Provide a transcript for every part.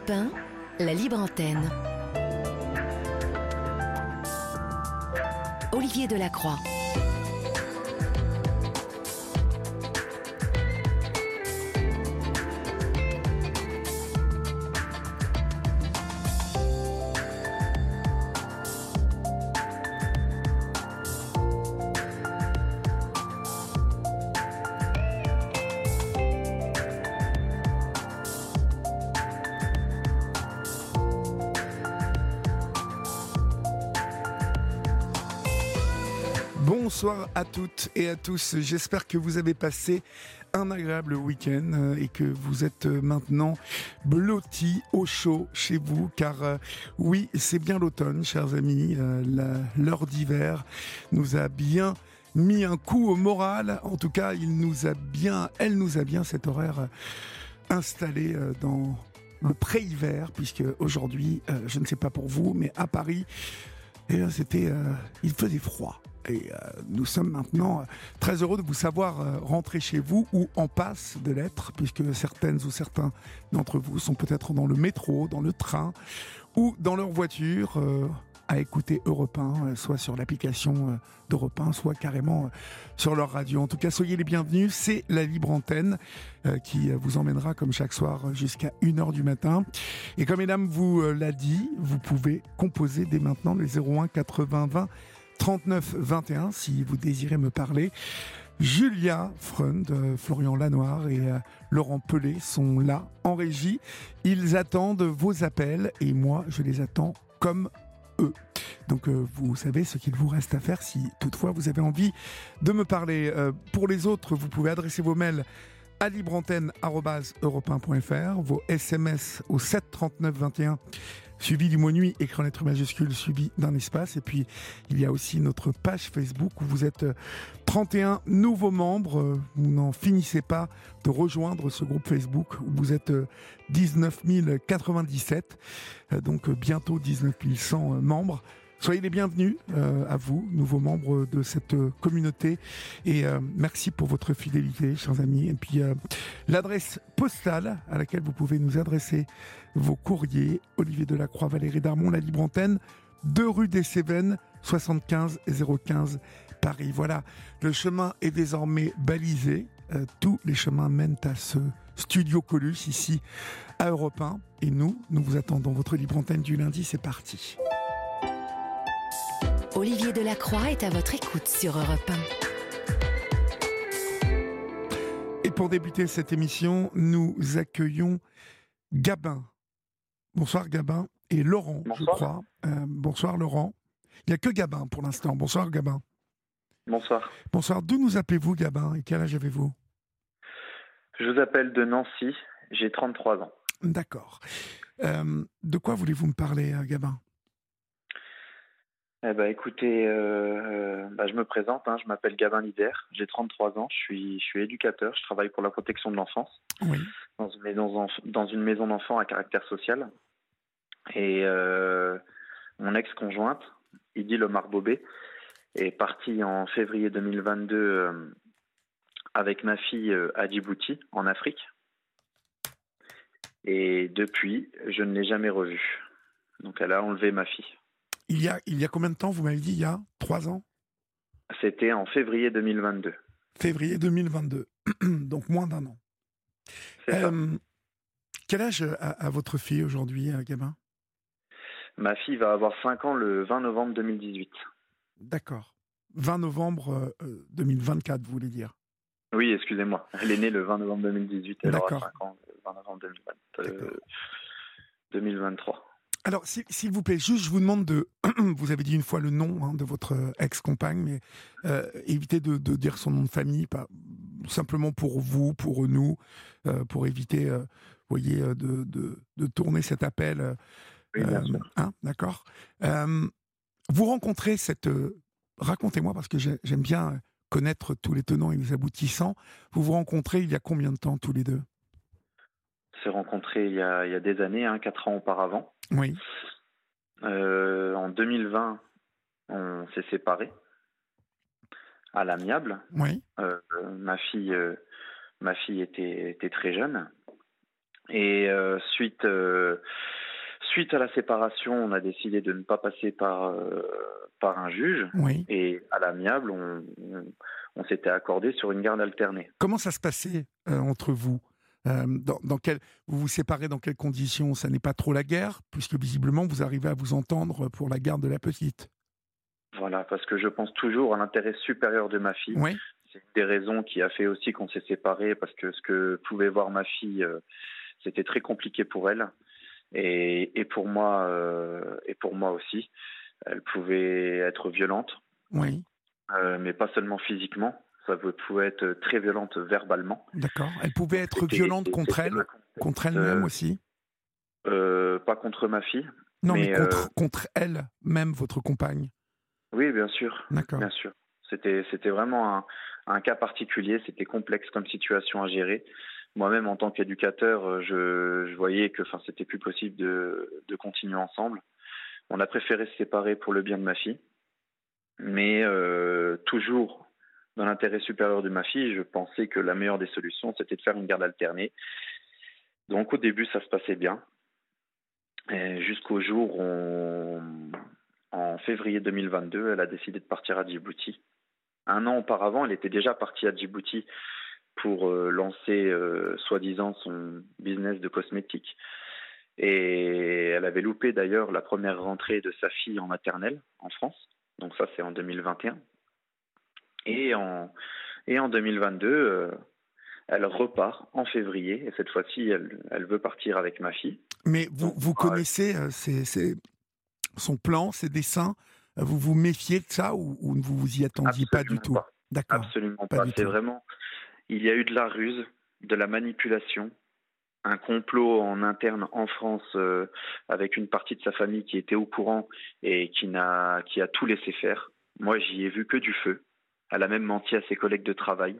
Europe 1, la libre antenne. Olivier Delacroix. Bonsoir à toutes et à tous, j'espère que vous avez passé un agréable week-end et que vous êtes maintenant blottis au chaud chez vous, car oui, c'est bien l'automne, chers amis, l'heure d'hiver nous a bien mis un coup au moral, en tout cas elle nous a bien cet horaire installé dans le pré-hiver, puisque aujourd'hui, je ne sais pas pour vous, mais à Paris, il faisait froid. Et nous sommes maintenant très heureux de vous savoir rentrer chez vous ou en passe de l'être, puisque certaines ou certains d'entre vous sont peut-être dans le métro, dans le train ou dans leur voiture à écouter Europe 1, soit sur l'application d'Europe 1, soit carrément sur leur radio. En tout cas, soyez les bienvenus, c'est la libre antenne qui vous emmènera comme chaque soir jusqu'à 1h du matin. Et comme mesdames vous l'a dit, vous pouvez composer dès maintenant les 01 80 20 39 21 si vous désirez me parler. Julia Freund, Florian Lanoir et Laurent Pelé sont là en régie. Ils attendent vos appels et moi je les attends comme eux. Donc vous savez ce qu'il vous reste à faire si toutefois vous avez envie de me parler. Pour les autres, vous pouvez adresser vos mails à libreantenne@europe1.fr, vos SMS au 7 39 21 suivi du mot nuit, écrit en lettres majuscules, suivi d'un espace. Et puis, il y a aussi notre page Facebook où vous êtes 31 nouveaux membres. Vous n'en finissez pas de rejoindre ce groupe Facebook où vous êtes 19 097, donc bientôt 19 100 membres. Soyez les bienvenus à vous, nouveaux membres de cette communauté. Et merci pour votre fidélité, chers amis. Et puis, l'adresse postale à laquelle vous pouvez nous adresser vos courriers, Olivier Delacroix, Valérie Darmon, la libre antenne, 2 rue des Cévennes, 75 015 Paris. Voilà, le chemin est désormais balisé. Tous les chemins mènent à ce studio Colus, ici, à Europe 1. Et nous vous attendons. Votre libre antenne du lundi, c'est parti. Olivier Delacroix est à votre écoute sur Europe 1. Et pour débuter cette émission, nous accueillons Gabin. Bonsoir Gabin. Et Laurent, bonsoir. Je crois. Bonsoir Laurent. Il n'y a que Gabin pour l'instant. Bonsoir Gabin. Bonsoir. Bonsoir. D'où nous appelez-vous Gabin et quel âge avez-vous ? Je vous appelle de Nancy. J'ai 33 ans. D'accord. De quoi voulez-vous me parler Gabin ? Écoutez, je me présente, je m'appelle Gabin Lider, j'ai 33 ans, je suis éducateur, je travaille pour la protection de l'enfance, oui. dans une maison d'enfants à caractère social. Et mon ex-conjointe, Idi Lomar Bobé, est partie en février 2022 avec ma fille à Djibouti, en Afrique. Et depuis, je ne l'ai jamais revue. Donc elle a enlevé ma fille. Il y a combien de temps, vous m'avez dit, il y a 3 ans ? C'était en février 2022. Février 2022, donc moins d'un an. C'est ça. Quel âge a votre fille aujourd'hui, Gabin ? Ma fille va avoir 5 ans le 20 novembre 2018. D'accord. 20 novembre 2024, vous voulez dire ? Oui, excusez-moi. Elle est née le 20 novembre 2018. Elle D'accord. aura 5 ans le 20 novembre 2023. Alors, s'il vous plaît, juste, je vous demande vous avez dit une fois le nom de votre ex-compagne, mais évitez de dire son nom de famille, pas simplement pour vous, pour nous, pour éviter, de tourner cet appel. Oui, bien sûr. D'accord. Vous rencontrez racontez-moi, parce que j'aime bien connaître tous les tenants et les aboutissants. Vous rencontrez il y a combien de temps, tous les deux ? On s'est rencontrés il y a des années, 4 ans auparavant. Oui. En 2020, on s'est séparés à l'amiable. Oui. Ma fille était très jeune Et suite à la séparation, on a décidé de ne pas passer par un juge. Oui. Et à l'amiable, on s'était accordé sur une garde alternée. Comment ça se passait entre vous? Vous vous séparez dans quelles conditions? Ça n'est pas trop la guerre, puisque visiblement vous arrivez à vous entendre pour la garde de la petite. Voilà, parce que je pense toujours à l'intérêt supérieur de ma fille. Oui. C'est une des raisons qui a fait aussi qu'on s'est séparés, parce que ce que pouvait voir ma fille, c'était très compliqué pour elle. Et pour moi aussi. Elle pouvait être violente, Oui. mais pas seulement physiquement. Ça pouvait être très violente verbalement. D'accord. Elle pouvait être C'était- violente contre c'était elle, un contexte, contre elle-même aussi? pas contre ma fille, Non, mais mais contre elle-même, votre compagne. oui, bien sûr, D'accord. bien sûr. C'était vraiment un cas particulier. C'était complexe comme situation à gérer. Moi-même, en tant qu'éducateur, je voyais que, c'était plus possible de continuer ensemble. On a préféré se séparer pour le bien de ma fille, mais toujours dans l'intérêt supérieur de ma fille, je pensais que la meilleure des solutions, c'était de faire une garde alternée. Donc au début, ça se passait bien, et jusqu'au jour où, en février 2022, elle a décidé de partir à Djibouti. Un an auparavant, elle était déjà partie à Djibouti pour lancer, soi-disant, son business de cosmétiques. Et elle avait loupé d'ailleurs la première rentrée de sa fille en maternelle en France. Donc ça, c'est en 2021. Et en 2022, elle repart en février. Et cette fois-ci, elle veut partir avec ma fille. Mais Donc, vous connaissez son plan, ses dessins? Vous vous méfiez de ça ou vous vous y attendiez pas du absolument tout? pas. D'accord. Absolument Pas pas. du C'est tout. vraiment... Il y a eu de la ruse, de la manipulation, un complot en interne en France, avec une partie de sa famille qui était au courant et qui a tout laissé faire. Moi, j'y ai vu que du feu. Elle a même menti à ses collègues de travail.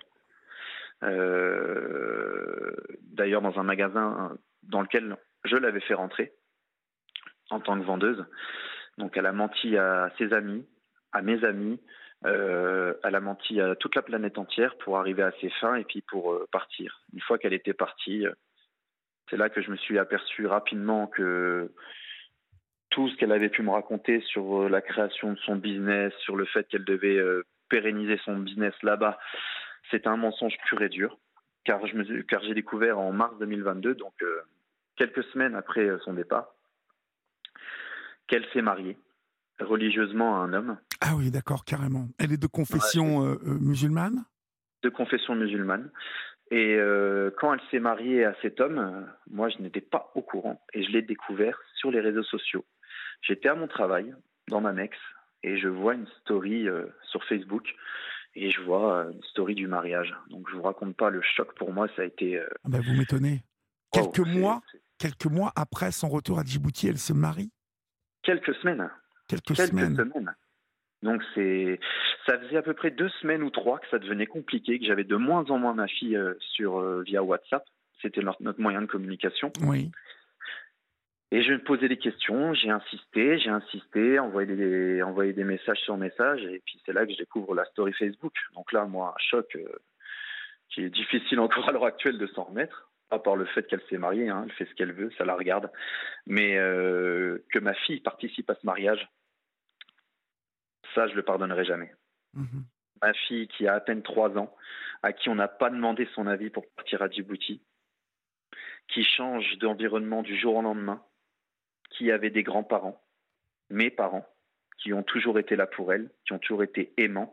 D'ailleurs, dans un magasin dans lequel je l'avais fait rentrer en tant que vendeuse. Donc, elle a menti à ses amis, à mes amis. Elle a menti à toute la planète entière pour arriver à ses fins et puis pour partir. Une fois qu'elle était partie, c'est là que je me suis aperçu rapidement que tout ce qu'elle avait pu me raconter sur la création de son business, sur le fait qu'elle devait pérenniser son business là-bas, c'était un mensonge pur et dur. Car j'ai découvert en mars 2022, donc quelques semaines après son départ, qu'elle s'est mariée religieusement à un homme. Ah oui, d'accord, carrément. Elle est de Ouais, confession musulmane? de confession musulmane. Et quand elle s'est mariée à cet homme, moi je n'étais pas au courant et je l'ai découvert sur les réseaux sociaux. J'étais à mon travail, dans Mamex, et je vois une story sur Facebook et je vois une story du mariage. Donc je vous raconte pas le choc pour moi, ça a été Ah ben, vous m'étonnez. wow, Quelques mois après son retour à Djibouti, elle se marie? quelques semaines. Quelques semaines. Donc ça faisait à peu près 2 semaines ou 3 que ça devenait compliqué, que j'avais de moins en moins ma fille via WhatsApp. C'était notre moyen de communication. Oui. Et je me posais des questions, j'ai insisté, envoyé des messages sur messages, et puis c'est là que je découvre la story Facebook. Donc là, moi, un choc qui est difficile encore à l'heure actuelle de s'en remettre, à part le fait qu'elle s'est mariée, hein, elle fait ce qu'elle veut, ça la regarde, mais que ma fille participe à ce mariage, ça, je le pardonnerai jamais. Mhm. Ma fille qui a à peine 3 ans, à qui on n'a pas demandé son avis pour partir à Djibouti, qui change d'environnement du jour au lendemain, qui avait des grands-parents, mes parents, qui ont toujours été là pour elle, qui ont toujours été aimants.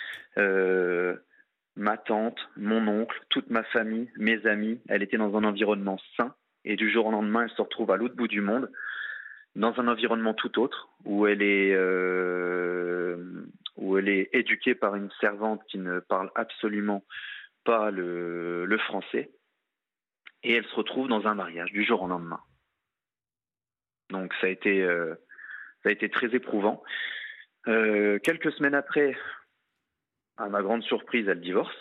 Ma tante, mon oncle, toute ma famille, mes amis, elle était dans un environnement sain. Et du jour au lendemain, elle se retrouve à l'autre bout du monde, dans un environnement tout autre, où elle est éduquée par une servante qui ne parle absolument pas le français. Et elle se retrouve dans un mariage du jour au lendemain. Donc ça a été très éprouvant. Quelques semaines après, à ma grande surprise, elle divorce.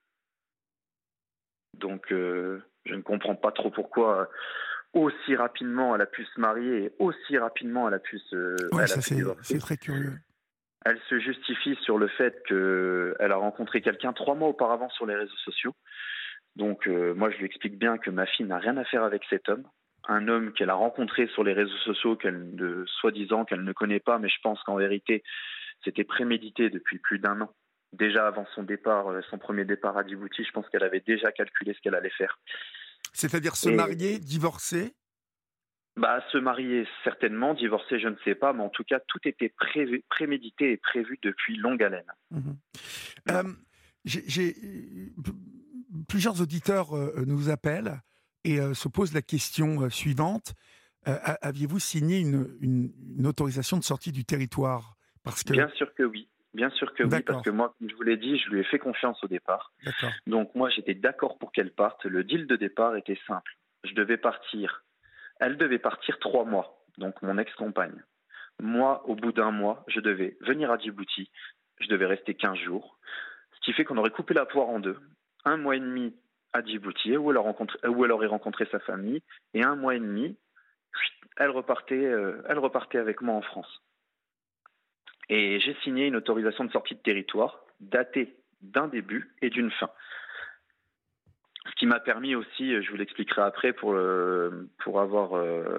Donc je ne comprends pas trop pourquoi aussi rapidement elle a pu se marier et aussi rapidement elle a pu divorcer. C'est très curieux. Elle se justifie sur le fait qu'elle a rencontré quelqu'un 3 mois auparavant sur les réseaux sociaux. Donc moi, je lui explique bien que ma fille n'a rien à faire avec cet homme. Un homme qu'elle a rencontré sur les réseaux sociaux, soi-disant qu'elle ne connaît pas, mais je pense qu'en vérité, c'était prémédité depuis plus d'1 an. Déjà avant son départ, son premier départ à Djibouti, je pense qu'elle avait déjà calculé ce qu'elle allait faire. C'est-à-dire se marier, divorcer? Se marier certainement, divorcer je ne sais pas, mais en tout cas tout était prémédité et prévu depuis longue haleine. Mmh. J'ai plusieurs auditeurs nous appellent et se posent la question suivante. Aviez-vous signé une autorisation de sortie du territoire? Parce que... Bien sûr que oui. Bien sûr que oui, parce que moi, comme je vous l'ai dit, je lui ai fait confiance au départ. D'accord. Donc moi, j'étais d'accord pour qu'elle parte. Le deal de départ était simple. Je devais partir. Elle devait partir 3 mois, donc mon ex-compagne. Moi, au bout d'1 mois, je devais venir à Djibouti. Je devais rester 15 jours. Ce qui fait qu'on aurait coupé la poire en 2. 1 mois et demi à Djibouti, où elle aurait rencontré sa famille. Et 1 mois et demi, elle repartait avec moi en France. Et j'ai signé une autorisation de sortie de territoire datée d'un début et d'une fin. Ce qui m'a permis aussi, je vous l'expliquerai après, pour avoir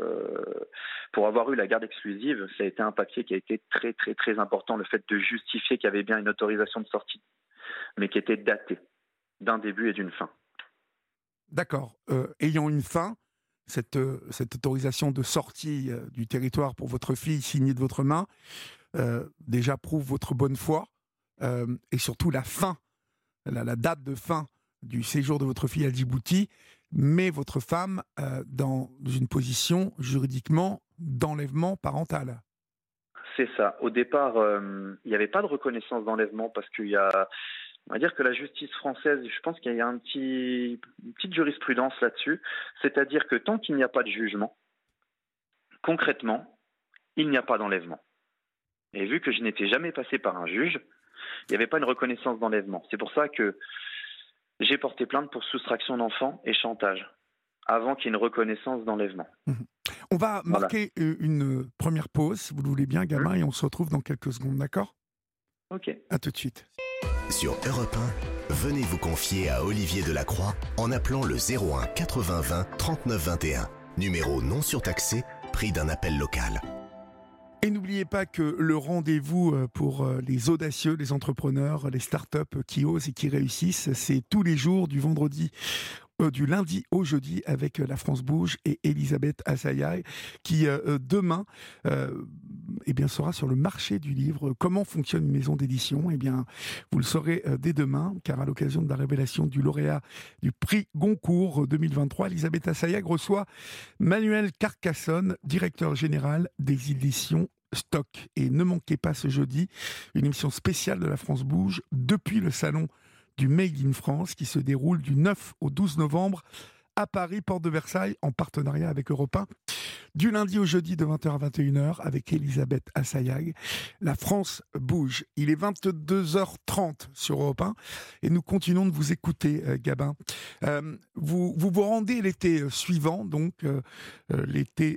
eu la garde exclusive, ça a été un papier qui a été très très très important, le fait de justifier qu'il y avait bien une autorisation de sortie, mais qui était datée d'un début et d'une fin. D'accord. Ayant une fin, cette autorisation de sortie du territoire pour votre fille signée de votre main, déjà prouve votre bonne foi et surtout la fin, la date de fin du séjour de votre fille à Djibouti, met votre femme dans une position juridiquement d'enlèvement parental. C'est ça. Au départ, il n'y avait pas de reconnaissance d'enlèvement parce on va dire que la justice française, je pense qu'il y a une petite jurisprudence là-dessus, c'est-à-dire que tant qu'il n'y a pas de jugement, concrètement, il n'y a pas d'enlèvement. Et vu que je n'étais jamais passé par un juge, il n'y avait pas une reconnaissance d'enlèvement. C'est pour ça que j'ai porté plainte pour soustraction d'enfants et chantage, avant qu'il y ait une reconnaissance d'enlèvement. On va marquer une première pause, si vous le voulez bien, Gabin, et on se retrouve dans quelques secondes, d'accord ? Ok. À tout de suite. Sur Europe 1, venez vous confier à Olivier Delacroix en appelant le 01 80 20 39 21. Numéro non surtaxé, prix d'un appel local. Et n'oubliez pas que le rendez-vous pour les audacieux, les entrepreneurs, les startups qui osent et qui réussissent, c'est tous les jours du lundi au jeudi avec La France Bouge et Elisabeth Assayag qui demain sera sur le marché du livre. Comment fonctionne une maison d'édition ? Vous le saurez dès demain, car à l'occasion de la révélation du lauréat du prix Goncourt 2023, Elisabeth Assayag reçoit Manuel Carcassonne, directeur général des éditions Stock. Et ne manquez pas ce jeudi une émission spéciale de La France Bouge depuis le salon du Made in France qui se déroule du 9 au 12 novembre à Paris, porte de Versailles, en partenariat avec Europe 1. Du lundi au jeudi de 20h à 21h avec Elisabeth Assayag. La France bouge. Il est 22h30 sur Europe 1 et nous continuons de vous écouter, Gabin. Vous rendez l'été suivant, donc l'été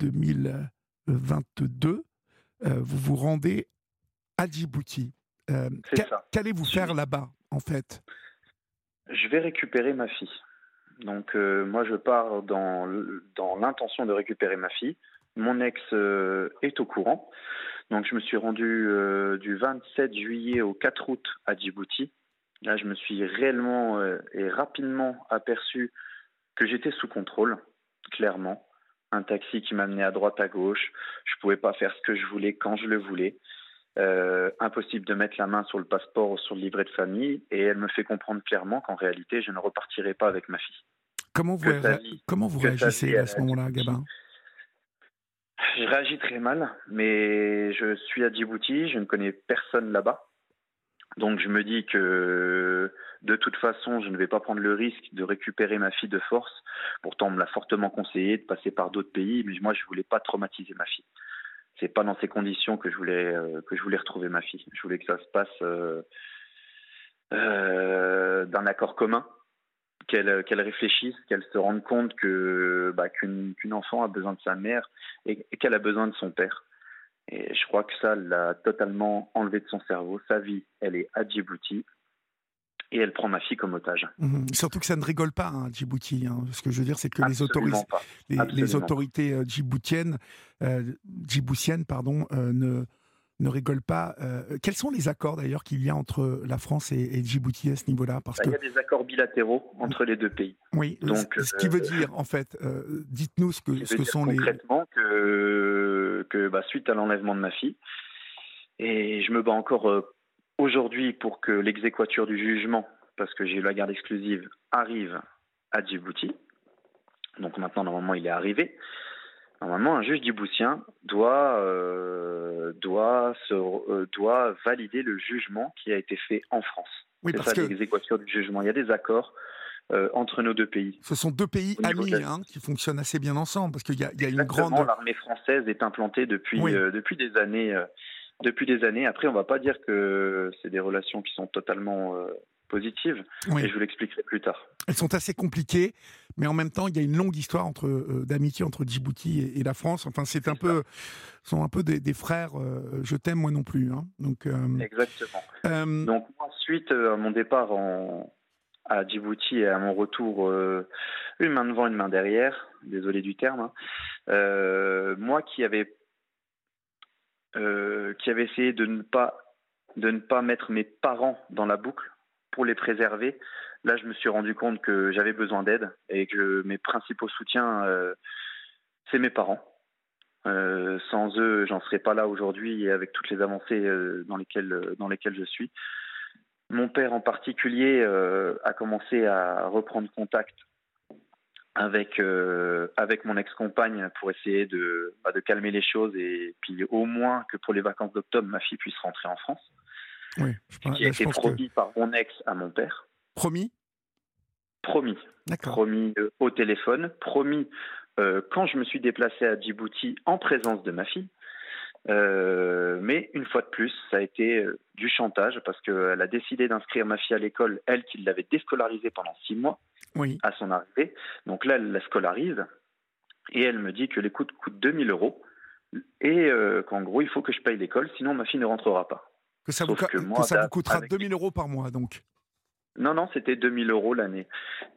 2022. Vous vous rendez à Djibouti. Qu'allez-vous faire là-bas, en fait ? Je vais récupérer ma fille. Donc moi je pars dans l'intention de récupérer ma fille. Mon ex est au courant. Donc je me suis rendu du 27 juillet au 4 août à Djibouti. Là je me suis réellement et rapidement aperçu que j'étais sous contrôle, clairement. Un taxi qui m'amenait à droite à gauche. Je ne pouvais pas faire ce que je voulais quand je le voulais. Impossible de mettre la main sur le passeport ou sur le livret de famille, et elle me fait comprendre clairement qu'en réalité je ne repartirai pas avec ma fille. Comment vous réagissez à ce moment-là, Gabin ? Je réagis très mal, mais je suis à Djibouti, je ne connais personne là-bas, donc je me dis que de toute façon je ne vais pas prendre le risque de récupérer ma fille de force. Pourtant on me l'a fortement conseillé de passer par d'autres pays, mais moi je ne voulais pas traumatiser ma fille. C'est pas dans ces conditions que je voulais retrouver ma fille. Je voulais que ça se passe d'un accord commun, qu'elle réfléchisse, qu'elle se rende compte qu'une enfant a besoin de sa mère et qu'elle a besoin de son père. Et je crois que ça l'a totalement enlevé de son cerveau. Sa vie, elle est à Djibouti. et elle prend ma fille comme otage. Surtout que ça ne rigole pas, hein, Djibouti. Hein. Ce que je veux dire, c'est que les autorités djiboutiennes, ne rigolent pas. Quels sont les accords d'ailleurs qu'il y a entre la France et Djibouti à ce niveau-là? Il y a des accords bilatéraux entre les deux pays. Oui, donc, ce qui veut dire, en fait, dites-nous ce que sont concrètement que suite à l'enlèvement de ma fille, et je me bats encore aujourd'hui pour que l'exéquatur du jugement, parce que j'ai eu la garde exclusive, arrive à Djibouti. Donc maintenant, normalement, il est arrivé. Normalement, un juge djiboutien doit valider le jugement qui a été fait en France. Oui, c'est ça l'exéquatur du jugement. Il y a des accords entre nos deux pays. Ce sont deux pays amis qui fonctionnent assez bien ensemble, parce qu'il y a une grande... L'armée française est implantée depuis des années. Depuis des années. Après, on ne va pas dire que c'est des relations qui sont totalement positives, et je vous l'expliquerai plus tard. Elles sont assez compliquées, mais en même temps, il y a une longue histoire d'amitié entre Djibouti et la France. Enfin, sont un peu des frères. Je t'aime, moi non plus. Hein. Donc, exactement. Donc, moi, suite à mon départ à Djibouti et à mon retour, une main devant, une main derrière, désolé du terme, hein, moi qui avait essayé de ne pas mettre mes parents dans la boucle pour les préserver. Là, je me suis rendu compte que j'avais besoin d'aide et que mes principaux soutiens, c'est mes parents. Sans eux, j'en serais pas là aujourd'hui et avec toutes les avancées dans lesquelles je suis. Mon père en particulier a commencé à reprendre contact avec mon ex-compagne pour essayer de calmer les choses, et puis au moins que pour les vacances d'octobre, ma fille puisse rentrer en France. Oui, qui a été promis par mon ex à mon père. Promis. D'accord. Promis au téléphone, promis quand je me suis déplacé à Djibouti en présence de ma fille. Mais une fois de plus, ça a été du chantage, parce qu'elle a décidé d'inscrire ma fille à l'école, elle qui l'avait déscolarisée pendant 6 mois à son arrivée. Donc là, elle la scolarise et elle me dit que les coûts coûtent 2 000 € et qu'en gros, il faut que je paye l'école, sinon ma fille ne rentrera pas. Que ça vous coûtera 2 000 € par mois, donc? Non, c'était 2 000 € l'année,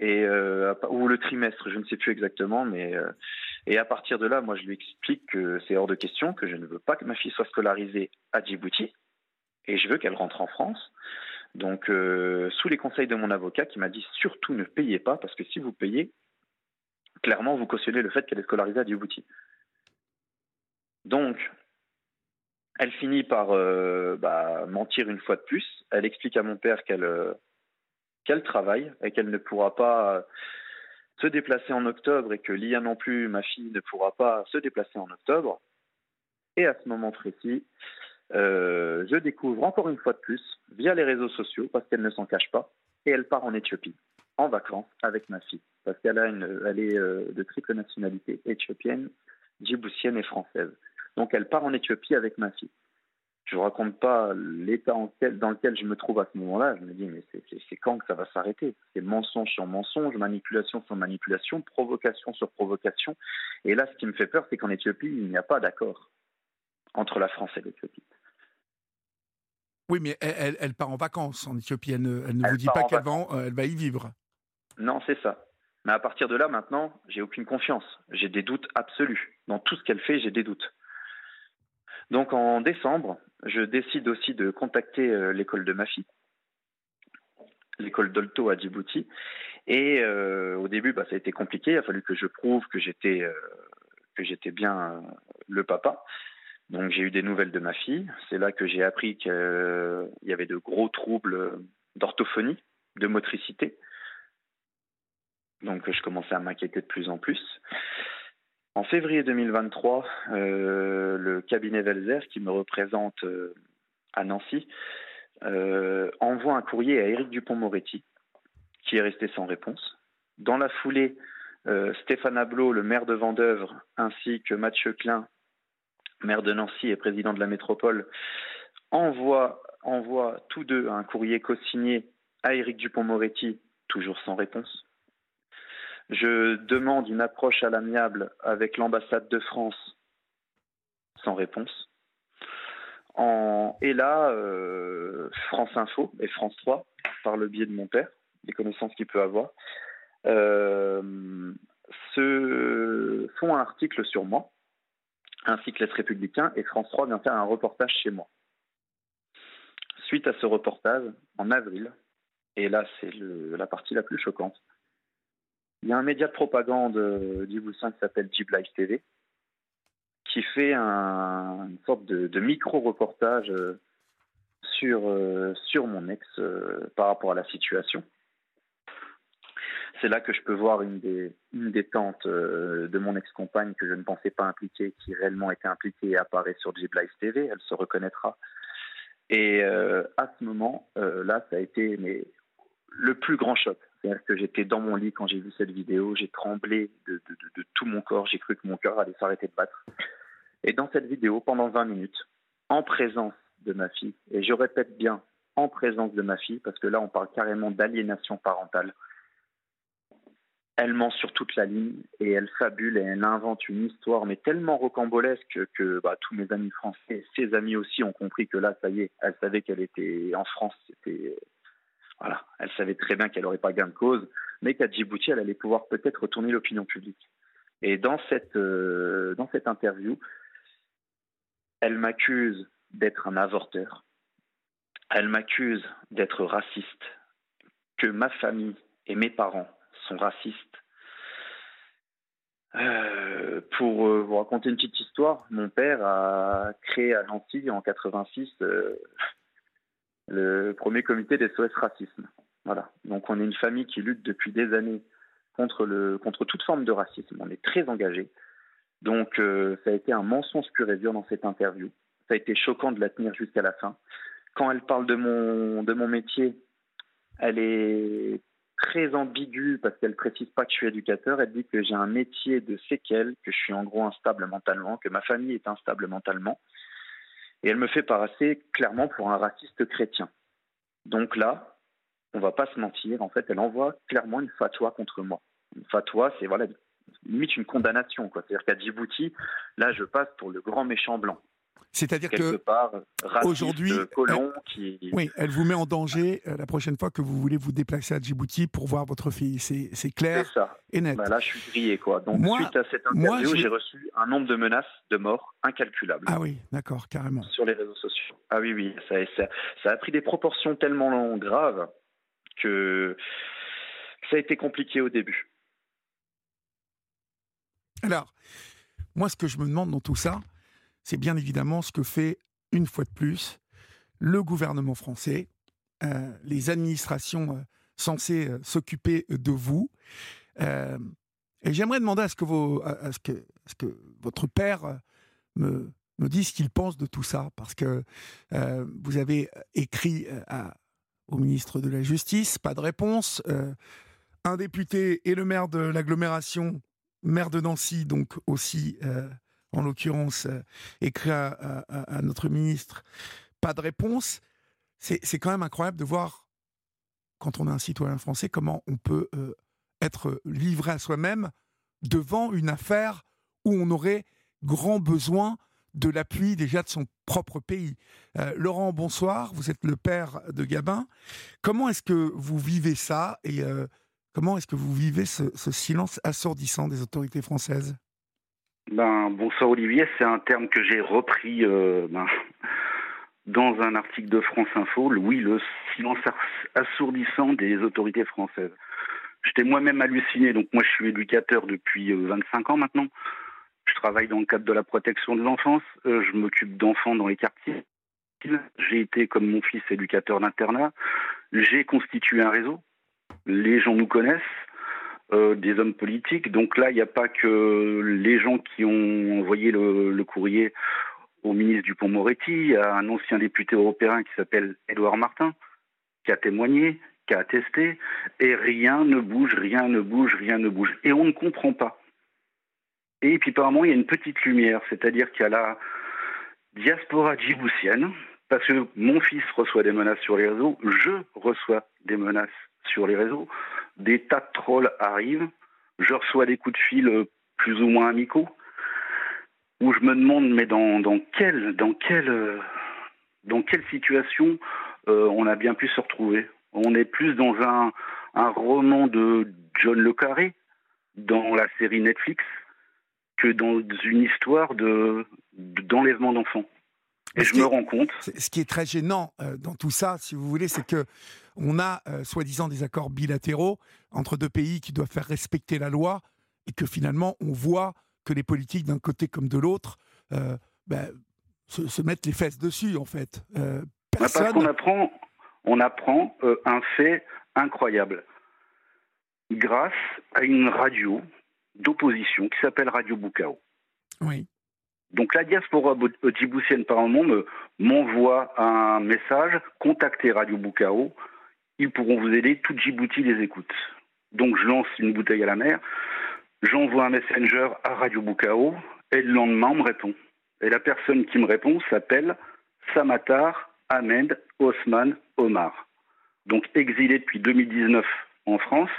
ou le trimestre, je ne sais plus exactement, mais et à partir de là, moi, je lui explique que c'est hors de question, que je ne veux pas que ma fille soit scolarisée à Djibouti, et je veux qu'elle rentre en France. Donc, sous les conseils de mon avocat, qui m'a dit surtout ne payez pas, parce que si vous payez, clairement, vous cautionnez le fait qu'elle est scolarisée à Djibouti. Donc, elle finit par mentir une fois de plus. Elle explique à mon père qu'elle travaille et qu'elle ne pourra pas se déplacer en octobre, et que Lia non plus, ma fille, ne pourra pas se déplacer en octobre. Et à ce moment précis, je découvre encore une fois de plus, via les réseaux sociaux, parce qu'elle ne s'en cache pas, et elle part en Éthiopie, en vacances, avec ma fille, parce qu'elle est de triple nationalité, éthiopienne, djiboutienne et française. Donc elle part en Éthiopie avec ma fille. Je ne vous raconte pas l'état dans lequel je me trouve à ce moment-là. Je me dis, mais c'est quand que ça va s'arrêter? C'est mensonge sur mensonge, manipulation sur manipulation, provocation sur provocation. Et là, ce qui me fait peur, c'est qu'en Éthiopie, il n'y a pas d'accord entre la France et l'Éthiopie. Oui, mais elle part en vacances en Éthiopie. Elle ne vous dit pas qu'elle va y vivre. Non, c'est ça. Mais à partir de là, maintenant, j'ai aucune confiance. J'ai des doutes absolus. Dans tout ce qu'elle fait, j'ai des doutes. Donc en décembre, je décide aussi de contacter l'école de ma fille, l'école d'Olto à Djibouti. Et au début, ça a été compliqué. Il a fallu que je prouve que j'étais bien le papa. Donc j'ai eu des nouvelles de ma fille. C'est là que j'ai appris qu'il y avait de gros troubles d'orthophonie, de motricité. Donc je commençais à m'inquiéter de plus en plus. En février 2023, le cabinet Velzer, qui me représente à Nancy, envoie un courrier à Éric Dupond-Moretti, qui est resté sans réponse. Dans la foulée, Stéphane Ablot, le maire de Vendeuvre, ainsi que Mathieu Klein, maire de Nancy et président de la métropole, envoient tous deux un courrier co-signé à Éric Dupond-Moretti, toujours sans réponse. Je demande une approche à l'amiable avec l'ambassade de France, sans réponse. Et là, France Info et France 3, par le biais de mon père, des connaissances qu'il peut avoir, font un article sur moi, un cycliste républicain, et France 3 vient faire un reportage chez moi. Suite à ce reportage, en avril, et là c'est la partie la plus choquante, il y a un média de propagande djiboutien qui s'appelle Djib Live TV, qui fait une sorte de micro-reportage sur mon ex par rapport à la situation. C'est là que je peux voir une des tantes de mon ex-compagne que je ne pensais pas impliquée, qui réellement était impliquée et apparaît sur Djib Live TV, elle se reconnaîtra. Et à ce moment, là, ça a été le plus grand choc. C'est-à-dire que j'étais dans mon lit quand j'ai vu cette vidéo, j'ai tremblé de tout mon corps, j'ai cru que mon cœur allait s'arrêter de battre. Et dans cette vidéo, pendant 20 minutes, en présence de ma fille, et je répète bien, en présence de ma fille, parce que là, on parle carrément d'aliénation parentale, elle ment sur toute la ligne et elle fabule et elle invente une histoire, mais tellement rocambolesque que tous mes amis français, ses amis aussi, ont compris que là, ça y est, elle savait qu'elle était en France. Voilà, elle savait très bien qu'elle n'aurait pas gain de cause, mais qu'à Djibouti, elle allait pouvoir peut-être retourner l'opinion publique. Et dans cette interview, elle m'accuse d'être un avorteur. Elle m'accuse d'être raciste, que ma famille et mes parents sont racistes. Pour vous raconter une petite histoire, mon père a créé à Nancy en 86 le premier comité d'SOS Racisme. Voilà. Donc on est une famille qui lutte depuis des années contre toute forme de racisme. On est très engagés. Donc ça a été un mensonge pur et dur dans cette interview. Ça a été choquant de la tenir jusqu'à la fin. Quand elle parle de mon métier, elle est très ambiguë parce qu'elle ne précise pas que je suis éducateur. Elle dit que j'ai un métier de séquelles, que je suis en gros instable mentalement, que ma famille est instable mentalement. Et elle me fait passer clairement pour un raciste chrétien. Donc là, on ne va pas se mentir, en fait, elle envoie clairement une fatwa contre moi. Une fatwa, c'est limite une condamnation, quoi. C'est-à-dire qu'à Djibouti, là, je passe pour le grand méchant blanc. C'est-à-dire quelque part, raciste, aujourd'hui, colon oui, elle vous met en danger la prochaine fois que vous voulez vous déplacer à Djibouti pour voir votre fille. C'est clair et net. Là, je suis grillé, quoi. Donc, suite à cette interview, j'ai reçu un nombre de menaces de mort incalculable. Ah oui, d'accord, carrément. Sur les réseaux sociaux. Ah oui, ça a pris des proportions tellement graves que ça a été compliqué au début. Alors, moi, ce que je me demande dans tout ça, c'est bien évidemment ce que fait, une fois de plus, le gouvernement français, les administrations censées s'occuper de vous. Et j'aimerais demander à ce que votre père me dise ce qu'il pense de tout ça, parce que vous avez écrit au ministre de la Justice, pas de réponse. Un député et le maire de l'agglomération, maire de Nancy, donc aussi... en l'occurrence, écrit à notre ministre, pas de réponse. C'est quand même incroyable de voir, quand on est un citoyen français, comment on peut être livré à soi-même devant une affaire où on aurait grand besoin de l'appui déjà de son propre pays. Laurent, bonsoir, vous êtes le père de Gabin. Comment est-ce que vous vivez ça et comment est-ce que vous vivez ce silence assourdissant des autorités françaises ? Bonsoir Olivier, c'est un terme que j'ai repris dans un article de France Info. Oui, le silence assourdissant des autorités françaises. J'étais moi-même halluciné, donc moi je suis éducateur depuis 25 ans maintenant. Je travaille dans le cadre de la protection de l'enfance, je m'occupe d'enfants dans les quartiers. J'ai été, comme mon fils, éducateur d'internat. J'ai constitué un réseau, les gens nous connaissent. Des hommes politiques. Donc là, il n'y a pas que les gens qui ont envoyé le courrier au ministre Dupond-Moretti. Il y a un ancien député européen qui s'appelle Édouard Martin, qui a témoigné, qui a attesté, et rien ne bouge. Et on ne comprend pas. Et puis, apparemment, il y a une petite lumière, c'est-à-dire qu'il y a la diaspora djiboutienne, parce que mon fils reçoit des menaces sur les réseaux, je reçois des menaces sur les réseaux, des tas de trolls arrivent, je reçois des coups de fil plus ou moins amicaux, où je me demande, mais dans quel Dans quelle situation on a bien pu se retrouver? On est plus dans un roman de John le Carré, dans la série Netflix, que dans une histoire d'enlèvement d'enfants. Et je me rends compte... Ce qui est très gênant dans tout ça, si vous voulez, c'est que on a soi-disant des accords bilatéraux entre deux pays qui doivent faire respecter la loi, et que finalement, on voit que les politiques d'un côté comme de l'autre se mettent les fesses dessus, en fait. Personne... Parce qu'on apprend un fait incroyable. Grâce à une radio d'opposition qui s'appelle Radio Bukao. Oui. Donc la diaspora djiboutienne par le monde m'envoie un message, contactez Radio Bukao, ils pourront vous aider, tout Djibouti les écoute. Donc je lance une bouteille à la mer, j'envoie un messenger à Radio Bukao, et le lendemain on me répond. Et la personne qui me répond s'appelle Samatar Ahmed Osman Omar. Donc exilé depuis 2019 en France,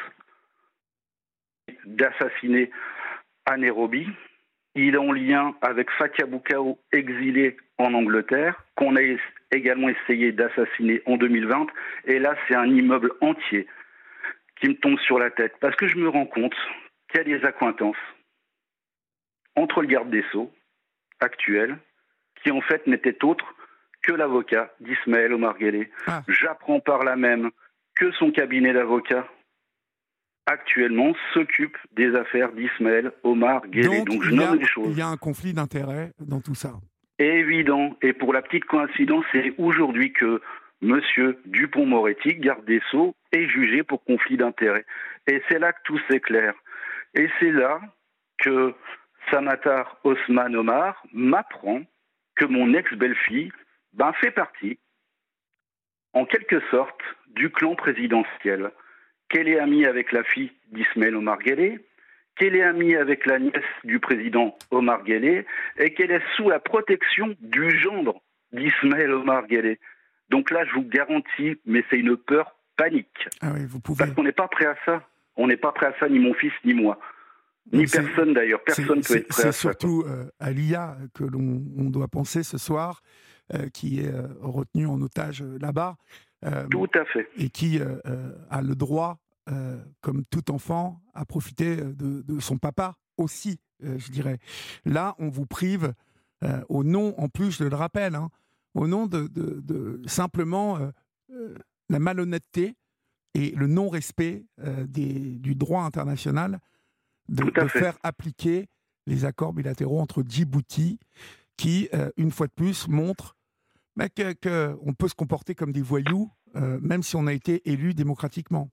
d'assassiner à Nairobi. Il est en lien avec Fatia Bukao, exilé en Angleterre, qu'on a également essayé d'assassiner en 2020. Et là, c'est un immeuble entier qui me tombe sur la tête. Parce que je me rends compte qu'il y a des accointances entre le garde des Sceaux actuel, qui en fait n'était autre que l'avocat d'Ismaël Omar Guelleh. J'apprends par là même que son cabinet d'avocats actuellement s'occupe des affaires d'Ismaël Omar Guelleh. Donc je nomme les choses. Il y a un conflit d'intérêts dans tout ça. Évident. Et pour la petite coïncidence, c'est aujourd'hui que M. Dupond-Moretti, garde des Sceaux, est jugé pour conflit d'intérêts. Et c'est là que tout s'éclaire. Et c'est là que Samatar Osman Omar m'apprend que mon ex-belle-fille fait partie, en quelque sorte, du clan présidentiel. Qu'elle est amie avec la fille d'Ismaël Omar Guelleh, qu'elle est amie avec la nièce du président Omar Guelleh, et qu'elle est sous la protection du gendre d'Ismaël Omar Guelleh. Donc là, je vous garantis, mais c'est une peur panique. Ah oui, vous pouvez... Parce qu'on n'est pas prêt à ça. On n'est pas prêt à ça, ni mon fils, ni moi. Ni personne d'ailleurs. Personne ne peut être prêt à ça. C'est surtout à l'IA que l'on doit penser ce soir, qui est retenu en otage là-bas. Tout à fait. Et qui a le droit, comme tout enfant, à profiter de son papa aussi, je dirais. Là, on vous prive, au nom, en plus, je le rappelle, au nom de simplement la malhonnêteté et le non-respect du droit international de faire appliquer les accords bilatéraux entre Djibouti, qui, une fois de plus, montrent qu'on peut se comporter comme des voyous, même si on a été élu démocratiquement.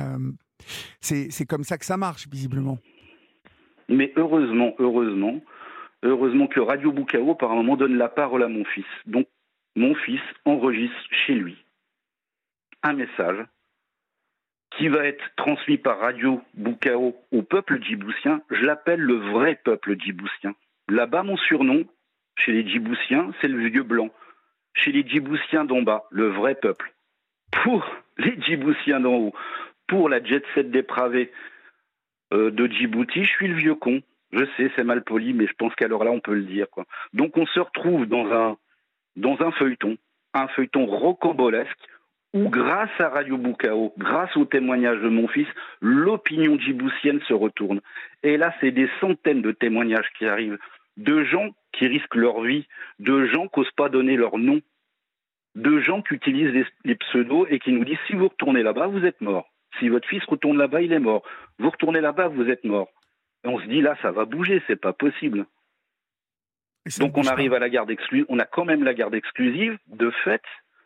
C'est comme ça que ça marche, visiblement. Mais heureusement que Radio Bukao, par un moment, donne la parole à mon fils. Donc, mon fils enregistre chez lui un message qui va être transmis par Radio Bukao au peuple djiboutien. Je l'appelle le vrai peuple djiboutien. Là-bas, mon surnom, chez les Djiboutiens, c'est le vieux blanc. Chez les Djiboutiens d'en bas, le vrai peuple. Pour les Djiboutiens d'en haut, pour la jet-set dépravée de Djibouti, je suis le vieux con. Je sais, c'est mal poli, mais je pense qu'alors là, on peut le dire, quoi. Donc on se retrouve dans un feuilleton rocambolesque, où grâce à Radio Bukao, grâce au témoignage de mon fils, l'opinion djiboutienne se retourne. Et là, c'est des centaines de témoignages qui arrivent, de gens qui risquent leur vie, de gens qui n'osent pas donner leur nom, de gens qui utilisent les pseudos et qui nous disent « si vous retournez là-bas, vous êtes mort. Si votre fils retourne là-bas, il est mort. Vous retournez là-bas, vous êtes mort. » Et on se dit là, ça va bouger, c'est pas possible. Donc on arrive à la garde exclusive, on a quand même la garde exclusive. De fait,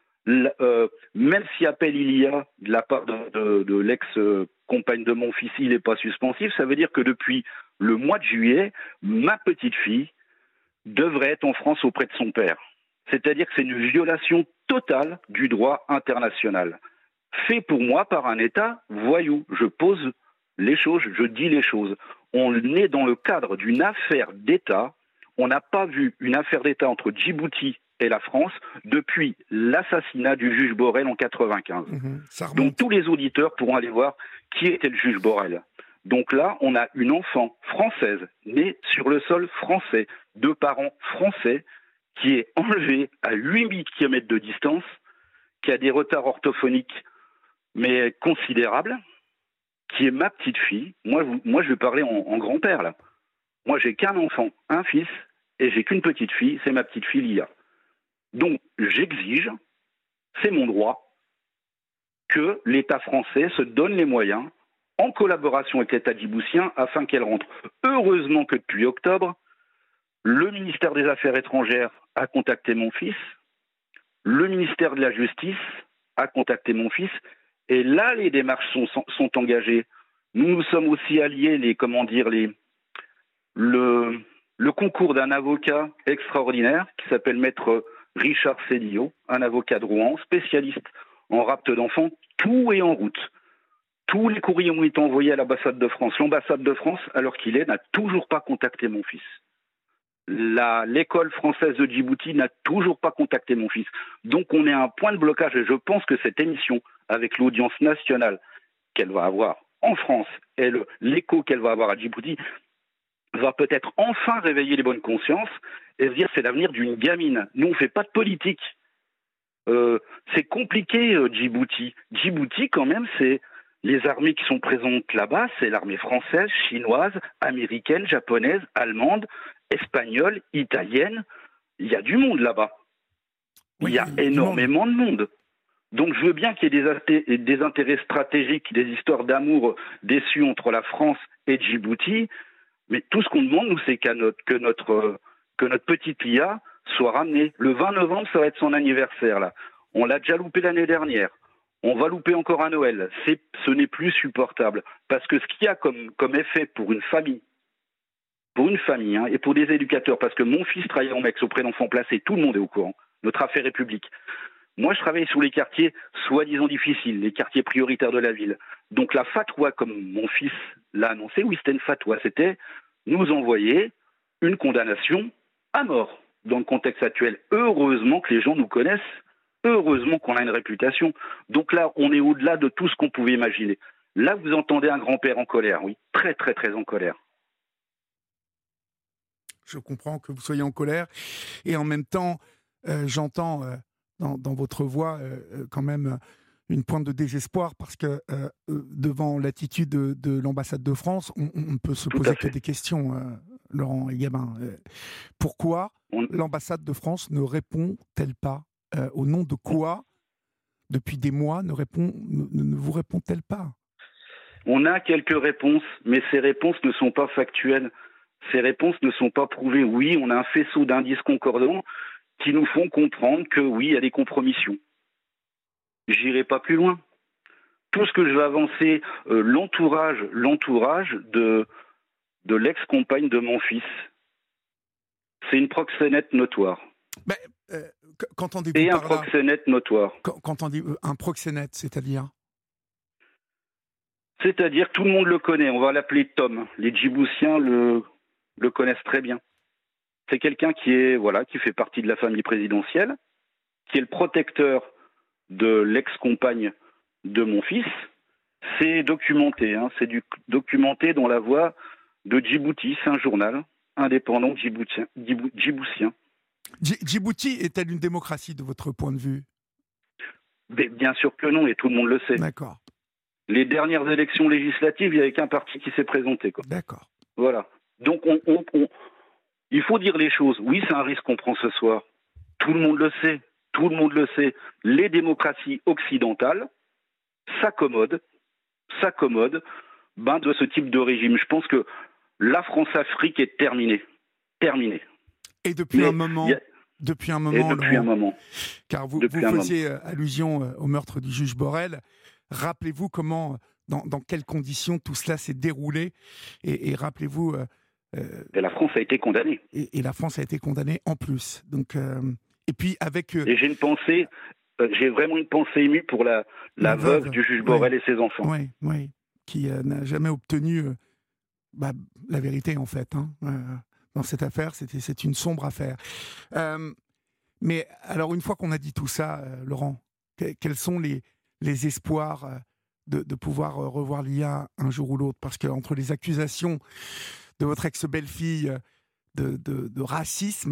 même si appel il y a de la part de l'ex-compagne de mon fils, il n'est pas suspensif, ça veut dire que depuis le mois de juillet, ma petite fille devrait être en France auprès de son père. C'est-à-dire que c'est une violation totale du droit international. Fait pour moi par un État voyou. Je pose les choses, je dis les choses. On est dans le cadre d'une affaire d'État. On n'a pas vu une affaire d'État entre Djibouti et la France depuis l'assassinat du juge Borrell en 1995. Donc tous les auditeurs pourront aller voir qui était le juge Borrell. Donc là, on a une enfant française née sur le sol français, de parents français, qui est enlevé à 8000 km de distance, qui a des retards orthophoniques, mais considérables, qui est ma petite fille. Moi, je vais parler en grand-père, là. Moi, j'ai qu'un enfant, un fils, et j'ai qu'une petite fille, c'est ma petite fille Lia. Donc, j'exige, c'est mon droit, que l'État français se donne les moyens, en collaboration avec l'État djiboutien, afin qu'elle rentre. Heureusement que depuis octobre, le ministère des Affaires étrangères a contacté mon fils, le ministère de la Justice a contacté mon fils, et là, les démarches sont engagées. Nous nous sommes aussi alliés, le concours d'un avocat extraordinaire qui s'appelle Maître Richard Cédillo, un avocat de Rouen, spécialiste en rapt d'enfants. Tout est en route. Tous les courriers ont été envoyés à l'ambassade de France. L'ambassade de France, alors qu'il est, n'a toujours pas contacté mon fils. L'école française de Djibouti n'a toujours pas contacté mon fils. Donc on est à un point de blocage et je pense que cette émission, avec l'audience nationale qu'elle va avoir en France et l'écho qu'elle va avoir à Djibouti, va peut-être enfin réveiller les bonnes consciences et se dire c'est l'avenir d'une gamine. Nous on ne fait pas de politique. C'est compliqué Djibouti. Djibouti quand même c'est les armées qui sont présentes là-bas, c'est l'armée française, chinoise, américaine, japonaise, allemande, espagnole, italienne. Il y a du monde là-bas. Oui, il y a énormément de monde. Donc je veux bien qu'il y ait des intérêts stratégiques, des histoires d'amour déçues entre la France et Djibouti, mais tout ce qu'on demande, nous, c'est que notre petite Lia soit ramenée. Le 20 novembre, ça va être son anniversaire, là. On l'a déjà loupé l'année dernière. On va louper encore à Noël. Ce n'est plus supportable. Parce que ce qu'il y a comme effet pour une famille, hein, et pour des éducateurs, parce que mon fils travaille en MEX auprès d'enfants placés, tout le monde est au courant, notre affaire est publique. Moi, je travaille sous les quartiers soi-disant difficiles, les quartiers prioritaires de la ville. Donc la fatwa, comme mon fils l'a annoncé, oui, c'était une fatwa, c'était nous envoyer une condamnation à mort dans le contexte actuel. Heureusement que les gens nous connaissent, heureusement qu'on a une réputation. Donc là, on est au-delà de tout ce qu'on pouvait imaginer. Là, vous entendez un grand-père en colère, oui, très, très, très en colère. Je comprends que vous soyez en colère. Et en même temps, j'entends dans votre voix quand même une pointe de désespoir parce que devant l'attitude de l'ambassade de France, on ne peut se poser que des questions, Laurent Gabin. Pourquoi l'ambassade de France ne répond-elle pas au nom de quoi, depuis des mois, ne vous répond-elle pas? On a quelques réponses, mais ces réponses ne sont pas factuelles. Ces réponses ne sont pas prouvées. Oui, on a un faisceau d'indices concordants qui nous font comprendre que oui, il y a des compromissions. J'irai pas plus loin. Tout ce que je vais avancer, l'entourage de l'ex-compagne de mon fils, c'est une proxénète notoire. Mais, qu'entendez-vous et par un proxénète notoire. Qu'entendez-vous un proxénète, c'est-à-dire? C'est-à-dire, tout le monde le connaît. On va l'appeler Tom. Les Djiboutiens le connaissent très bien. C'est quelqu'un qui fait partie de la famille présidentielle, qui est le protecteur de l'ex-compagne de mon fils. C'est documenté, c'est documenté dans La Voix de Djibouti, c'est un journal indépendant djiboutien. Djibouti est-elle une démocratie de votre point de vue? Bien sûr que non, et tout le monde le sait. D'accord. Les dernières élections législatives, il n'y avait qu'un parti qui s'est présenté. D'accord. Voilà. Donc, il faut dire les choses. Oui, c'est un risque qu'on prend ce soir. Tout le monde le sait. Tout le monde le sait. Les démocraties occidentales s'accommodent de ce type de régime. Je pense que la France-Afrique est terminée. Terminée. Et depuis un moment... Depuis un moment. Car vous faisiez allusion au meurtre du juge Borrell. Rappelez-vous comment, dans quelles conditions tout cela s'est déroulé. Et rappelez-vous... et la France a été condamnée. Et la France a été condamnée en plus. Donc, et puis avec... Et j'ai vraiment une pensée émue pour la veuve du juge Borrell et ses enfants. Oui, qui n'a jamais obtenu la vérité, en fait. Dans cette affaire, c'est une sombre affaire. Mais alors, une fois qu'on a dit tout ça, Laurent, quels sont les espoirs de pouvoir revoir Lia un jour ou l'autre? Parce qu'entre les accusations de votre ex-belle-fille de racisme,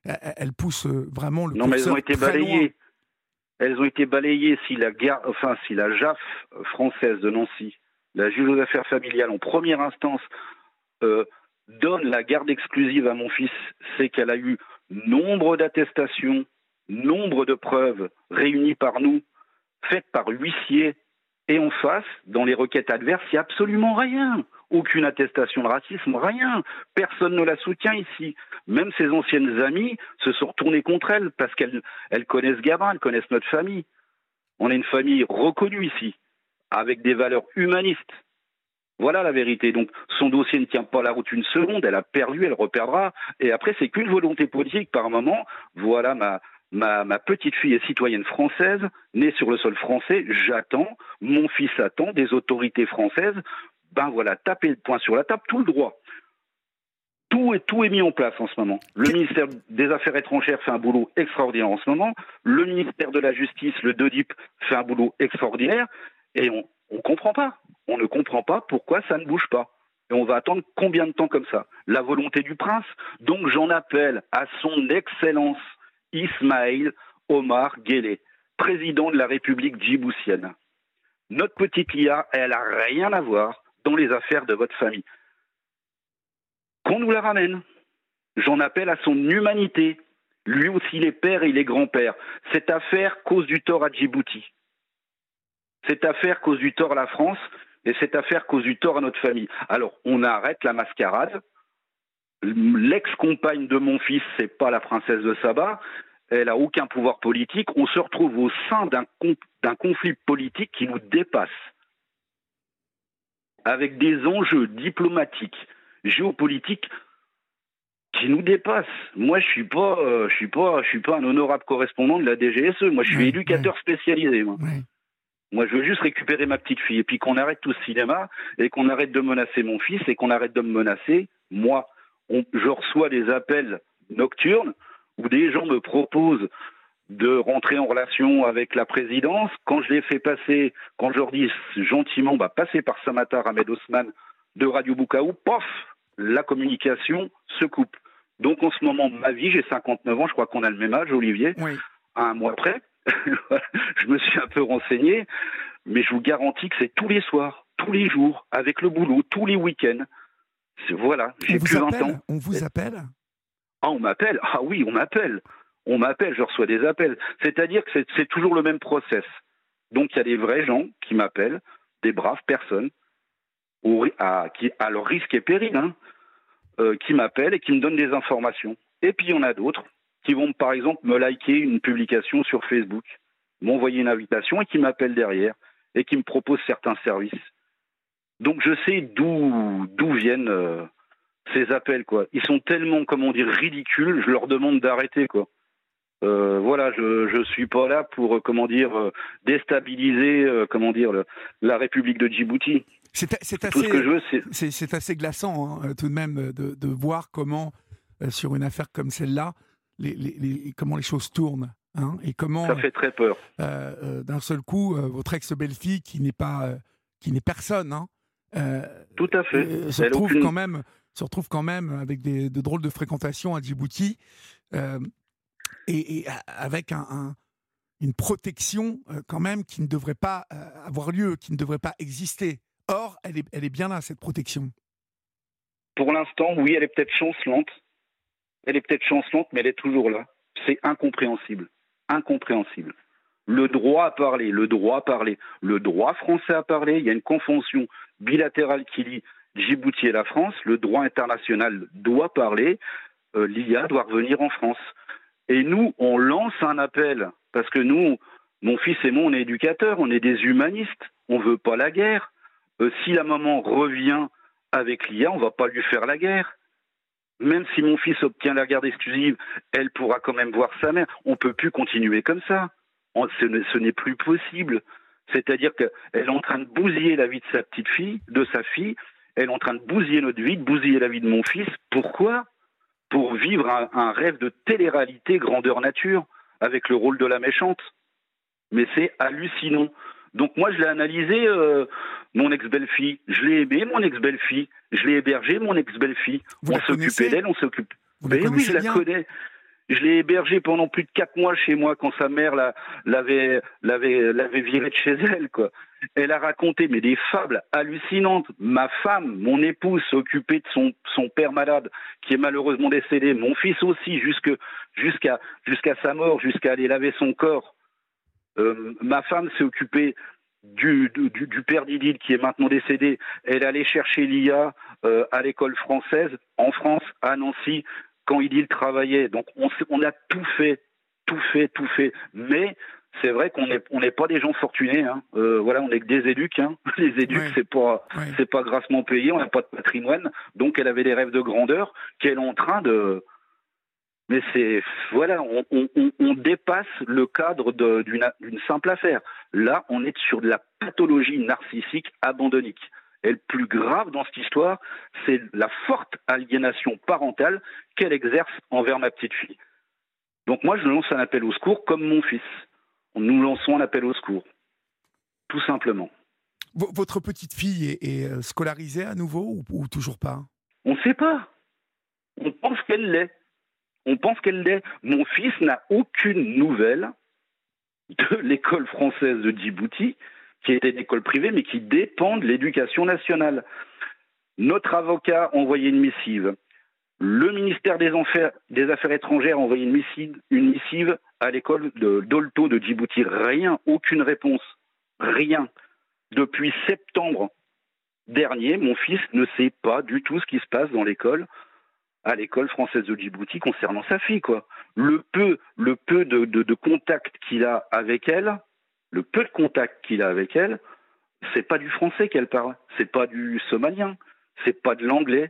elle pousse vraiment le Non, mais elles curseur ont été très loin. balayées. Elles ont été balayées si la JAF française de Nancy, la juge aux affaires familiales, en première instance, donne la garde exclusive à mon fils, c'est qu'elle a eu nombre d'attestations, nombre de preuves réunies par nous, faites par huissier, et en face, dans les requêtes adverses, il n'y a absolument rien. Aucune attestation de racisme, rien. Personne ne la soutient ici. Même ses anciennes amies se sont retournées contre elle parce qu'elles connaissent Gabin, elles connaissent notre famille. On est une famille reconnue ici, avec des valeurs humanistes. Voilà la vérité. Donc, son dossier ne tient pas la route une seconde. Elle a perdu, elle reperdra. Et après, c'est qu'une volonté politique par moment. Voilà ma petite fille est citoyenne française, née sur le sol français. J'attends, mon fils attend des autorités françaises. Ben voilà, taper le poing sur la table, tout le droit. Tout est mis en place en ce moment. Le ministère des Affaires étrangères fait un boulot extraordinaire en ce moment. Le ministère de la Justice, le DODIP, fait un boulot extraordinaire. Et on ne comprend pas. On ne comprend pas pourquoi ça ne bouge pas. Et on va attendre combien de temps comme ça? La volonté du prince. Donc j'en appelle à son Excellence Ismaïl Omar Guelleh, président de la République djiboutienne. Notre petite Lia, elle n'a rien à voir dans les affaires de votre famille. Qu'on nous la ramène. J'en appelle à son humanité. Lui aussi, les pères et les grands-pères. Cette affaire cause du tort à Djibouti. Cette affaire cause du tort à la France et cette affaire cause du tort à notre famille. Alors, on arrête la mascarade. L'ex-compagne de mon fils, c'est pas la princesse de Saba. Elle a aucun pouvoir politique. On se retrouve au sein d'un conflit politique qui nous dépasse, avec des enjeux diplomatiques, géopolitiques qui nous dépassent. Moi, je suis pas un honorable correspondant de la DGSE. Moi, je suis éducateur spécialisé. Moi, je veux juste récupérer ma petite fille et puis qu'on arrête tout ce cinéma et qu'on arrête de menacer mon fils et qu'on arrête de me menacer. Moi, je reçois des appels nocturnes où des gens me proposent de rentrer en relation avec la présidence. Quand je les fais passer, quand je leur dis gentiment, passez par Samatar Ahmed Osman de Radio Bukaou, pof, la communication se coupe. Donc en ce moment, ma vie, j'ai 59 ans, je crois qu'on a le même âge, Olivier, à un mois près. Je me suis un peu renseigné, mais je vous garantis que c'est tous les soirs, tous les jours, avec le boulot, tous les week-ends. Voilà, j'ai plus 20 ans. On vous appelle? Ah, on m'appelle? Ah oui, on m'appelle. On m'appelle, je reçois des appels. C'est-à-dire que c'est toujours le même process. Donc il y a des vrais gens qui m'appellent, des braves personnes, à leur risque et péril, qui m'appellent et qui me donnent des informations. Et puis il y en a d'autres qui vont, par exemple, me liker une publication sur Facebook, m'envoyer une invitation et qui m'appellent derrière et qui me proposent certains services. Donc je sais d'où viennent ces appels, quoi. Ils sont tellement, ridicules, je leur demande d'arrêter, quoi. Voilà, je suis pas là pour, déstabiliser, la République de Djibouti. C'est Tout ce que je veux, c'est assez glaçant, tout de même, de voir comment, sur une affaire comme celle-là, comment les choses tournent, et comment ça fait très peur. D'un seul coup, votre ex-belle-fille, qui n'est personne, tout à fait, se retrouve quand même avec de drôles de fréquentations à Djibouti, et avec une protection quand même qui ne devrait pas avoir lieu, qui ne devrait pas exister. Or, elle est bien là, cette protection. Pour l'instant, oui, elle est peut-être chancelante. Elle est peut-être chancelante, mais elle est toujours là. C'est incompréhensible. Incompréhensible. Le droit à parler, le droit français à parler. Il y a une convention bilatérale qui lie Djibouti et la France. Le droit international doit parler. L'IA doit revenir en France. Et nous, on lance un appel. Parce que nous, mon fils et moi, on est éducateurs, on est des humanistes. On ne veut pas la guerre. Si la maman revient avec l'IA, on ne va pas lui faire la guerre. Même si mon fils obtient la garde exclusive, elle pourra quand même voir sa mère. On ne peut plus continuer comme ça. Ce n'est plus possible. C'est-à-dire qu'elle est en train de bousiller la vie de sa petite fille, de sa fille. Elle est en train de bousiller notre vie, de bousiller la vie de mon fils. Pourquoi? Pour vivre un rêve de télé-réalité grandeur nature, avec le rôle de la méchante. Mais c'est hallucinant. Donc moi, je l'ai analysé, mon ex-belle-fille. Je l'ai aimé, mon ex-belle-fille. Je l'ai hébergé, mon ex-belle-fille. On s'occupait d'elle, on s'occupe. Mais oui, je la connais. Je l'ai hébergé pendant plus de 4 mois chez moi quand sa mère l'avait viré de chez elle, quoi. Elle a raconté mais des fables hallucinantes. Ma femme, mon épouse, s'occupait de son père malade qui est malheureusement décédé. Mon fils aussi, jusqu'à sa mort, jusqu'à aller laver son corps. Ma femme s'est occupée du père d'Idil qui est maintenant décédé. Elle allait chercher l'IA à l'école française en France, à Nancy, quand Idil travaillait. Donc on a tout fait. Mais c'est vrai qu'on n'est pas des gens fortunés. Hein. Voilà, on n'est que des éduques. Hein. Les éduques, c'est pas grassement payé. On n'a pas de patrimoine. Donc elle avait des rêves de grandeur qu'elle est en train de. Mais on dépasse le cadre d'une simple affaire. Là, on est sur de la pathologie narcissique abandonnique. Et le plus grave dans cette histoire, c'est la forte aliénation parentale qu'elle exerce envers ma petite fille. Donc moi, je lance un appel au secours comme mon fils. Nous lançons un appel au secours. Tout simplement. Votre petite fille est scolarisée à nouveau ou toujours pas? On ne sait pas. On pense qu'elle l'est. Mon fils n'a aucune nouvelle de l'école française de Djibouti, qui était une école privée, mais qui dépend de l'éducation nationale. Notre avocat a envoyé une missive. Le ministère des Affaires étrangères a envoyé une missive à l'école d'Olto de Djibouti. Rien, aucune réponse. Rien. Depuis septembre dernier, mon fils ne sait pas du tout ce qui se passe à l'école française de Djibouti concernant sa fille, quoi. Le peu de contact qu'il a avec elle, c'est pas du français qu'elle parle, c'est pas du somalien, c'est pas de l'anglais.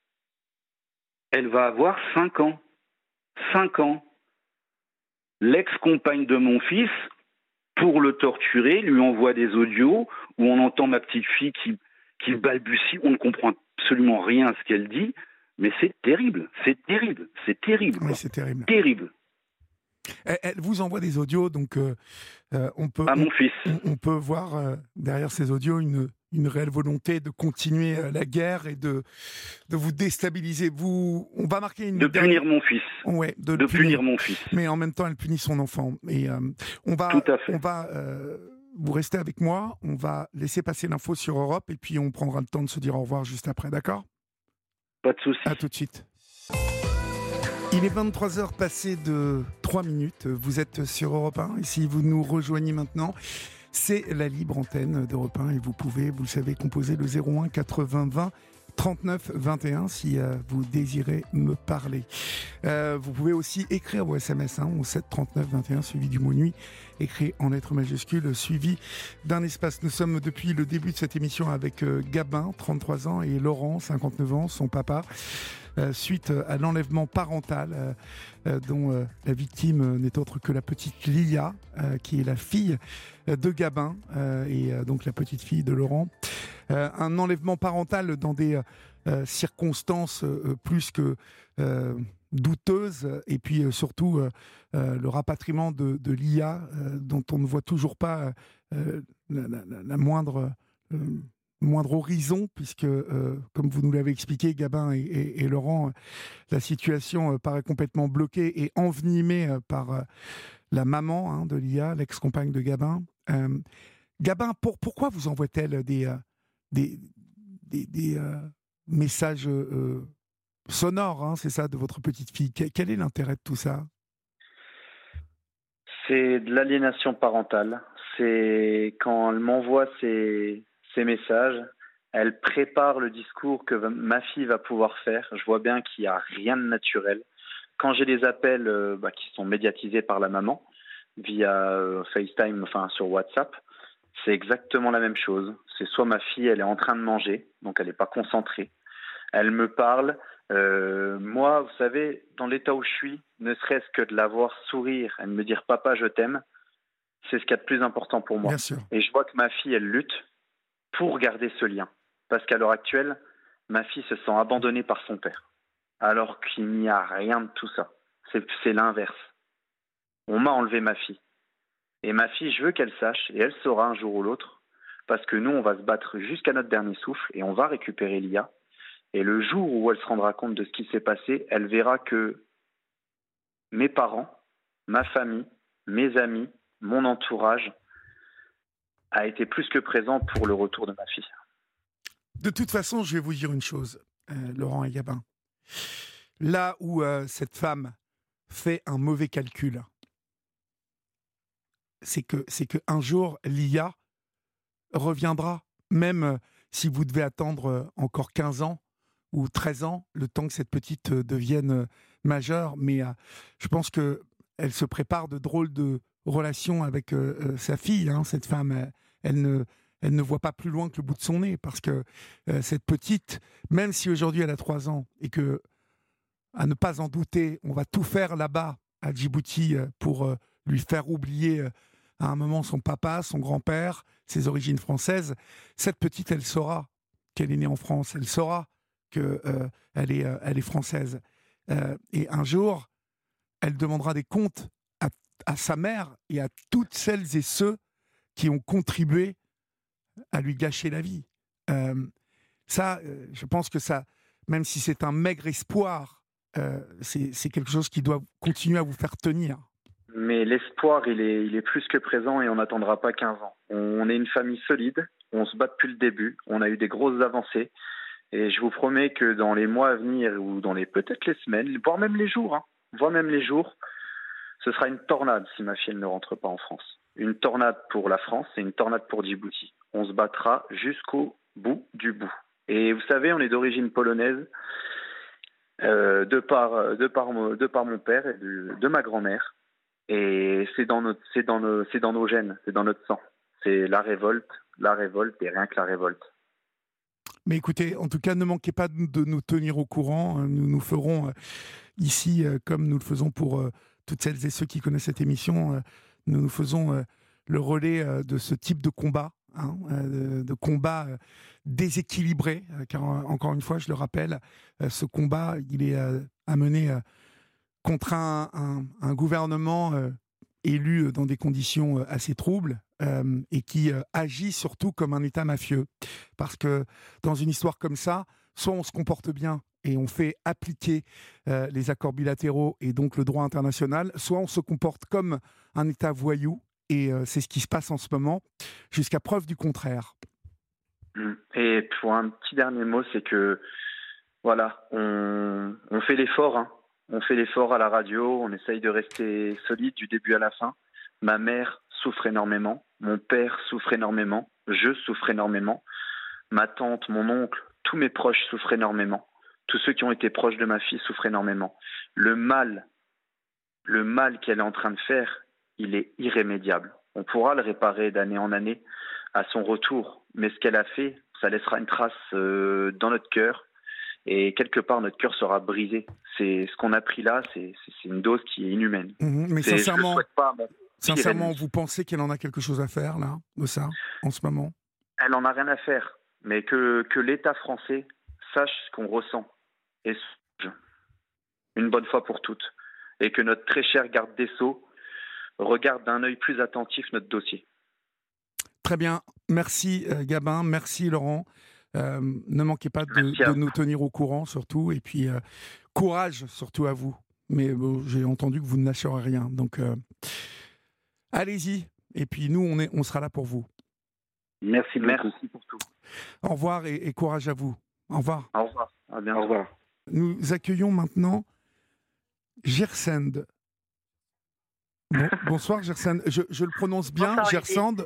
Elle va avoir 5 ans. 5 ans. L'ex-compagne de mon fils, pour le torturer, lui envoie des audios où on entend ma petite fille qui balbutie, on ne comprend absolument rien à ce qu'elle dit. Mais c'est terrible. Oui, c'est terrible. Terrible. Elle vous envoie des audios, donc on peut. À mon fils. On peut voir derrière ces audios une réelle volonté de continuer la guerre et de vous déstabiliser. On va marquer une. De punir mon fils. Ouais, de punir mon fils. Mais en même temps, elle punit son enfant. Et tout à fait. Vous restez avec moi. On va laisser passer l'info sur Europe et puis on prendra le temps de se dire au revoir juste après, d'accord ? Pas de souci. À tout de suite. Il est 23h passé de 3 minutes. Vous êtes sur Europe 1 et si vous nous rejoignez maintenant, c'est la libre antenne d'Europe 1 et vous pouvez, vous le savez, composer le 01 80 20 39 21 si vous désirez me parler. Vous pouvez aussi écrire vos SMS au 7 39 21 suivi du mot nuit, écrit en lettres majuscules, suivi d'un espace. Nous sommes depuis le début de cette émission avec Gabin, 33 ans, et Laurent, 59 ans, son papa, suite à l'enlèvement parental dont la victime n'est autre que la petite Lia, qui est la fille de Gabin et donc la petite fille de Laurent. Un enlèvement parental dans des circonstances plus que douteuses, et puis surtout le rapatriement de Lia, dont on ne voit toujours pas la moindre horizon, puisque, comme vous nous l'avez expliqué, Gabin et Laurent, la situation paraît complètement bloquée et envenimée par la maman de Lia, l'ex-compagne de Gabin. Gabin, pourquoi vous envoie-t-elle des messages sonores, c'est ça, de votre petite fille? Quel est l'intérêt de tout ça? C'est de l'aliénation parentale. C'est quand elle m'envoie ces messages, elle prépare le discours que ma fille va pouvoir faire. Je vois bien qu'il n'y a rien de naturel. Quand j'ai des appels qui sont médiatisés par la maman via FaceTime, sur WhatsApp, c'est exactement la même chose. C'est soit ma fille, elle est en train de manger, donc elle n'est pas concentrée. Elle me parle. Moi, vous savez, dans l'état où je suis, ne serait-ce que de la voir sourire, elle me dire « Papa, je t'aime », c'est ce qu'il y a de plus important pour moi. Bien sûr. Et je vois que ma fille, elle lutte pour garder ce lien. Parce qu'à l'heure actuelle, ma fille se sent abandonnée par son père. Alors qu'il n'y a rien de tout ça. C'est l'inverse. On m'a enlevé ma fille. Et ma fille, je veux qu'elle sache, et elle saura un jour ou l'autre, parce que nous, on va se battre jusqu'à notre dernier souffle, et on va récupérer Lia. Et le jour où elle se rendra compte de ce qui s'est passé, elle verra que mes parents, ma famille, mes amis, mon entourage a été plus que présent pour le retour de ma fille. De toute façon, je vais vous dire une chose, Laurent et Gabin. Là où cette femme fait un mauvais calcul, c'est que un jour, l'IA reviendra, même si vous devez attendre encore 15 ans ou 13 ans, le temps que cette petite devienne majeure. Mais je pense qu'elle se prépare de drôles de relations avec sa fille, hein, cette femme. Elle ne voit pas plus loin que le bout de son nez, parce que cette petite, même si aujourd'hui elle a 3 ans, et que, à ne pas en douter, on va tout faire là-bas, à Djibouti, pour lui faire oublier à un moment son papa, son grand-père, ses origines françaises, cette petite, elle saura qu'elle est née en France, elle saura qu'elle elle est française. Et un jour, elle demandera des comptes à sa mère et à toutes celles et ceux qui ont contribué à lui gâcher la vie. Je pense que ça, même si c'est un maigre espoir, c'est quelque chose qui doit continuer à vous faire tenir. Mais l'espoir, il est plus que présent et on n'attendra pas 15 ans. On est une famille solide, on se bat depuis le début, on a eu des grosses avancées. Et je vous promets que dans les mois à venir, ou dans peut-être les semaines, voire même les jours, ce sera une tornade si ma fille ne rentre pas en France. Une tornade pour la France et une tornade pour Djibouti. On se battra jusqu'au bout du bout. Et vous savez, on est d'origine polonaise, de par mon père et de ma grand-mère. Et c'est dans nos gènes, c'est dans notre sang. C'est la révolte et rien que la révolte. Mais écoutez, en tout cas, ne manquez pas de nous tenir au courant. Nous ferons ici, comme nous le faisons pour toutes celles et ceux qui connaissent cette émission, nous faisons le relais de ce type de combat, de combat déséquilibré, car encore une fois, je le rappelle, ce combat, il est à mener contre un gouvernement élu dans des conditions assez troubles et qui agit surtout comme un État mafieux. Parce que dans une histoire comme ça, soit on se comporte bien et on fait appliquer les accords bilatéraux et donc le droit international, soit on se comporte comme un État voyou, et c'est ce qui se passe en ce moment, jusqu'à preuve du contraire. Et pour un petit dernier mot, c'est que voilà, on fait l'effort, hein. On fait l'effort à la radio, on essaye de rester solide du début à la fin. Ma mère souffre énormément, mon père souffre énormément, je souffre énormément, ma tante, mon oncle, tous mes proches souffrent énormément. Tous ceux qui ont été proches de ma fille souffrent énormément. Le mal qu'elle est en train de faire, il est irrémédiable. On pourra le réparer d'année en année à son retour, mais ce qu'elle a fait, ça laissera une trace dans notre cœur. Et quelque part, notre cœur sera brisé. C'est ce qu'on a pris là, c'est une dose qui est inhumaine. Mais sincèrement, je le souhaite pas, sincèrement, vous pensez qu'elle en a quelque chose à faire, là, de ça, en ce moment ? Elle en a rien à faire, mais que l'État français sache ce qu'on ressent, et une bonne fois pour toutes. Et que notre très cher garde des Sceaux regarde d'un œil plus attentif notre dossier. Très bien. Merci Gabin, merci Laurent. Ne manquez pas de nous tenir au courant surtout, et puis courage surtout à vous. Mais j'ai entendu que vous ne lâcherez rien, donc allez-y, et puis nous on sera là pour vous. Merci pour tout. Au revoir et courage à vous. Au revoir. Au revoir. À bientôt. Au revoir. Nous accueillons maintenant Gersende. Bonsoir Gersende, je le prononce bien. Bonsoir,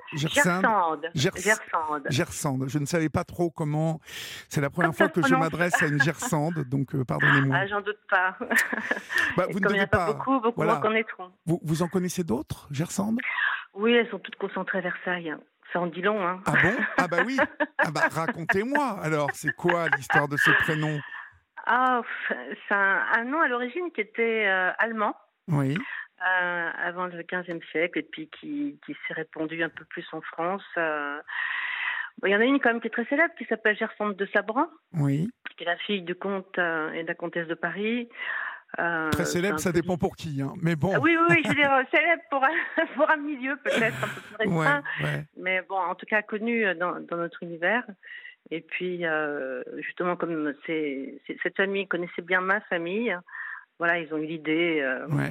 Gersende. Je ne savais pas trop comment. C'est la première fois que je m'adresse à une Gersende, donc pardonnez-moi. Ah, j'en doute pas. Vous ne devez pas. Beaucoup voilà. reconnaîtront. Vous en connaissez d'autres, Gersende ? Oui, elles sont toutes concentrées à Versailles. Ça en dit long, hein. Ah bon ? Ah bah oui. Ah bah racontez-moi. Alors, c'est quoi l'histoire de ce prénom ? Ah, c'est un nom à l'origine qui était allemand. Oui. Avant le XVe siècle, et puis qui s'est répandu un peu plus en France. Il y en a une quand même qui est très célèbre, qui s'appelle Gersende de Sabran, oui, qui est la fille du comte et de la comtesse de Paris. Très célèbre, ça dépend pour qui, hein. Mais bon. Oui, je veux dire célèbre pour un milieu peut-être un peu plus restreint, ouais. Mais bon, en tout cas connue dans notre univers. Et puis, justement, comme cette famille connaissait bien ma famille, voilà, ils ont eu l'idée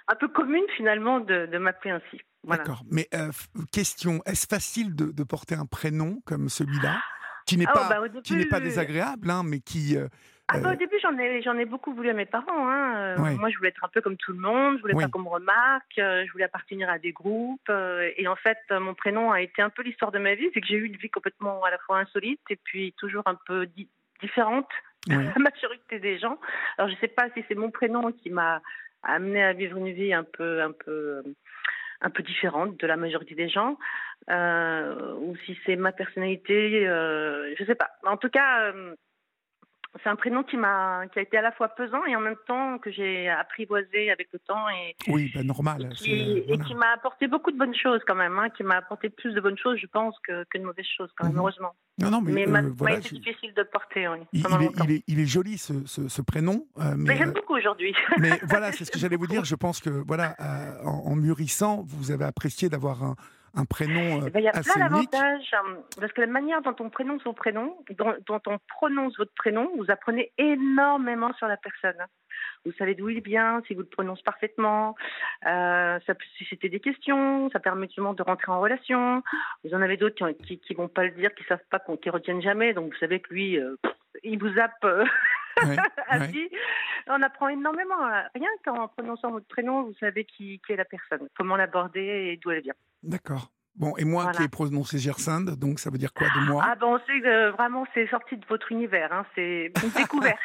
un peu commune finalement de m'appeler ainsi. Voilà. D'accord. Mais question, est-ce facile de porter un prénom comme celui-là, qui n'est qui n'est pas désagréable, hein, mais qui... Au début, j'en ai beaucoup voulu à mes parents. Hein. Ouais. Moi, je voulais être un peu comme tout le monde. Je voulais Oui. pas qu'on me remarque. Je voulais appartenir à des groupes. Et en fait, mon prénom a été un peu l'histoire de ma vie. C'est que j'ai eu une vie complètement à la fois insolite et puis toujours un peu différente de la majorité des gens. Alors, je sais pas si c'est mon prénom qui m'a amené à vivre une vie un peu différente de la majorité des gens, ou si c'est ma personnalité, je sais pas. En tout cas, c'est un prénom qui a été à la fois pesant et en même temps que j'ai apprivoisé avec le temps Oui, normal. Et qui m'a apporté beaucoup de bonnes choses quand même, hein, qui m'a apporté plus de bonnes choses, je pense, que de mauvaises choses quand même, heureusement. Non, mais m'a voilà, été difficile de porter, oui, il est joli ce prénom. Mais j'aime beaucoup aujourd'hui. Mais voilà, c'est ce que j'allais vous dire. Je pense que voilà, en mûrissant, vous avez apprécié d'avoir un prénom il y a assez plein unique. d'avantages, parce que la manière dont on prononce son prénom, dont on prononce votre prénom, vous apprenez énormément sur la personne. Vous savez d'où il vient, si vous le prononcez parfaitement. Ça peut susciter des questions, ça permet justement de rentrer en relation. Vous en avez d'autres qui vont pas le dire, qui savent pas, qui retiennent jamais. Donc vous savez que lui, il vous zappe à vie. On apprend énormément. Rien qu'en prononçant votre prénom, vous savez qui est la personne, comment l'aborder et d'où elle vient. D'accord. Bon, et moi qui ai prononcé Gersinde, donc ça veut dire quoi de moi? Ah ben on sait que vraiment c'est sorti de votre univers, hein, c'est une découverte.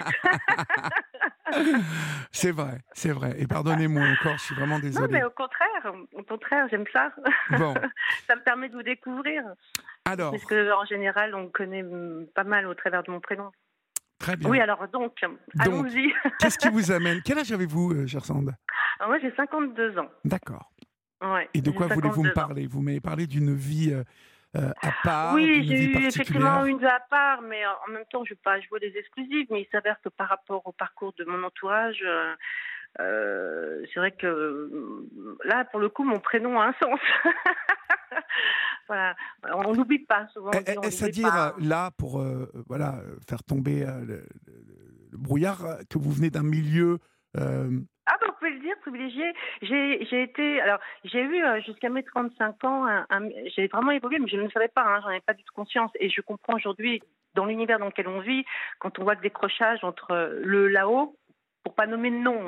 C'est vrai. Et pardonnez-moi encore, je suis vraiment désolé. Non mais au contraire, j'aime ça. Bon. Ça me permet de vous découvrir. Alors. Parce qu'en général, on me connaît pas mal au travers de mon prénom. Très bien. Oui, alors donc allons-y. Qu'est-ce qui vous amène? Quel âge avez-vous, Gersinde? Moi j'ai 52 ans. D'accord. Ouais, et de quoi voulez-vous me parler? Vous m'avez parlé d'une vie à part, oui, d'une vie j'ai eu particulière. effectivement une vie à part, mais en même temps, je ne vais pas jouer des exclusives, mais il s'avère que par rapport au parcours de mon entourage, c'est vrai que là, pour le coup, mon prénom a un sens. Voilà, on n'oublie pas souvent. C'est-à-dire là, pour faire tomber le brouillard, que vous venez d'un milieu... Ah ben, vous pouvez le dire, privilégié. J'ai eu jusqu'à mes 35 ans, j'ai vraiment évolué, mais je ne le savais pas, j'en avais pas du tout conscience. Et je comprends aujourd'hui, dans l'univers dans lequel on vit, quand on voit le décrochage entre le là-haut, pour pas nommer de nom,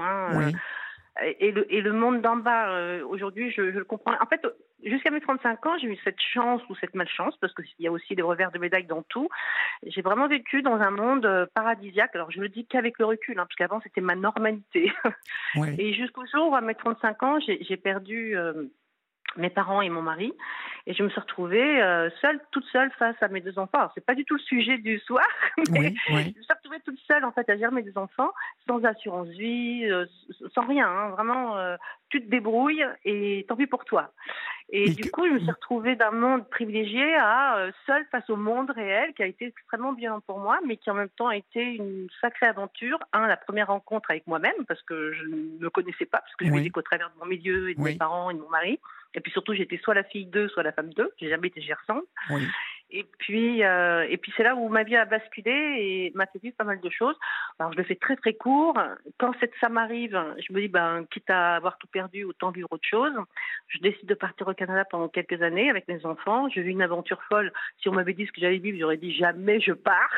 et le monde d'en bas, aujourd'hui, je le comprends. En fait, jusqu'à mes 35 ans, j'ai eu cette chance ou cette malchance, parce qu'il y a aussi des revers de médaille dans tout. J'ai vraiment vécu dans un monde paradisiaque. Alors, je le dis qu'avec le recul, parce qu'avant, c'était ma normalité. Oui. Et jusqu'au jour où, à mes 35 ans, j'ai perdu mes parents et mon mari. Et je me suis retrouvée toute seule face à mes deux enfants. Alors, c'est pas du tout le sujet du soir, mais je me suis retrouvée toute seule, en fait, à gérer mes deux enfants, sans assurance vie, sans rien, vraiment, tu te débrouilles et tant pis pour toi. Et du coup, je me suis retrouvée d'un monde privilégié à seule face au monde réel, qui a été extrêmement violent pour moi, mais qui en même temps a été une sacrée aventure. La première rencontre avec moi-même, parce que je ne me connaissais pas, parce que je vivais qu'au travers de mon milieu et de mes parents et de mon mari. Et puis surtout, j'étais soit la fille d'eux, soit la femme d'eux. J'ai jamais été Gersinde. Oui. Et puis c'est là où ma vie a basculé et m'a fait vivre pas mal de choses. Alors je le fais très très court. Quand ça m'arrive, je me dis quitte à avoir tout perdu, autant vivre autre chose. Je décide de partir au Canada pendant quelques années avec mes enfants. J'ai eu une aventure folle. Si on m'avait dit ce que j'allais vivre, j'aurais dit jamais je pars.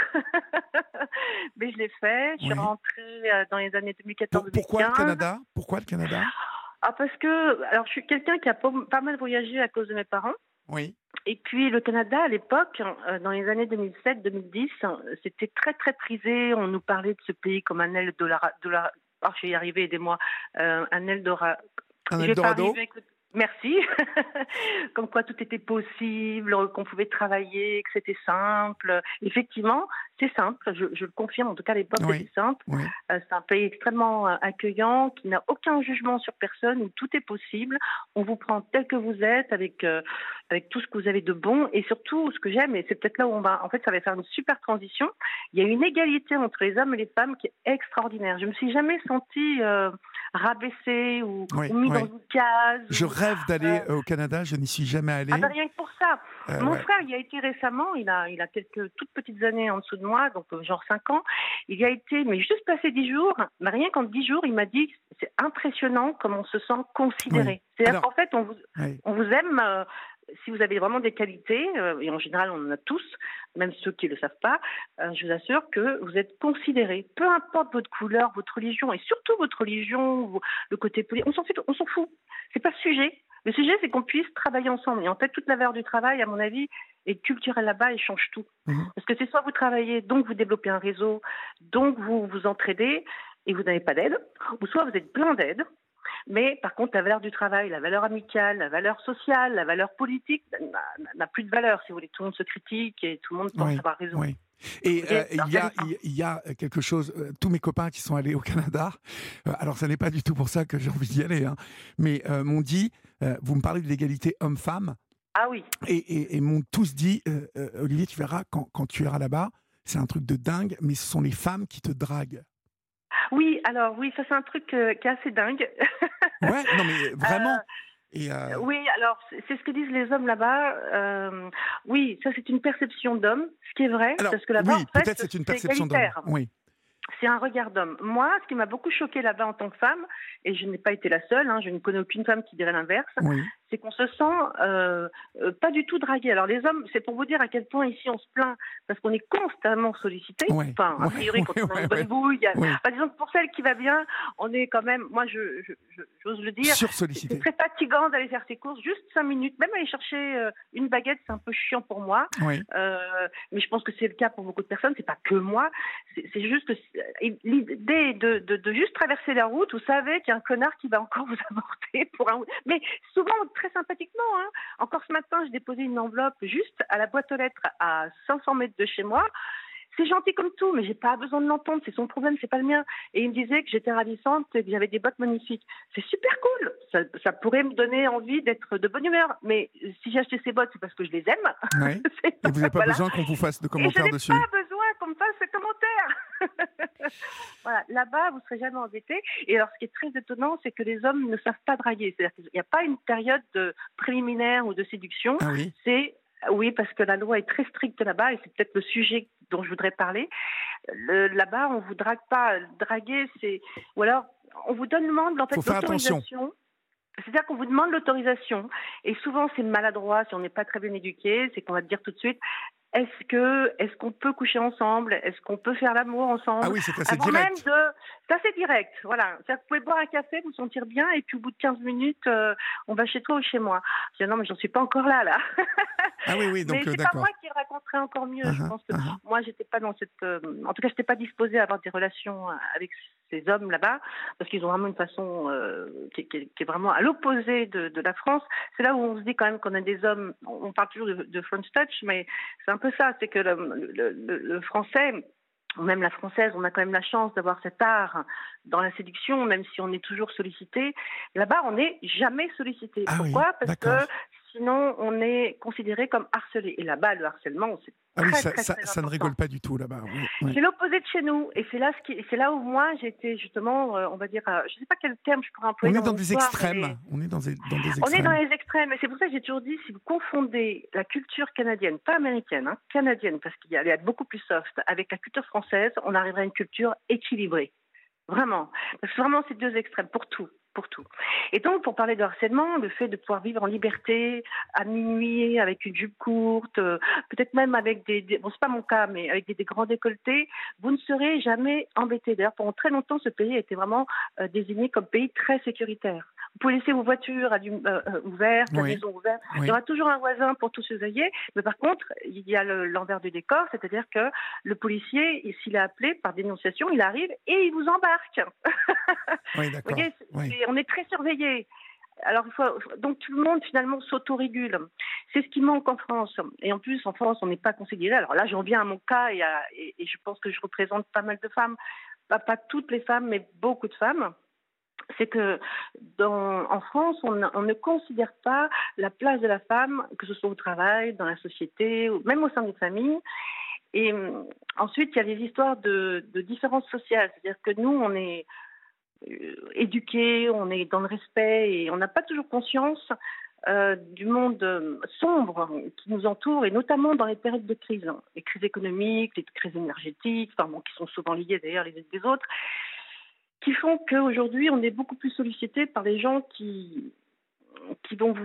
Mais je l'ai fait. Je suis rentrée dans les années 2014-2015. Pourquoi le Canada? Pourquoi le Canada? Parce que je suis quelqu'un qui a pas mal voyagé à cause de mes parents. Oui. Et puis le Canada, à l'époque, dans les années 2007-2010, c'était très très prisé. On nous parlait de ce pays comme un Eldorado. Je vais y arriver, aidez-moi. Un Eldorado. Un Eldorado. Merci. Comme quoi tout était possible, qu'on pouvait travailler, que c'était simple. Effectivement, c'est simple, je le confirme. En tout cas, à l'époque, c'était simple. Oui. C'est un pays extrêmement accueillant, qui n'a aucun jugement sur personne, où tout est possible. On vous prend tel que vous êtes, avec tout ce que vous avez de bon. Et surtout, ce que j'aime, et c'est peut-être là où ça va faire une super transition, il y a une égalité entre les hommes et les femmes qui est extraordinaire. Je me suis jamais sentie rabaissé ou mis dans une case. Je rêve d'aller au Canada, je n'y suis jamais allé. Ah bah rien que pour ça. Mon frère y a été récemment, il a quelques toutes petites années en dessous de moi, donc genre 5 ans. Il y a été, mais juste passé 10 jours, mais rien qu'en 10 jours, il m'a dit c'est impressionnant comme on se sent considéré. C'est-à-dire qu'en fait, on vous aime si vous avez vraiment des qualités, et en général on en a tous, même ceux qui ne le savent pas, je vous assure que vous êtes considérés, peu importe votre couleur, votre religion, et surtout votre religion, le côté politique, on s'en fout. C'est pas le sujet. Le sujet, c'est qu'on puisse travailler ensemble. Et en fait, toute la valeur du travail, à mon avis, est culturelle là-bas et change tout. Parce que c'est soit vous travaillez, donc vous développez un réseau, donc vous vous entraidez, et vous n'avez pas d'aide, ou soit vous êtes plein d'aide. Mais par contre, la valeur du travail, la valeur amicale, la valeur sociale, la valeur politique n'a plus de valeur, si vous voulez. Tout le monde se critique et tout le monde pense avoir raison. Oui. Et il y a quelque chose, tous mes copains qui sont allés au Canada, alors ça n'est pas du tout pour ça que j'ai envie d'y aller, hein, mais m'ont dit, vous me parlez de l'égalité homme-femme, ah oui. Et m'ont tous dit, Olivier, tu verras, quand tu iras là-bas, c'est un truc de dingue, mais ce sont les femmes qui te draguent. Oui, alors oui, ça c'est un truc qui est assez dingue. Ouais, non mais vraiment. Oui, alors c'est ce que disent les hommes là-bas. Oui, ça c'est une perception d'homme, ce qui est vrai, alors, parce que là-bas, oui, en fait, peut-être c'est une perception d'homme. Oui. C'est un regard d'homme. Moi, ce qui m'a beaucoup choquée là-bas en tant que femme, et je n'ai pas été la seule, je ne connais aucune femme qui dirait l'inverse, c'est qu'on se sent pas du tout dragué. Alors les hommes, c'est pour vous dire à quel point ici on se plaint, parce qu'on est constamment sollicité. Enfin, a priori, quand on a une bonne bouille, disons que pour celle qui va bien, on est quand même, moi j'ose le dire, c'est très fatigant d'aller faire ses courses, juste 5 minutes, même aller chercher une baguette, c'est un peu chiant pour moi. Mais je pense que c'est le cas pour beaucoup de personnes, c'est pas que moi, c'est juste que l'idée de juste traverser la route, vous savez qu'il y a un connard qui va encore vous aborder mais souvent très sympathiquement. Encore ce matin, j'ai déposé une enveloppe juste à la boîte aux lettres à 500 mètres de chez moi. C'est gentil comme tout, mais j'ai pas besoin de l'entendre, c'est son problème, c'est pas le mien. Et il me disait que j'étais ravissante, que j'avais des bottes magnifiques. C'est super cool, ça pourrait me donner envie d'être de bonne humeur. Mais si j'ai acheté ces bottes, c'est parce que je les aime. Et vous n'avez pas besoin qu'on vous fasse de commentaires dessus. Je n'ai pas besoin qu'on me fasse de commentaires. Voilà, là-bas, vous ne serez jamais embêtés. Et alors, ce qui est très étonnant, c'est que les hommes ne savent pas draguer. C'est-à-dire qu'il n'y a pas une période de préliminaire ou de séduction. Oui, parce que la loi est très stricte là-bas, et c'est peut-être le sujet dont je voudrais parler. Là-bas, on ne vous drague pas. Draguer, c'est... Ou alors, on vous demande en fait l'autorisation. Attention. C'est-à-dire qu'on vous demande l'autorisation. Et souvent, c'est maladroit si on n'est pas très bien éduqué. C'est qu'on va te dire tout de suite... Est-ce qu'on peut coucher ensemble? Est-ce qu'on peut faire l'amour ensemble? Ah oui, c'est assez direct. C'est assez direct, voilà. C'est-à-dire que vous pouvez boire un café, vous sentir bien, et puis au bout de 15 minutes, on va chez toi ou chez moi. Je dis non, mais j'en suis pas encore là. Ah oui, donc mais c'est d'accord. pas moi qui le raconterai encore mieux. Je pense que moi, j'étais pas dans cette... en tout cas, j'étais pas disposée à avoir des relations avec ces hommes là-bas, parce qu'ils ont vraiment une façon qui est vraiment à l'opposé de la France. C'est là où on se dit quand même qu'on a des hommes... On parle toujours de French touch, mais c'est un peu ça, c'est que le français, ou même la française, on a quand même la chance d'avoir cet art dans la séduction, même si on est toujours sollicité. Là-bas, on n'est jamais sollicité. Pourquoi? Parce que sinon, on est considéré comme harcelé. Et là-bas, le harcèlement, c'est ça ne rigole pas du tout là-bas. C'est l'opposé de chez nous. Et c'est là où moi, j'étais justement, on va dire, je ne sais pas quel terme je pourrais employer. On est dans des extrêmes. On est dans des extrêmes. On est dans les extrêmes. Et c'est pour ça que j'ai toujours dit, si vous confondez la culture canadienne, pas américaine, canadienne, parce qu'il y a beaucoup plus soft, avec la culture française, on arrivera à une culture équilibrée. Vraiment. Parce que vraiment, c'est 2 extrêmes pour tout. Et donc, pour parler de harcèlement, le fait de pouvoir vivre en liberté, à minuit, avec une jupe courte, peut-être même avec bon, c'est pas mon cas, mais avec des grands décolletés, vous ne serez jamais embêté. D'ailleurs, pendant très longtemps, ce pays a été vraiment désigné comme pays très sécuritaire. Vous pouvez laisser vos voitures ouvertes, la maison ouverte. Il y aura toujours un voisin pour tout surveiller. Mais par contre, il y a l'envers du décor, c'est-à-dire que le policier, s'il est appelé par dénonciation, il arrive et il vous embarque. Oui, d'accord. Vous voyez, on est très surveillé. Alors, donc tout le monde finalement s'autorégule. C'est ce qui manque en France. Et en plus, en France, on n'est pas considéré. Alors là, j'en viens à mon cas et je pense que je représente pas mal de femmes. Pas toutes les femmes, mais beaucoup de femmes. C'est que en France, on ne considère pas la place de la femme, que ce soit au travail, dans la société, ou même au sein des familles. Et ensuite, il y a les histoires de différences sociales. C'est-à-dire que nous, éduqués, on est dans le respect et on n'a pas toujours conscience du monde sombre qui nous entoure, et notamment dans les périodes de crise, les crises économiques, les crises énergétiques, qui sont souvent liées d'ailleurs les unes des autres, qui font qu'aujourd'hui on est beaucoup plus sollicité par les gens qui vont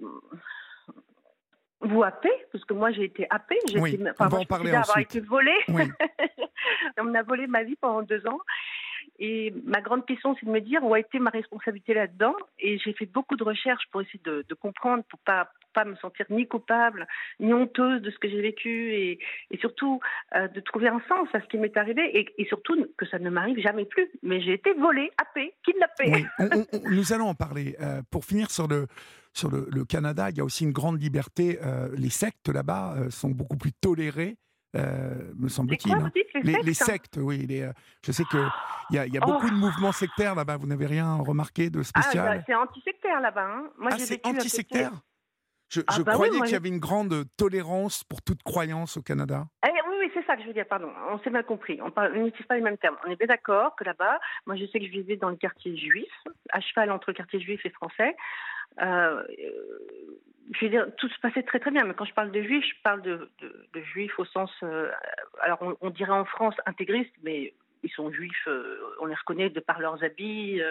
vous happer, parce que moi j'ai été happée, on va en parler ensuite. Avoir été volée. Oui. On a volé ma vie pendant 2 ans. Et ma grande question, c'est de me dire où a été ma responsabilité là-dedans. Et j'ai fait beaucoup de recherches pour essayer de comprendre, pour pas me sentir ni coupable, ni honteuse de ce que j'ai vécu, et surtout de trouver un sens à ce qui m'est arrivé, et surtout que ça ne m'arrive jamais plus. Mais j'ai été volée, happée, kidnappée. Oui. Nous allons en parler. Pour finir sur le Canada, il y a aussi une grande liberté. Les sectes là-bas sont beaucoup plus tolérées. Me semble-t-il. Les sectes, oui. Je sais qu'il y a beaucoup de mouvements sectaires là-bas. Vous n'avez rien remarqué de spécial? C'est anti-sectaire là-bas. Hein. Moi, c'est anti-sectaire? Je croyais qu'il y avait une grande tolérance pour toute croyance au Canada. Oui, c'est ça que je veux dire, pardon. On s'est mal compris. On n'utilise pas les mêmes termes. On est bien d'accord que là-bas, moi je sais que je vivais dans le quartier juif, à cheval entre le quartier juif et français. Je veux dire, tout se passait très très bien, mais quand je parle de juifs, je parle de juifs au sens, alors on dirait en France intégristes, mais ils sont juifs, on les reconnaît de par leurs habits,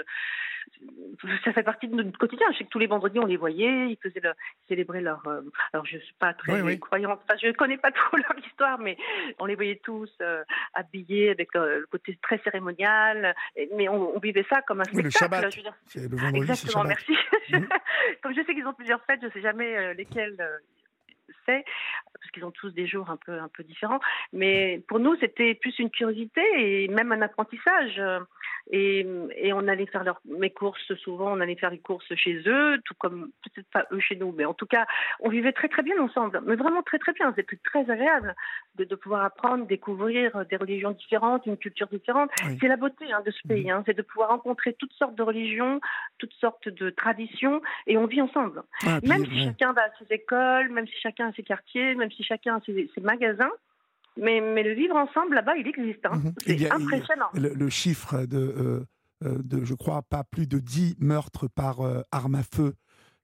ça fait partie de notre quotidien. Je sais que tous les vendredis on les voyait, ils célébraient leur, alors je suis pas très croyante, enfin je connais pas trop leur histoire, mais on les voyait tous habillés avec le côté très cérémonial, mais on vivait ça comme un spectacle. Le Shabbat, je veux dire. C'est le vendredi. Exactement, c'est merci. Comme je sais qu'ils ont plusieurs fêtes, je sais jamais lesquelles c'est, parce qu'ils ont tous des jours un peu différents. Mais pour nous, c'était plus une curiosité et même un apprentissage. Et on allait faire mes courses, souvent on allait faire les courses chez eux, tout comme, peut-être pas eux chez nous, mais en tout cas, on vivait très très bien ensemble. Mais vraiment très très bien, c'était très agréable de pouvoir apprendre, découvrir des religions différentes, une culture différente. Oui. C'est la beauté de ce pays, c'est de pouvoir rencontrer toutes sortes de religions, toutes sortes de traditions, et on vit ensemble. Même si chacun va à ses écoles, même si chacun a ses quartiers, même si chacun a ses magasins, mais le vivre ensemble là-bas, il existe. C'est impressionnant. Le chiffre de, je crois, pas plus de 10 meurtres par arme à feu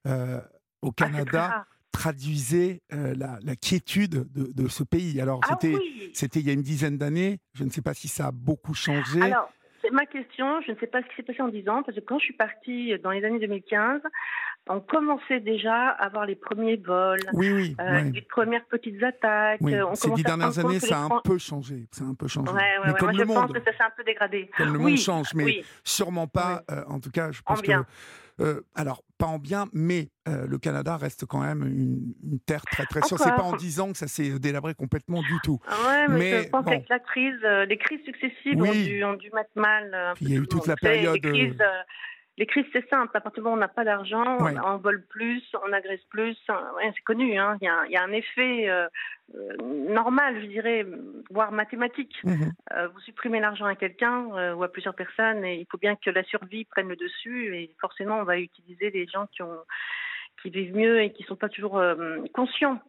au Canada traduisait la quiétude de ce pays. Alors, c'était il y a une dizaine d'années. Je ne sais pas si ça a beaucoup changé. Alors, c'est ma question. Je ne sais pas ce qui s'est passé en 10 ans, parce que quand je suis partie dans les années 2015, on commençait déjà à avoir les premiers vols, les premières petites attaques. Oui. Ces 10 dernières années, ça a un peu changé. Mais comme le monde, je pense que ça s'est un peu dégradé. Comme le monde change, mais sûrement pas. En tout cas, je pense que... alors, pas en bien, mais le Canada reste quand même une terre très très sûre. C'est pas en 10 ans que ça s'est délabré complètement du tout. Mais je pense qu'avec la crise, les crises successives ont dû mettre mal. Il y a eu toute la période... Les crises, c'est simple. À partir du moment où on n'a pas d'argent, on vole plus, on agresse plus. C'est connu. Il y a un effet normal, je dirais, voire mathématique. Vous supprimez l'argent à quelqu'un ou à plusieurs personnes, et il faut bien que la survie prenne le dessus. Et forcément, on va utiliser les gens qui vivent mieux et qui ne sont pas toujours conscients.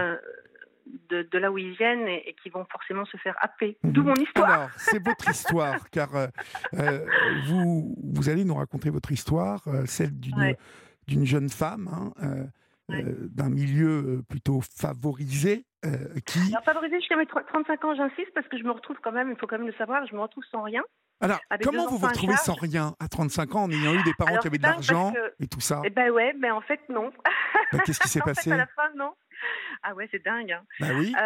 De là où ils viennent et qui vont forcément se faire happer. D'où mon histoire. Alors, c'est votre histoire, car vous allez nous raconter votre histoire, celle d'une jeune femme, d'un milieu plutôt favorisé. Alors, favorisé jusqu'à mes 35 ans, j'insiste, parce que je me retrouve quand même, il faut quand même le savoir, je me retrouve sans rien. Alors, comment vous vous retrouvez sans rien à 35 ans, en ayant eu des parents qui avaient de l'argent et tout ça? Mais en fait, non. Qu'est-ce qui s'est passé? À la fin, non. Ah ouais, c'est dingue. Bah oui.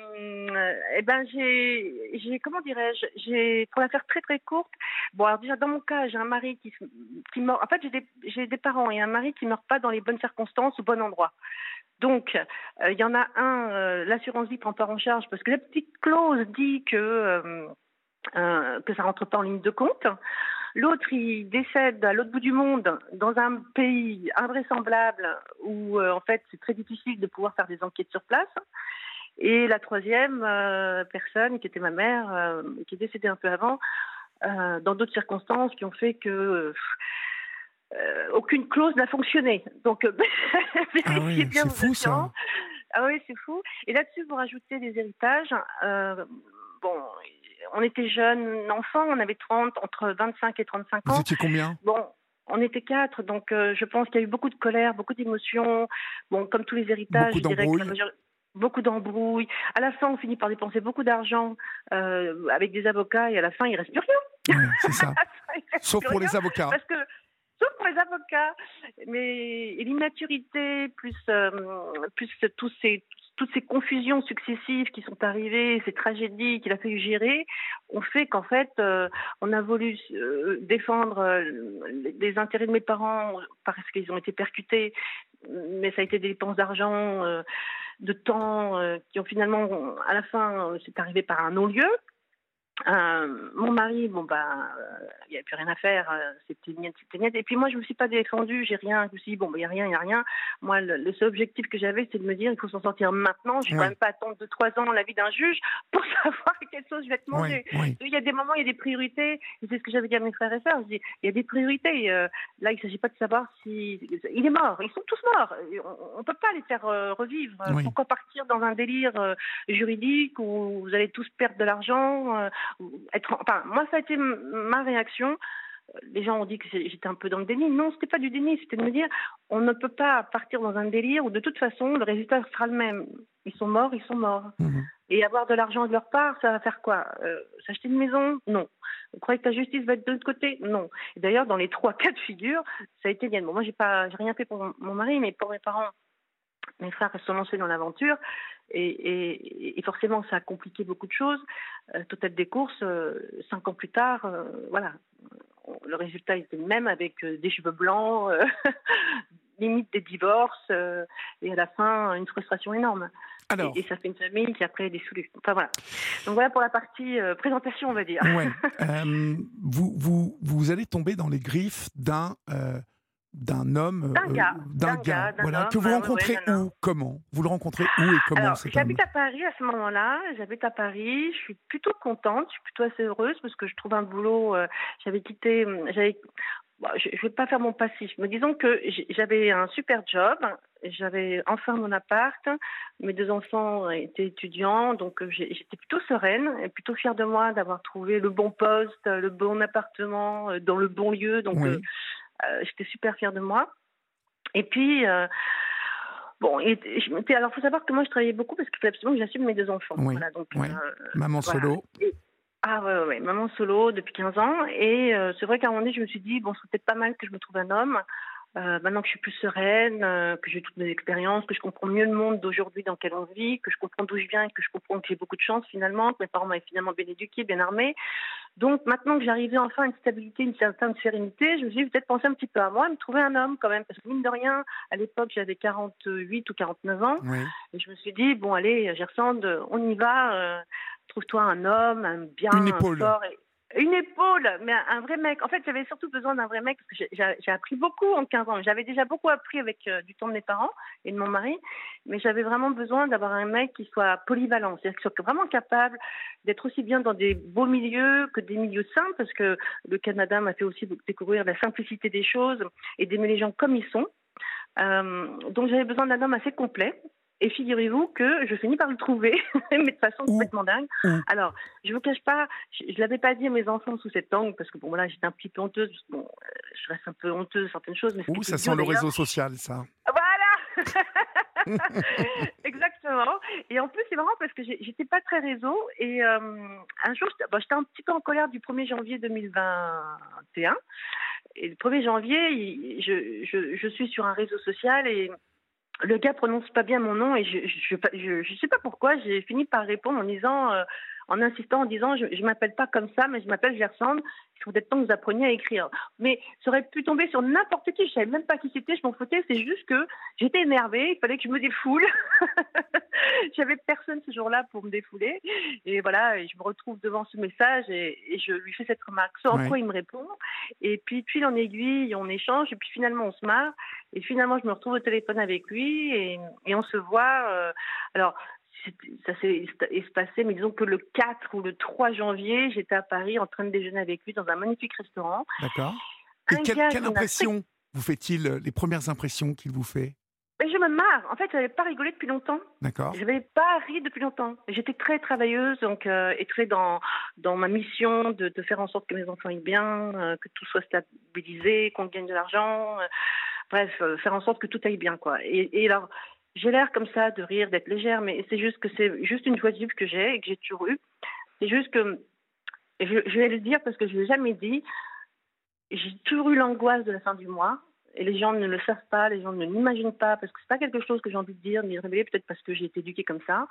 Comment dirais-je, pour la faire très très courte, bon, alors déjà dans mon cas, j'ai un mari qui meurt. En fait, j'ai des parents et un mari qui ne meurent pas dans les bonnes circonstances, au bon endroit. Donc, il y en a un, l'assurance vie prend pas en charge parce que la petite clause dit que ça rentre pas en ligne de compte. L'autre, il décède à l'autre bout du monde, dans un pays invraisemblable où, en fait, c'est très difficile de pouvoir faire des enquêtes sur place. Et la troisième personne, qui était ma mère, qui est décédée un peu avant, dans d'autres circonstances qui ont fait que aucune clause n'a fonctionné. Donc, vérifiez bien c'est fou, ça. Ah oui, c'est fou. Et là-dessus, vous rajoutez des héritages. on était jeunes enfants, on avait entre 25 et 35 ans. Vous étiez combien ? Bon, on était 4, donc je pense qu'il y a eu beaucoup de colère, beaucoup d'émotions. Bon, comme tous les héritages, beaucoup je dirais d'embrouilles. Beaucoup d'embrouilles. À la fin, on finit par dépenser beaucoup d'argent avec des avocats et à la fin, il ne reste plus rien. Ouais, c'est ça. Sauf pour les avocats. Parce que, sauf pour les avocats. Mais l'immaturité, plus toutes ces confusions successives qui sont arrivées, ces tragédies qu'il a fallu gérer, ont fait qu'en fait, on a voulu défendre les intérêts de mes parents parce qu'ils ont été percutés, mais ça a été des dépenses d'argent, de temps, qui ont finalement, à la fin, c'est arrivé par un non-lieu. Mon mari, il n'y avait plus rien à faire, c'était niet. Et puis moi, je me suis pas défendue, j'ai rien. Je me suis dit, il y a rien. Moi, le seul objectif que j'avais, c'est de me dire, il faut s'en sortir maintenant. Je vais quand même pas attendre 2-3 ans la vie d'un juge pour savoir quelle chose je vais te manger. Il y a des moments, il y a des priorités. Et c'est ce que j'avais dit à mes frères et sœurs. Je dis, il y a des priorités. Là, il s'agit pas de savoir si il est mort. Ils sont tous morts. On peut pas les faire revivre. Pourquoi partir dans un délire juridique où vous allez tous perdre de l'argent? Moi, ça a été ma réaction. Les gens ont dit que j'étais un peu dans le déni. Non, c'était pas du déni, c'était de me dire, on ne peut pas partir dans un délire où de toute façon, le résultat sera le même. Ils sont morts. Mmh. Et avoir de l'argent de leur part, ça va faire quoi? S'acheter une maison? Non. Vous croyez que la justice va être de l'autre côté? Non. Et d'ailleurs, dans les 3 cas de figure, ça a été bien. Bon, moi, j'ai rien fait pour mon mari, mais pour mes parents, mes frères se sont lancés dans l'aventure et forcément ça a compliqué beaucoup de choses. Total des courses, 5 ans plus tard, le résultat était le même avec des cheveux blancs, limite des divorces et à la fin une frustration énorme. Alors, et ça fait une famille qui après est dissolue. Enfin voilà. Donc voilà pour la partie présentation, on va dire. Ouais. Vous allez tomber dans les griffes d'un homme, d'un gars, que vous rencontrez où, comment? Vous le rencontrez où et comment? Alors, j'habite à Paris à ce moment-là. Je suis plutôt contente, je suis plutôt assez heureuse parce que je trouve un boulot. Je vais pas faire mon passif, mais disons que j'avais un super job. J'avais enfin mon appart. Mes 2 enfants étaient étudiants, donc j'étais plutôt sereine et plutôt fière de moi d'avoir trouvé le bon poste, le bon appartement, dans le bon lieu. Donc j'étais super fière de moi. Et puis, alors il faut savoir que moi je travaillais beaucoup parce qu'il fallait absolument que j'assume mes 2 enfants. Oui. Voilà, donc, maman solo. Maman solo depuis 15 ans. Et c'est vrai qu'à un moment donné, je me suis dit, ce serait peut-être pas mal que je me trouve un homme. Maintenant que je suis plus sereine, que j'ai toutes mes expériences, que je comprends mieux le monde d'aujourd'hui dans lequel on vit, que je comprends d'où je viens et que je comprends que j'ai beaucoup de chance finalement, que mes parents m'avaient finalement bien éduquée, bien armée. Donc maintenant que j'arrivais enfin à une stabilité, une certaine sérénité, je me suis dit peut-être penser un petit peu à moi, me trouver un homme quand même, parce que mine de rien, à l'époque j'avais 48 ou 49 ans, et je me suis dit, bon allez Gersande, on y va, trouve-toi un homme, un fort... Une épaule, mais un vrai mec. En fait, j'avais surtout besoin d'un vrai mec parce que j'ai appris beaucoup en 15 ans. J'avais déjà beaucoup appris avec du temps de mes parents et de mon mari, mais j'avais vraiment besoin d'avoir un mec qui soit polyvalent, c'est-à-dire qu'il soit vraiment capable d'être aussi bien dans des beaux milieux que des milieux simples, parce que le Canada m'a fait aussi découvrir la simplicité des choses et d'aimer les gens comme ils sont. Donc j'avais besoin d'un homme assez complet. Et figurez-vous que je finis par le trouver, mais de façon complètement dingue. Alors, je ne vous cache pas, je ne l'avais pas dit à mes enfants sous cet angle, parce que j'étais un petit peu honteuse. Je reste un peu honteuse de certaines choses. Mais ça sent le réseau social, ça. Voilà. Exactement. Et en plus, c'est marrant parce que j'étais pas très réseau. Et un jour, j'étais un petit peu en colère du 1er janvier 2021. Et le 1er janvier, je suis sur un réseau social et le gars prononce pas bien mon nom et je sais pas pourquoi, j'ai fini par répondre en insistant, en disant je m'appelle pas comme ça, mais je m'appelle Gersande. Il faut peut-être temps que vous appreniez à écrire. Mais ça aurait pu tomber sur n'importe qui, je savais même pas qui c'était, je m'en foutais, c'est juste que j'étais énervée, il fallait que je me défoule. J'avais personne ce jour-là pour me défouler. Et voilà, et je me retrouve devant ce message et je lui fais cette remarque. Sans quoi il me répond. Et puis, de fil en aiguille, on échange et puis finalement on se marre. Et finalement, je me retrouve au téléphone avec lui et on se voit. Alors, ça s'est espacé, mais disons que le 4 ou le 3 janvier, j'étais à Paris en train de déjeuner avec lui dans un magnifique restaurant. D'accord. Et quelle impression vous fait-il, les premières impressions qu'il vous fait? Mais je me marre. En fait, je n'avais pas rigolé depuis longtemps. D'accord. Je n'avais pas ri depuis longtemps. J'étais très travailleuse donc, et très dans ma mission de faire en sorte que mes enfants aillent bien, que tout soit stabilisé, qu'on gagne de l'argent. Bref, faire en sorte que tout aille bien, quoi. Et alors, j'ai l'air comme ça de rire, d'être légère, mais c'est juste que c'est juste une joie de vivre que j'ai et que j'ai toujours eue. C'est juste que, je vais le dire parce que je ne l'ai jamais dit, j'ai toujours eu l'angoisse de la fin du mois. Et les gens ne le savent pas, les gens ne l'imaginent pas, parce que c'est pas quelque chose que j'ai envie de dire, ni de révéler, peut-être parce que j'ai été éduquée comme ça.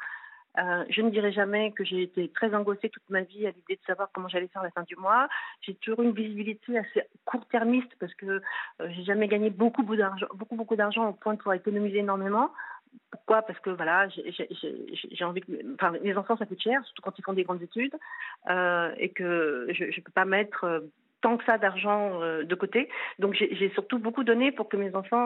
Je ne dirai jamais que j'ai été très angoissée toute ma vie à l'idée de savoir comment j'allais faire la fin du mois. J'ai toujours une visibilité assez court-termiste parce que j'ai jamais gagné beaucoup beaucoup d'argent au point de pouvoir économiser énormément. Pourquoi ? Parce que voilà, j'ai envie que, enfin, les enfants ça coûte cher, surtout quand ils font des grandes études, et que je ne peux pas mettre tant que ça d'argent de côté. Donc j'ai surtout beaucoup donné pour que mes enfants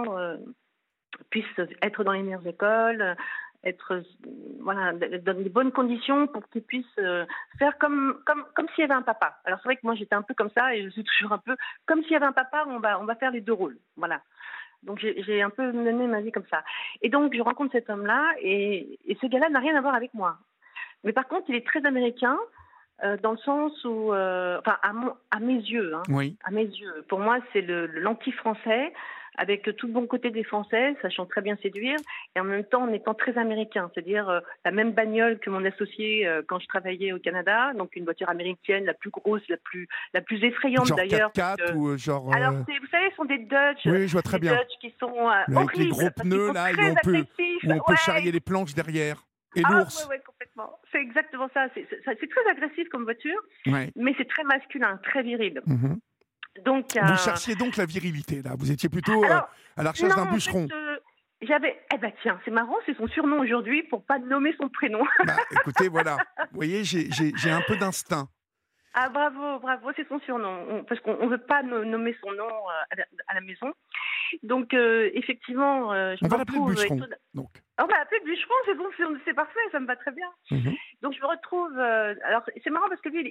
puissent être dans les meilleures écoles, être voilà, dans des bonnes conditions pour qu'ils puissent faire comme s'il y avait un papa. Alors c'est vrai que moi j'étais un peu comme ça et je suis toujours un peu comme s'il y avait un papa, on va faire les deux rôles. Voilà. Donc j'ai un peu mené ma vie comme ça. Et donc je rencontre cet homme-là et ce gars-là n'a rien à voir avec moi. Mais par contre, il est très américain. Dans le sens où, enfin, à mes yeux, hein, Oui. à mes yeux, pour moi, c'est l'anti-français, avec tout le bon côté des Français, sachant très bien séduire, et en même temps en étant très américain, c'est-à-dire la même bagnole que mon associé quand je travaillais au Canada, donc une voiture américaine, la plus grosse, la plus effrayante genre d'ailleurs. 4x4 ou genre. Alors, vous savez, ce sont des Dodge. Oui, je vois très bien. Dodge qui sont avec horribles, les gros pneus là, où on peut charrier les planches derrière. Et l'ours. Ouais, complètement. C'est exactement ça. C'est très agressif comme voiture, mais c'est très masculin, très viril. Mm-hmm. Donc, vous cherchiez donc la virilité, là. Vous étiez plutôt à la recherche d'un bûcheron. En fait, j'avais... Eh ben tiens, c'est marrant, c'est son surnom aujourd'hui pour pas nommer son prénom. Bah, écoutez, voilà. Vous voyez, j'ai un peu d'instinct. Ah bravo, c'est son surnom, parce qu'on ne veut pas nommer son nom à la maison. Donc effectivement, on va l'appeler bûcheron. Donc. On va l'appeler bûcheron, c'est parfait, ça me va très bien. Mm-hmm. Donc je me retrouve. Alors c'est marrant parce que lui,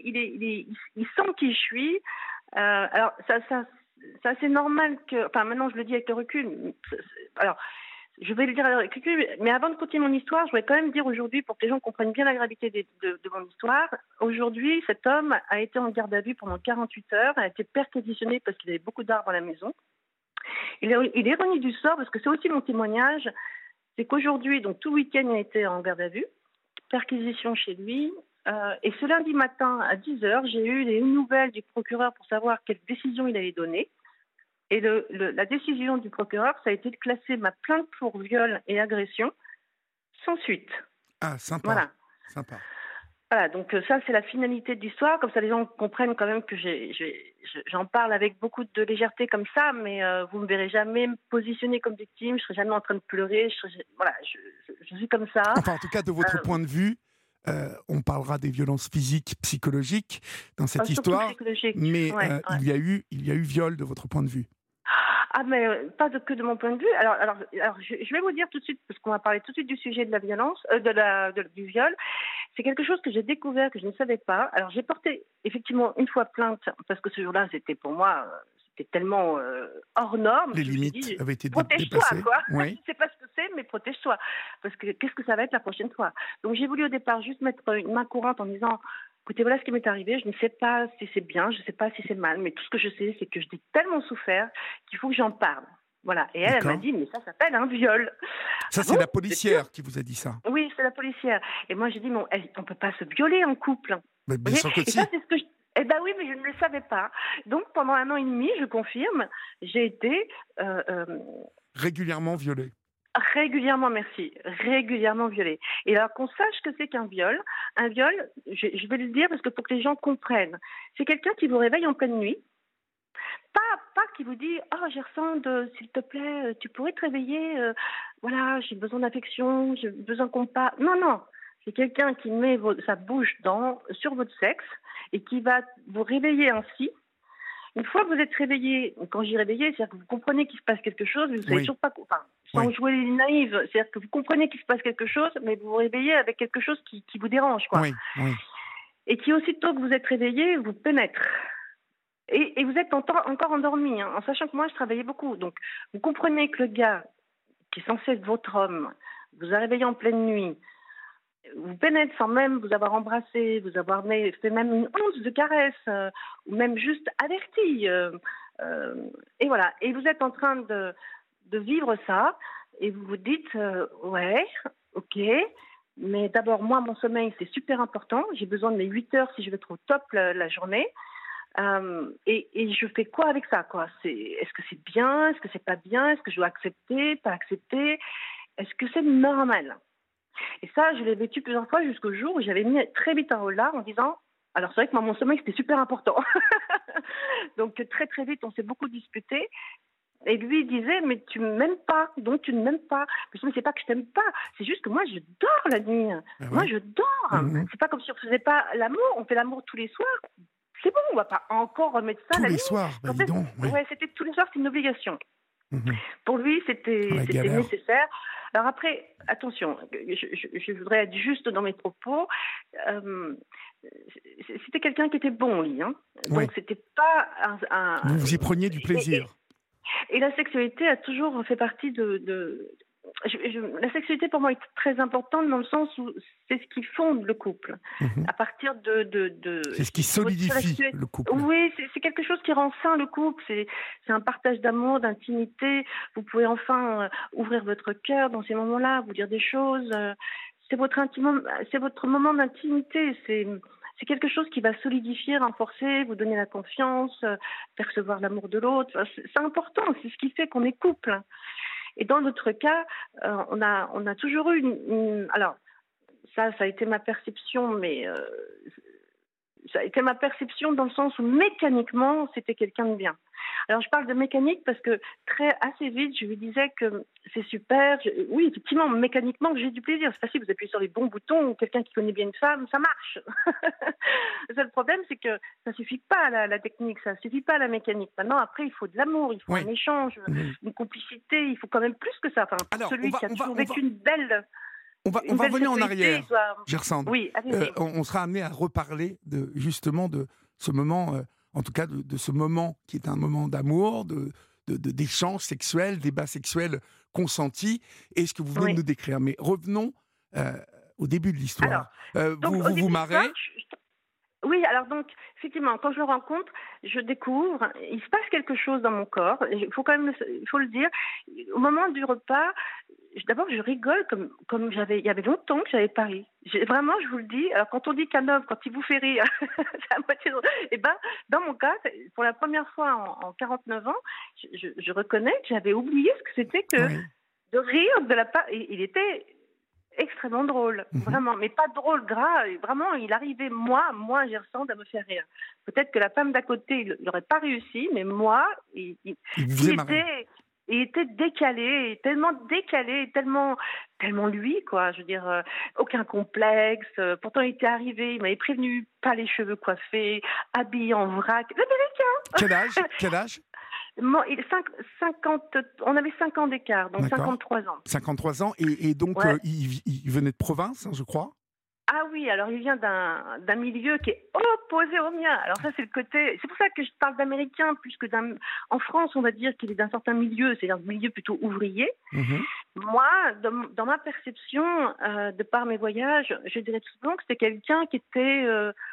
il sent qui je suis. Alors ça c'est normal que. Enfin maintenant je le dis avec le recul. Alors. Je vais le dire avec recul, mais avant de continuer mon histoire, je voudrais quand même dire aujourd'hui, pour que les gens comprennent bien la gravité de mon histoire, aujourd'hui, cet homme a été en garde à vue pendant 48 heures, a été perquisitionné parce qu'il avait beaucoup d'arbres à la maison. Il est revenu du sort, parce que c'est aussi mon témoignage, c'est qu'aujourd'hui, donc tout le week-end, il a été en garde à vue, perquisition chez lui, et ce lundi matin à 10h, j'ai eu les nouvelles du procureur pour savoir quelle décision il allait donner. Et la décision du procureur, ça a été de classer ma plainte pour viol et agression sans suite. Ah, sympa. Voilà. Sympa. Voilà, donc ça, c'est la finalité de l'histoire. Comme ça, les gens comprennent quand même que j'en parle avec beaucoup de légèreté comme ça, mais vous ne me verrez jamais me positionner comme victime. Je ne serai jamais en train de pleurer. Je suis comme ça. Enfin, en tout cas, de votre point de vue, on parlera des violences physiques, psychologiques dans cette histoire, mais il y a eu viol de votre point de vue. Ah, mais pas que de mon point de vue. Alors je vais vous dire tout de suite, parce qu'on va parler tout de suite du sujet de la violence, du viol. C'est quelque chose que j'ai découvert, que je ne savais pas. Alors, j'ai porté effectivement une fois plainte, parce que ce jour-là, c'était pour moi, c'était tellement hors norme. Les limites avaient été dépassées. Protège-toi, quoi. Oui. Je ne sais pas ce que c'est, mais protège-toi. Parce que qu'est-ce que ça va être la prochaine fois ? Donc, j'ai voulu au départ juste mettre une main courante en disant... Écoutez, voilà ce qui m'est arrivé. Je ne sais pas si c'est bien, je ne sais pas si c'est mal, mais tout ce que je sais, c'est que j'ai tellement souffert qu'il faut que j'en parle. Voilà. Et elle m'a dit, mais ça s'appelle un viol. Ça, c'est la policière qui vous a dit ça. Oui, c'est la policière. Et moi, j'ai dit, on ne peut pas se violer en couple. Mais bien sûr que si. Ça, c'est ce que Eh bien oui, mais je ne le savais pas. Donc, pendant 1 an et demi, je confirme, j'ai été... régulièrement violée. Régulièrement, merci. Régulièrement violée. Et alors qu'on sache que c'est qu'un viol, je vais le dire parce que pour que les gens comprennent, c'est quelqu'un qui vous réveille en pleine nuit, pas qui vous dit « Oh, Gersande, s'il te plaît, tu pourrais te réveiller, voilà, j'ai besoin d'affection, j'ai besoin qu'on parle. » Non, c'est quelqu'un qui met sa bouche sur votre sexe et qui va vous réveiller ainsi. Une fois que vous êtes réveillé, quand je dis réveillé, c'est-à-dire que vous comprenez qu'il se passe quelque chose, mais vous ne savez toujours pas... Enfin, sans jouer les naïves, c'est-à-dire que vous comprenez qu'il se passe quelque chose, mais vous vous réveillez avec quelque chose qui vous dérange, quoi. Oui. Et qui, aussitôt que vous êtes réveillé, vous pénètre. Et vous êtes encore endormi, hein, en sachant que moi, je travaillais beaucoup. Donc, vous comprenez que le gars qui est censé être votre homme, vous a réveillé en pleine nuit, vous pénètre sans même vous avoir embrassé, vous avoir fait même une once de caresse, ou même juste averti. Et voilà. Et vous êtes en train de vivre ça, et vous vous dites, ouais, ok, mais d'abord, moi, mon sommeil, c'est super important. J'ai besoin de mes 8 heures si je veux être au top la journée. Et je fais quoi avec ça, quoi? Est-ce que c'est bien? Est-ce que c'est pas bien? Est-ce que je dois accepter? Pas accepter? Est-ce que c'est normal? Et ça, je l'ai vécu plusieurs fois jusqu'au jour où j'avais mis très vite un holà en disant, alors c'est vrai que moi, mon sommeil, c'était super important. Donc très très vite, on s'est beaucoup disputé. Et lui il disait, mais tu ne m'aimes pas, donc tu ne m'aimes pas. Je dis, mais c'est pas que je t'aime pas, c'est juste que moi je dors la nuit. Moi je dors. C'est pas comme si on faisait pas l'amour, on fait l'amour tous les soirs. C'est bon, on va pas encore remettre ça la nuit. Tous les soirs, bah dis donc. Ouais, c'était tous les soirs, c'est une obligation. Pour lui, c'était nécessaire. Alors après, attention, je voudrais être juste dans mes propos. C'était quelqu'un qui était bon au lit. Hein. Donc c'était pas un... Vous y preniez du plaisir. Et la sexualité a toujours fait partie la sexualité pour moi est très importante dans le sens où c'est ce qui fonde le couple. À partir c'est ce qui solidifie le couple. Oui, c'est quelque chose qui rend sain le couple. C'est un partage d'amour, d'intimité. Vous pouvez enfin ouvrir votre cœur dans ces moments-là, vous dire des choses. C'est votre moment d'intimité. C'est quelque chose qui va solidifier, renforcer, vous donner la confiance, percevoir l'amour de l'autre. C'est important, c'est ce qui fait qu'on est couple. Et dans notre cas, on a toujours eu alors, ça a été ma perception, mais ça a été ma perception dans le sens où mécaniquement, c'était quelqu'un de bien. Alors, je parle de mécanique parce que assez vite, je lui disais que c'est super. Oui, effectivement, mécaniquement, j'ai du plaisir. C'est facile, vous appuyez sur les bons boutons. Quelqu'un qui connaît bien une femme, ça marche. Le seul problème, c'est que ça suffit pas la technique, ça suffit pas la mécanique. Maintenant, après, il faut de l'amour, il faut un échange, une complicité. Il faut quand même plus que ça. Enfin, pour celui qui a toujours vécu une belle... On va revenir en arrière, Gersande. Oui, on sera amené à reparler justement de ce moment, en tout cas de ce moment qui est un moment d'amour, d'échange sexuel, débat sexuel consenti, et ce que vous venez de nous décrire. Mais revenons au début de l'histoire. Vous marrez. Oui, alors donc, effectivement, quand je le rencontre, je découvre, il se passe quelque chose dans mon corps, il faut le dire. Au moment du repas, d'abord, je rigole comme il y avait longtemps que j'avais pas ri. Vraiment, je vous le dis. Alors, quand on dit qu'un homme, quand il vous fait rire, c'est à moitié drôle. Eh ben, dans mon cas, pour la première fois en 49 ans, je reconnais que j'avais oublié ce que c'était que de rire de la part. Il était extrêmement drôle, vraiment, mais pas drôle gras. Vraiment, il arrivait, moi, Gersande, à me faire rire. Peut-être que la femme d'à côté, il n'aurait pas réussi, mais moi, il était décalé, tellement lui, quoi. Je veux dire, aucun complexe. Pourtant, il était arrivé, il m'avait prévenu, pas les cheveux coiffés, habillé en vrac. L'Américain. Quel âge on avait 5 ans d'écart, donc 53 ans. 53 ans, et donc il venait de province, hein, je crois. Ah oui, alors il vient d'un milieu qui est opposé au mien. Alors ça, c'est le côté... C'est pour ça que je parle d'américain, plus que en France, on va dire qu'il est d'un certain milieu, c'est-à-dire un milieu plutôt ouvrier. Moi, dans ma perception, de par mes voyages, je dirais tout simplement que c'était quelqu'un qui était...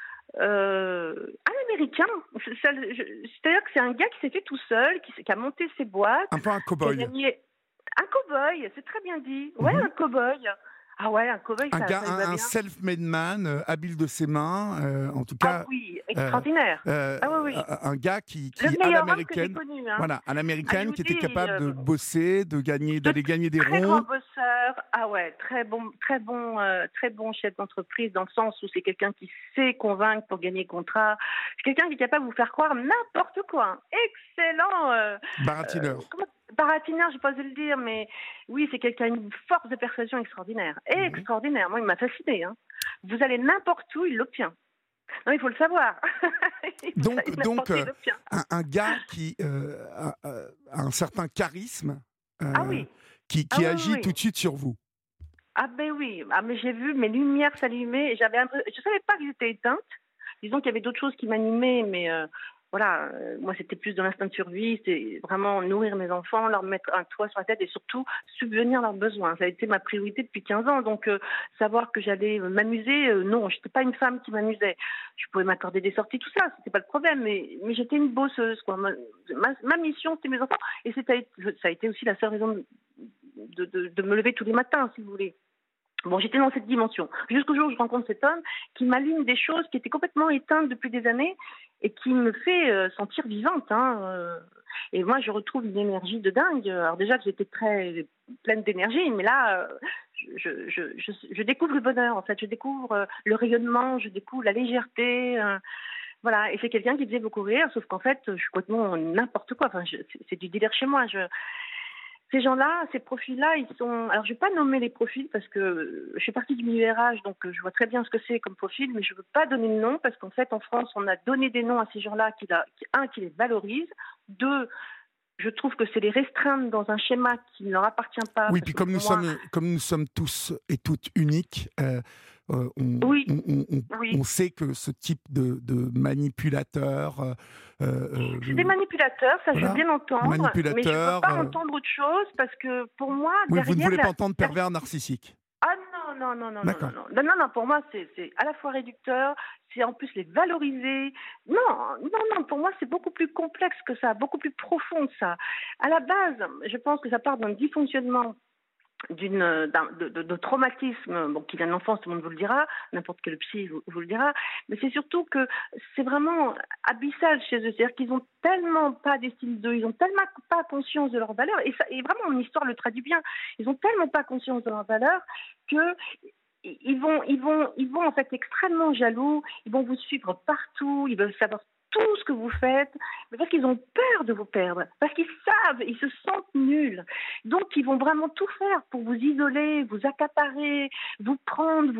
un américain, c'est-à-dire que c'est un gars qui s'est fait tout seul, qui a monté ses boîtes. Un peu un cow-boy. Un cow-boy, c'est très bien dit. Ouais, un cow-boy. Ah ouais, un cow-boy, un self-made man, habile de ses mains, en tout cas. Ah oui, extraordinaire. Un gars qui à l'américaine, connu, hein. Voilà, à l'américaine, qui était capable de bosser, d'aller gagner des ronds. Très grand bosseur. Ah ouais, très bon chef d'entreprise, dans le sens où c'est quelqu'un qui sait convaincre pour gagner contrat. C'est quelqu'un qui est capable de vous faire croire n'importe quoi. Excellent. Baratineur. Baratineur, je n'ai pas osé le dire, mais oui, c'est quelqu'un qui a une force de persuasion extraordinaire. Extraordinaire. Moi, il m'a fasciné. Hein. Vous allez n'importe où, il l'obtient. Non, il faut le savoir. Donc un gars qui a un certain charisme, qui agit tout de suite sur vous. Ah ben oui, mais j'ai vu mes lumières s'allumer. Je ne savais pas qu'elles étaient éteintes. Disons qu'il y avait d'autres choses qui m'animaient, mais voilà, moi c'était plus de l'instinct de survie, c'est vraiment nourrir mes enfants, leur mettre un toit sur la tête et surtout subvenir leurs besoins. Ça a été ma priorité depuis 15 ans, donc savoir que j'allais m'amuser, non, je n'étais pas une femme qui m'amusait. Je pouvais m'accorder des sorties, tout ça, c'était pas le problème, mais j'étais une bosseuse, quoi. Ma mission, c'était mes enfants, et ça a été aussi la seule raison de me lever tous les matins, si vous voulez. Bon, j'étais dans cette dimension. Jusqu'au jour où je rencontre cet homme qui m'allume des choses qui étaient complètement éteintes depuis des années et qui me fait sentir vivante. Et moi, je retrouve une énergie de dingue. Alors déjà que j'étais très pleine d'énergie, mais là, je découvre le bonheur, en fait. Je découvre le rayonnement, je découvre la légèreté. Voilà, et c'est quelqu'un qui faisait beaucoup rire, sauf qu'en fait, je suis complètement n'importe quoi. Enfin, c'est du délire chez moi. Ces gens-là, ces profils-là, ils sont... Alors, je ne vais pas nommer les profils parce que je fais partie du milieu RH, donc je vois très bien ce que c'est comme profil, mais je ne veux pas donner de nom parce qu'en fait, en France, on a donné des noms à ces gens-là qui les valorisent. 2, je trouve que c'est les restreindre dans un schéma qui ne leur appartient pas. Oui, puis comme nous sommes tous et toutes uniques, on sait que ce type de manipulateur... c'est des manipulateurs, ça voilà, je veux bien entendre, mais je ne veux pas entendre autre chose parce que pour moi... Oui, vous ne voulez pas entendre pervers narcissique. Ah non, pour moi c'est à la fois réducteur, c'est en plus les valoriser. Non, pour moi c'est beaucoup plus complexe que ça, beaucoup plus profond que ça. À la base, je pense que ça part d'un dysfonctionnement de traumatisme qui vient de l'enfance, tout le monde vous le dira, n'importe quel psy vous le dira, mais c'est surtout que c'est vraiment abyssal chez eux, c'est-à-dire qu'ils ont tellement pas d'estime d'eux, ils ont tellement pas conscience de leurs valeurs, et vraiment mon histoire le traduit bien, ils ont tellement pas conscience de leurs valeurs que ils vont en fait extrêmement jaloux, ils vont vous suivre partout, ils veulent savoir tout ce que vous faites, mais parce qu'ils ont peur de vous perdre, parce qu'ils savent, ils se sentent nuls. Donc, ils vont vraiment tout faire pour vous isoler, vous accaparer, vous prendre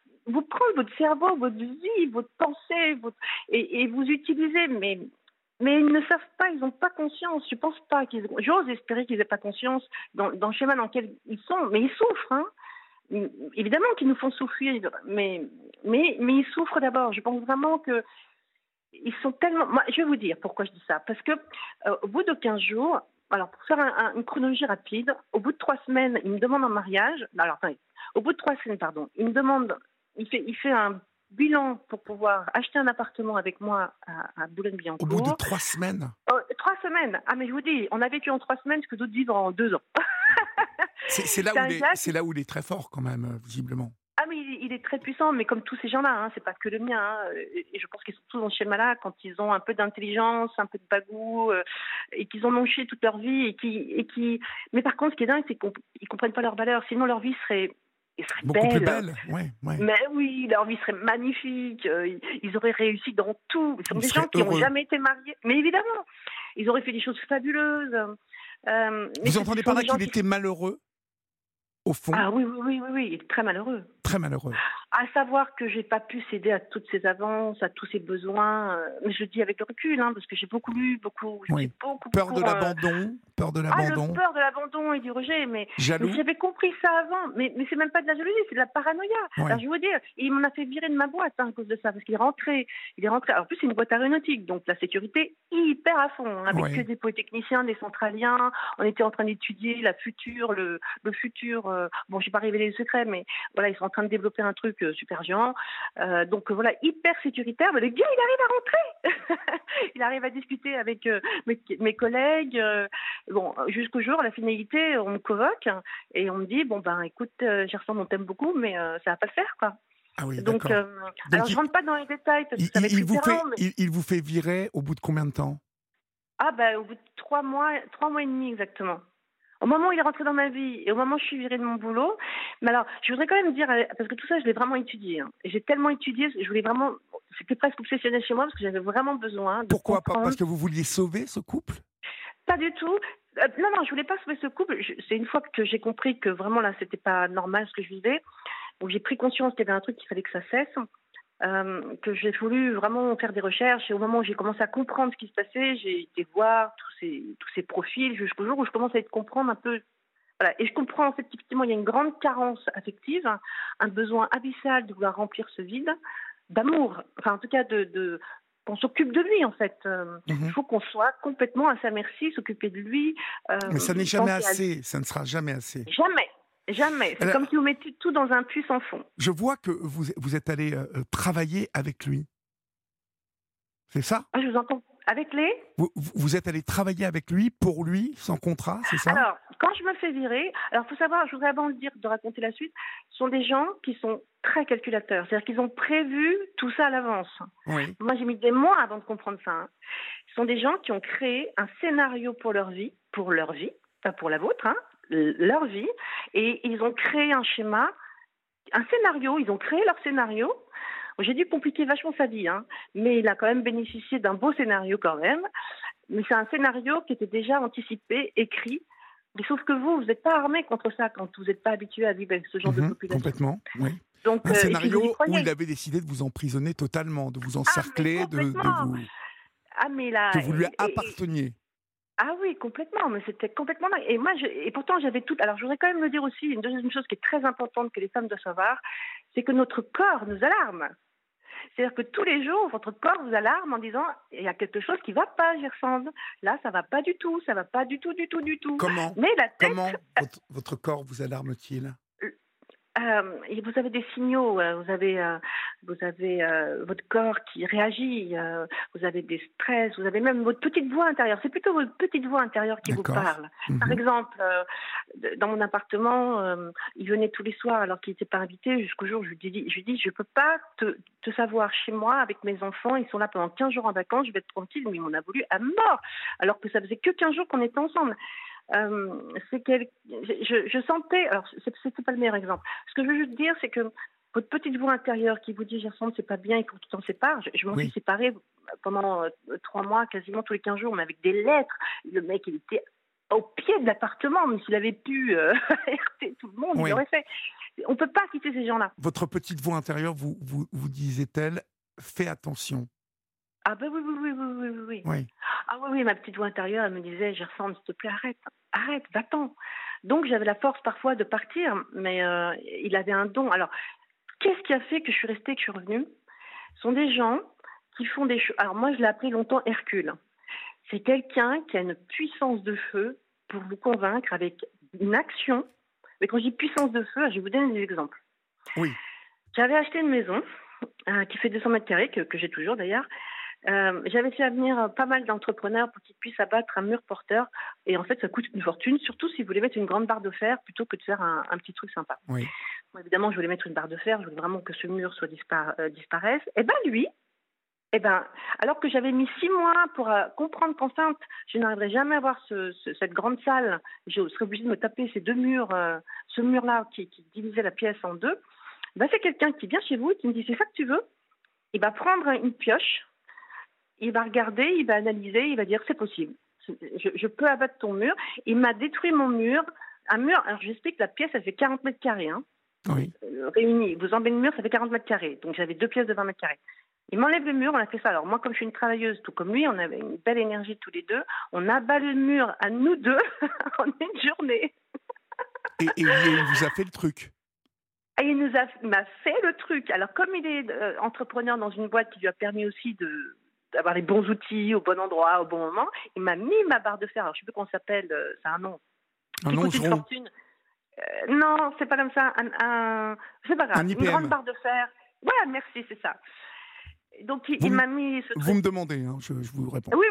votre cerveau, votre vie, votre pensée, et vous utiliser. Mais ils ne savent pas, ils n'ont pas conscience. Je pense pas j'ose espérer qu'ils n'aient pas conscience dans le schéma dans lequel ils sont, mais ils souffrent, hein. Évidemment qu'ils nous font souffrir, mais ils souffrent d'abord. Je pense vraiment que ils sont tellement... Moi, je vais vous dire pourquoi je dis ça. Parce que au bout de 15 jours, alors pour faire une chronologie rapide, au bout de 3 semaines, il me demande en mariage... Alors, attendez. Au bout de 3 semaines, pardon, il me demande... Il fait un bilan pour pouvoir acheter un appartement avec moi à Boulogne-Billancourt. Au bout de 3 semaines 3 semaines. Ah, mais je vous dis, on a vécu en 3 semaines ce que d'autres vivent en 2 ans. c'est là où il est très fort, quand même, visiblement. Ah, mais il est très puissant, mais comme tous ces gens-là, hein, c'est pas que le mien. Hein, et je pense qu'ils sont tous dans ce schéma-là quand ils ont un peu d'intelligence, un peu de bagou, et qu'ils en ont chié toute leur vie. Mais par contre, ce qui est dingue, c'est qu'ils comprennent pas leurs valeurs. Sinon, leur vie serait beaucoup plus belle. Ouais. Mais oui, leur vie serait magnifique. Ils auraient réussi dans tout. Ce sont des gens qui n'ont jamais été mariés. Mais évidemment, ils auraient fait des choses fabuleuses. Vous entendez par là qu'il était malheureux? Au fond. Ah oui, il est très malheureux. Très malheureux. À savoir que j'ai pas pu céder à toutes ses avances, à tous ses besoins. Mais je le dis avec le recul, hein, parce que j'ai beaucoup lu, beaucoup. Peur de l'abandon. Peur de l'abandon. Peur de l'abandon et du rejet. Mais j'avais compris ça avant. Mais c'est même pas de la jalousie, c'est de la paranoïa. Ouais. Alors je vais vous dire, il m'en a fait virer de ma boîte à cause de ça, parce qu'il est rentré. Alors, en plus, c'est une boîte aéronautique, donc la sécurité hyper à fond, avec que des polytechniciens, des centraliens. On était en train d'étudier le futur. Bon, j'ai pas révélé le secret, mais voilà, ils sont en train de développer un truc super géant. Donc voilà, hyper sécuritaire. Mais le gars, il arrive à rentrer. Il arrive à discuter avec mes collègues. Bon, jusqu'au jour, à la finalité, on me convoque et on me dit, bon ben écoute, Gerson, on t'aime beaucoup, mais ça va pas le faire, quoi. Ah oui, donc alors je rentre pas dans les détails parce que ça va être il vous fait virer au bout de combien de temps? Ah ben au bout de 3 mois et demi exactement. Au moment où il est rentré dans ma vie et au moment où je suis virée de mon boulot. Mais alors, je voudrais quand même dire, parce que tout ça, je l'ai vraiment étudié. Hein. J'ai tellement étudié, je voulais vraiment... C'était presque obsessionnel chez moi parce que j'avais vraiment besoin de Pourquoi comprendre. Parce que vous vouliez sauver ce couple? Pas du tout. Non, je voulais pas sauver ce couple. C'est une fois que j'ai compris que vraiment, là, c'était pas normal ce que je vivais. Donc, j'ai pris conscience qu'il y avait un truc qu'il fallait que ça cesse. Que j'ai voulu vraiment faire des recherches et au moment où j'ai commencé à comprendre ce qui se passait, j'ai été voir tous ces profils jusqu'au jour où je commence à comprendre un peu. Voilà. Et je comprends en fait qu'effectivement il y a une grande carence affective, un besoin abyssal de vouloir remplir ce vide, d'amour, enfin en tout cas qu'on s'occupe de lui, en fait. Il faut qu'on soit complètement à sa merci, s'occuper de lui. Mais ça n'est jamais assez, ça ne sera jamais assez. Jamais. C'est comme si vous mettiez tout dans un puits sans fond. Je vois que vous êtes allé travailler avec lui. C'est ça ? Je vous entends. Avec les ? Vous êtes allé travailler avec lui, pour lui, sans contrat, c'est ça ? Alors, quand je me fais virer, il faut savoir, je voudrais avant de raconter la suite, ce sont des gens qui sont très calculateurs. C'est-à-dire qu'ils ont prévu tout ça à l'avance. Oui. Moi, j'ai mis des mois avant de comprendre ça. Hein. Ce sont des gens qui ont créé un scénario pour leur vie, pas pour la vôtre, leur vie, et ils ont créé un schéma, un scénario, ils ont créé leur scénario. J'ai dû compliquer vachement sa vie, mais il a quand même bénéficié d'un beau scénario quand même. Mais c'est un scénario qui était déjà anticipé, écrit. Mais sauf que vous n'êtes pas armé contre ça quand vous n'êtes pas habitué à vivre avec ce genre de population. Complètement, oui. Donc, un scénario où il avait décidé de vous emprisonner totalement, de vous encercler, que vous lui apparteniez. Ah oui, complètement, mais c'était complètement dingue. Et pourtant, j'avais tout. Alors, je voudrais quand même le dire aussi, une deuxième chose qui est très importante que les femmes doivent savoir, c'est que notre corps nous alarme. C'est-à-dire que tous les jours, votre corps vous alarme en disant il y a quelque chose qui ne va pas, Gersande. Là, ça ne va pas du tout, ça ne va pas du tout. Comment Mais la tête... Comment votre corps vous alarme-t-il ? Vous avez des signaux, vous avez votre corps qui réagit, vous avez des stress, vous avez même votre petite voix intérieure. C'est plutôt votre petite voix intérieure qui vous parle. Par exemple, dans mon appartement, il venait tous les soirs alors qu'il n'était pas invité, jusqu'au jour où je lui dis je ne peux pas te savoir chez moi avec mes enfants, ils sont là pendant 15 jours en vacances, je vais être tranquille, mais il m'en a voulu à mort, alors que ça faisait que 15 jours qu'on était ensemble. Je sentais, alors c'était pas le meilleur exemple. Ce que je veux juste dire, c'est que votre petite voix intérieure qui vous dit Gersande, c'est pas bien, il faut que tu t'en sépares. Je m'en suis séparée pendant 3 mois, quasiment tous les 15 jours, mais avec des lettres. Le mec, il était au pied de l'appartement, mais s'il avait pu alerter tout le monde, il l'aurait fait. On peut pas quitter ces gens-là. Votre petite voix intérieure vous disait-elle, fais attention. Ah ben oui. Ah oui, ma petite voix intérieure, elle me disait Gersande, s'il te plaît, arrête, va-t'en. Donc j'avais la force parfois de partir, mais il avait un don. Alors, qu'est-ce qui a fait que je suis restée, que je suis revenue ? Ce sont des gens qui font des choses. Alors moi, je l'ai appelé longtemps Hercule. C'est quelqu'un qui a une puissance de feu pour vous convaincre avec une action. Mais quand je dis puissance de feu, je vais vous donner des exemples. Oui. J'avais acheté une maison qui fait 200 mètres carrés, que j'ai toujours d'ailleurs. J'avais fait venir pas mal d'entrepreneurs pour qu'ils puissent abattre un mur porteur. Et en fait, ça coûte une fortune, surtout si vous voulez mettre une grande barre de fer plutôt que de faire un petit truc sympa. Oui. Bon, évidemment, je voulais mettre une barre de fer, je voulais vraiment que ce mur soit disparaisse. Et lui, alors que j'avais mis 6 mois pour comprendre qu'enceinte, je n'arriverais jamais à voir cette grande salle, je serais obligée de me taper ces 2 murs, ce mur-là qui divisait la pièce en 2. C'est quelqu'un qui vient chez vous et qui me dit, c'est ça que tu veux ? Il va prendre une pioche, il va regarder, il va analyser, il va dire, c'est possible. Je peux abattre ton mur. Il m'a détruit mon mur. Un mur, alors j'explique, la pièce, elle fait 40 mètres carrés. Oui. Réunis. Vous enlevez le mur, ça fait 40 mètres carrés. Donc j'avais 2 pièces de 20 mètres carrés. Il m'enlève le mur, on a fait ça. Alors moi, comme je suis une travailleuse, tout comme lui, on avait une belle énergie tous les deux. On abat le mur à nous deux en une journée. Et il vous a fait le truc. Et il m'a fait le truc. Alors comme il est entrepreneur dans une boîte qui lui a permis aussi d'avoir les bons outils au bon endroit, au bon moment, il m'a mis ma barre de fer. Alors je ne sais plus comment ça s'appelle, c'est un nom. Un nom une fortune. Non, c'est pas comme ça. C'est pas grave. Un IPM. Une grande barre de fer. Voilà, merci, c'est ça. Donc il m'a mis ce truc. Vous me demandez, je vous réponds. Oui.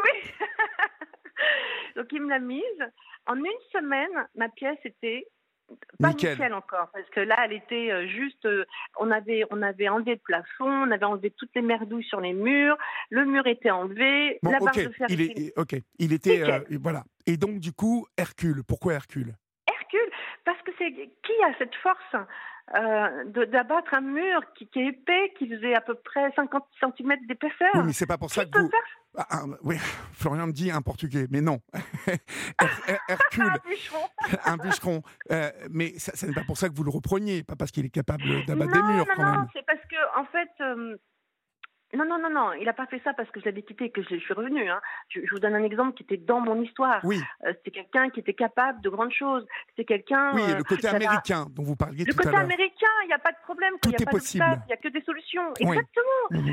Donc il me l'a mise. En une semaine, ma pièce était pas nickel encore, parce que là, elle était juste. On avait enlevé le plafond, on avait enlevé toutes les merdouilles sur les murs, le mur était enlevé, la barre de fer. Il était voilà. Et donc du coup, Hercule. Pourquoi Hercule ? Hercule, parce que c'est qui a cette force d'abattre un mur qui est épais, qui faisait à peu près 50 cm d'épaisseur. Oui, mais c'est pas pour ça que vous... oui, Florian me dit un Portugais, mais non. Hercule, un bûcheron. Mais ça n'est pas pour ça que vous le repreniez, pas parce qu'il est capable d'abattre des murs quand même. Non, c'est parce que, en fait, Non, il n'a pas fait ça parce que je l'avais quitté et que je suis revenue. Hein. Je vous donne un exemple qui était dans mon histoire. Oui. C'était quelqu'un qui était capable de grandes choses. C'était quelqu'un... Oui, le côté américain dont vous parliez tout à l'heure. Le côté américain, il n'y a pas de problème. Tout il n'y a est pas possible. Il n'y a que des solutions. Oui. Exactement.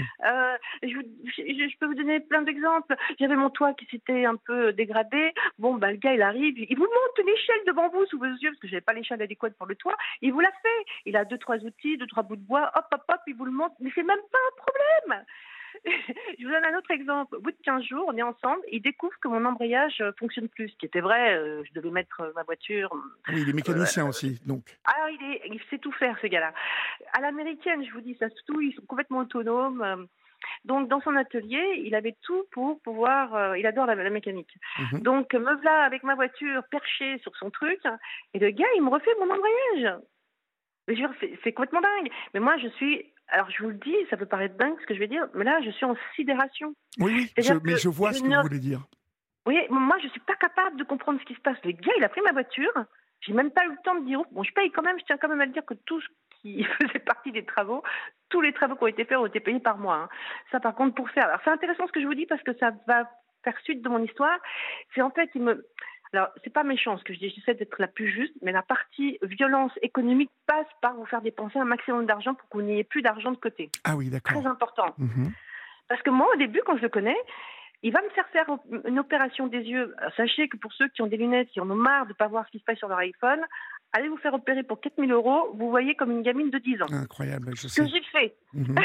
Je peux vous donner plein d'exemples. J'avais mon toit qui s'était un peu dégradé. Bon, le gars, il arrive, il vous monte une échelle de bambou sous vos yeux parce que je n'avais pas l'échelle adéquate pour le toit. Il vous l'a fait. Il a 2-3 outils, 2-3 bouts de bois. Hop, il vous le monte. Mais c'est même pas un problème. Je vous donne un autre exemple. Au bout de 15 jours, on est ensemble. Il découvre que mon embrayage fonctionne plus. Ce qui était vrai, je devais mettre ma voiture. Oui, il est mécanicien aussi, donc. Alors, il sait tout faire, ce gars-là. À l'américaine, je vous dis, ça se tout, ils sont complètement autonomes. Donc, dans son atelier, il avait tout pour pouvoir... il adore la mécanique. Donc, me voilà avec ma voiture perchée sur son truc. Et le gars, il me refait mon embrayage. Mais c'est complètement dingue. Mais moi, je suis... Alors, je vous le dis, ça peut paraître dingue ce que je vais dire, mais là, je suis en sidération. Oui, mais je vois ce que vous voulez dire. Oui, moi, je ne suis pas capable de comprendre ce qui se passe. Le gars, il a pris ma voiture. J'ai même pas eu le temps de dire... Bon, je paye quand même, je tiens quand même à le dire que tout ce qui faisait partie des travaux, tous les travaux qui ont été faits ont été payés par moi. Hein. Ça, par contre, pour faire... Alors, c'est intéressant ce que je vous dis parce que ça va faire suite de mon histoire. C'est en fait, Alors, c'est pas méchant ce que je dis, j'essaie d'être la plus juste, mais la partie violence économique passe par vous faire dépenser un maximum d'argent pour que vous n'ayez plus d'argent de côté. Ah oui, d'accord. Très important. Parce que moi, au début, quand je le connais, il va me faire une opération des yeux. Alors, sachez que pour ceux qui ont des lunettes, qui en ont marre de ne pas voir ce qui se passe sur leur iPhone, allez vous faire opérer pour 4 000 €, vous voyez comme une gamine de 10 ans. Incroyable, je sais. Ce que j'ai fait.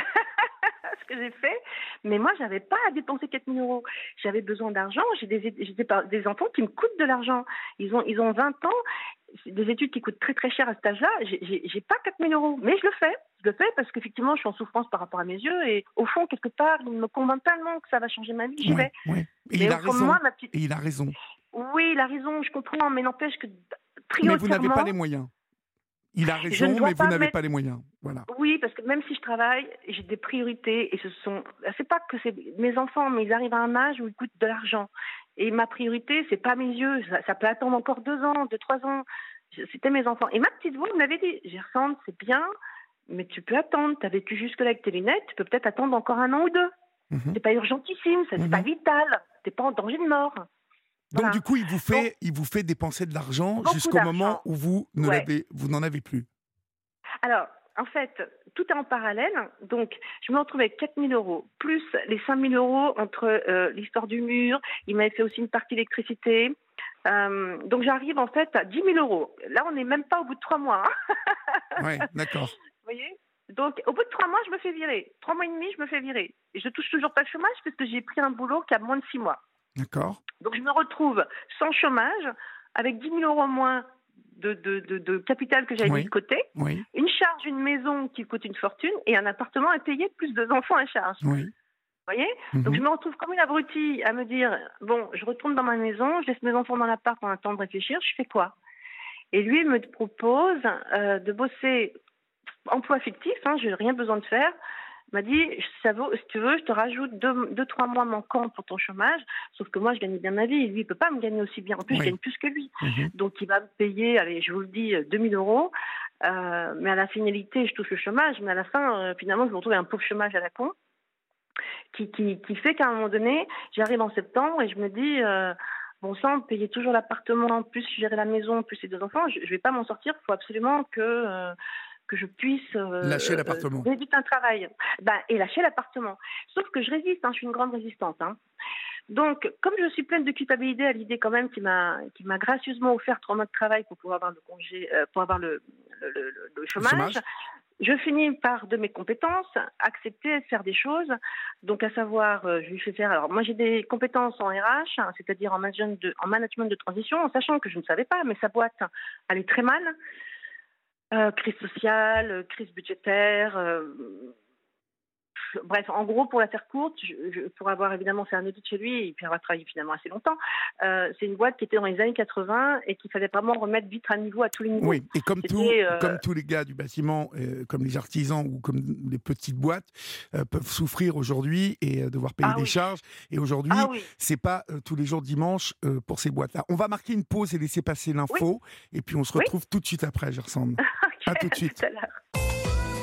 Ce que j'ai fait, mais moi, j'avais pas à dépenser 4 000 €. J'avais besoin d'argent. J'ai des enfants qui me coûtent de l'argent. Ils ont 20 ans. C'est des études qui coûtent très très cher à cet âge-là. J'ai pas 4 000 €, mais je le fais. Je le fais parce qu'effectivement, je suis en souffrance par rapport à mes yeux et au fond, quelque part, il me convainc tellement que ça va changer ma vie. J'y vais. Oui. Et il a raison. Et il a raison. Oui, il a raison. Je comprends, mais n'empêche que prioritairement. Mais vous n'avez pas les moyens. Il a raison, mais vous n'avez pas les moyens. Voilà. Oui, parce que même si je travaille, j'ai des priorités et c'est pas que c'est mes enfants, mais ils arrivent à un âge où ils coûtent de l'argent. Et ma priorité, c'est pas mes yeux. Ça peut attendre encore 2 ans, 2-3 ans. C'était mes enfants. Et ma petite voix m'avait dit, Gersande, c'est bien, mais tu peux attendre. Tu as vécu jusque-là avec tes lunettes, tu peux peut-être attendre encore 1 an ou 2. C'est pas urgentissime, c'est pas vital. T'es pas en danger de mort. Donc du coup, il vous fait dépenser de l'argent jusqu'au moment où vous n'en avez plus. Alors, en fait, tout est en parallèle. Donc, je me retrouvais avec 4 000 €, plus les 5 000 € entre l'histoire du mur. Il m'avait fait aussi une partie d'électricité. Donc, j'arrive en fait à 10 000 €. Là, on n'est même pas au bout de 3 mois. Hein. Oui, d'accord. Vous voyez ? Donc, au bout de 3 mois, je me fais virer. 3 mois et demi, je me fais virer. Et je touche toujours pas le chômage parce que j'ai pris un boulot qui a moins de 6 mois. D'accord. Donc, je me retrouve sans chômage, avec 10 000 € moins de capital que j'avais mis de côté, une charge, une maison qui coûte une fortune et un appartement à payer, plus 2 enfants à charge. Oui. Vous voyez ? Donc, je me retrouve comme une abrutie à me dire, bon, je retourne dans ma maison, je laisse mes enfants dans l'appart en attendant de réfléchir, je fais quoi ? Et lui, il me propose de bosser emploi fictif, je n'ai rien besoin de faire. Il m'a dit, si tu veux, je te rajoute 2-3 mois manquants pour ton chômage, sauf que moi, je gagne bien ma vie, et lui, il ne peut pas me gagner aussi bien. En plus, je gagne plus que lui. Donc, il va me payer, allez, je vous le dis, 2 000 €, mais à la finalité, je touche le chômage, mais à la fin, finalement, je me retrouve avec un pauvre chômage à la con, qui fait qu'à un moment donné, j'arrive en septembre et je me dis... bon sang, payer toujours l'appartement, plus gérer la maison, plus les 2 enfants, je ne vais pas m'en sortir. Il faut absolument que je puisse lâcher l'appartement. Éviter un travail. Et lâcher l'appartement. Sauf que je résiste, je suis une grande résistante. Donc, comme je suis pleine de culpabilité à l'idée quand même qui m'a gracieusement offert 3 mois de travail pour pouvoir avoir le congé, pour avoir le chômage. Je finis par, de mes compétences, accepter de faire des choses. Donc, à savoir, je lui fais faire... Alors, moi, j'ai des compétences en RH, c'est-à-dire en management de transition, en sachant que je ne savais pas, mais sa boîte allait très mal. Crise sociale, crise budgétaire... Bref, en gros, pour la faire courte, pour avoir évidemment fait un audit chez lui et puis avoir travaillé finalement assez longtemps, c'est une boîte qui était dans les années 80 et qu'il fallait vraiment remettre vite à niveau à tous les niveaux. Oui, et comme tous les gars du bâtiment, comme les artisans ou comme les petites boîtes, peuvent souffrir aujourd'hui et devoir payer des charges. Et aujourd'hui, c'est pas tous les jours dimanche pour ces boîtes-là. On va marquer une pause et laisser passer l'info. Et puis on se retrouve tout de suite après, Gersande. À tout de suite. Tout à l'heure.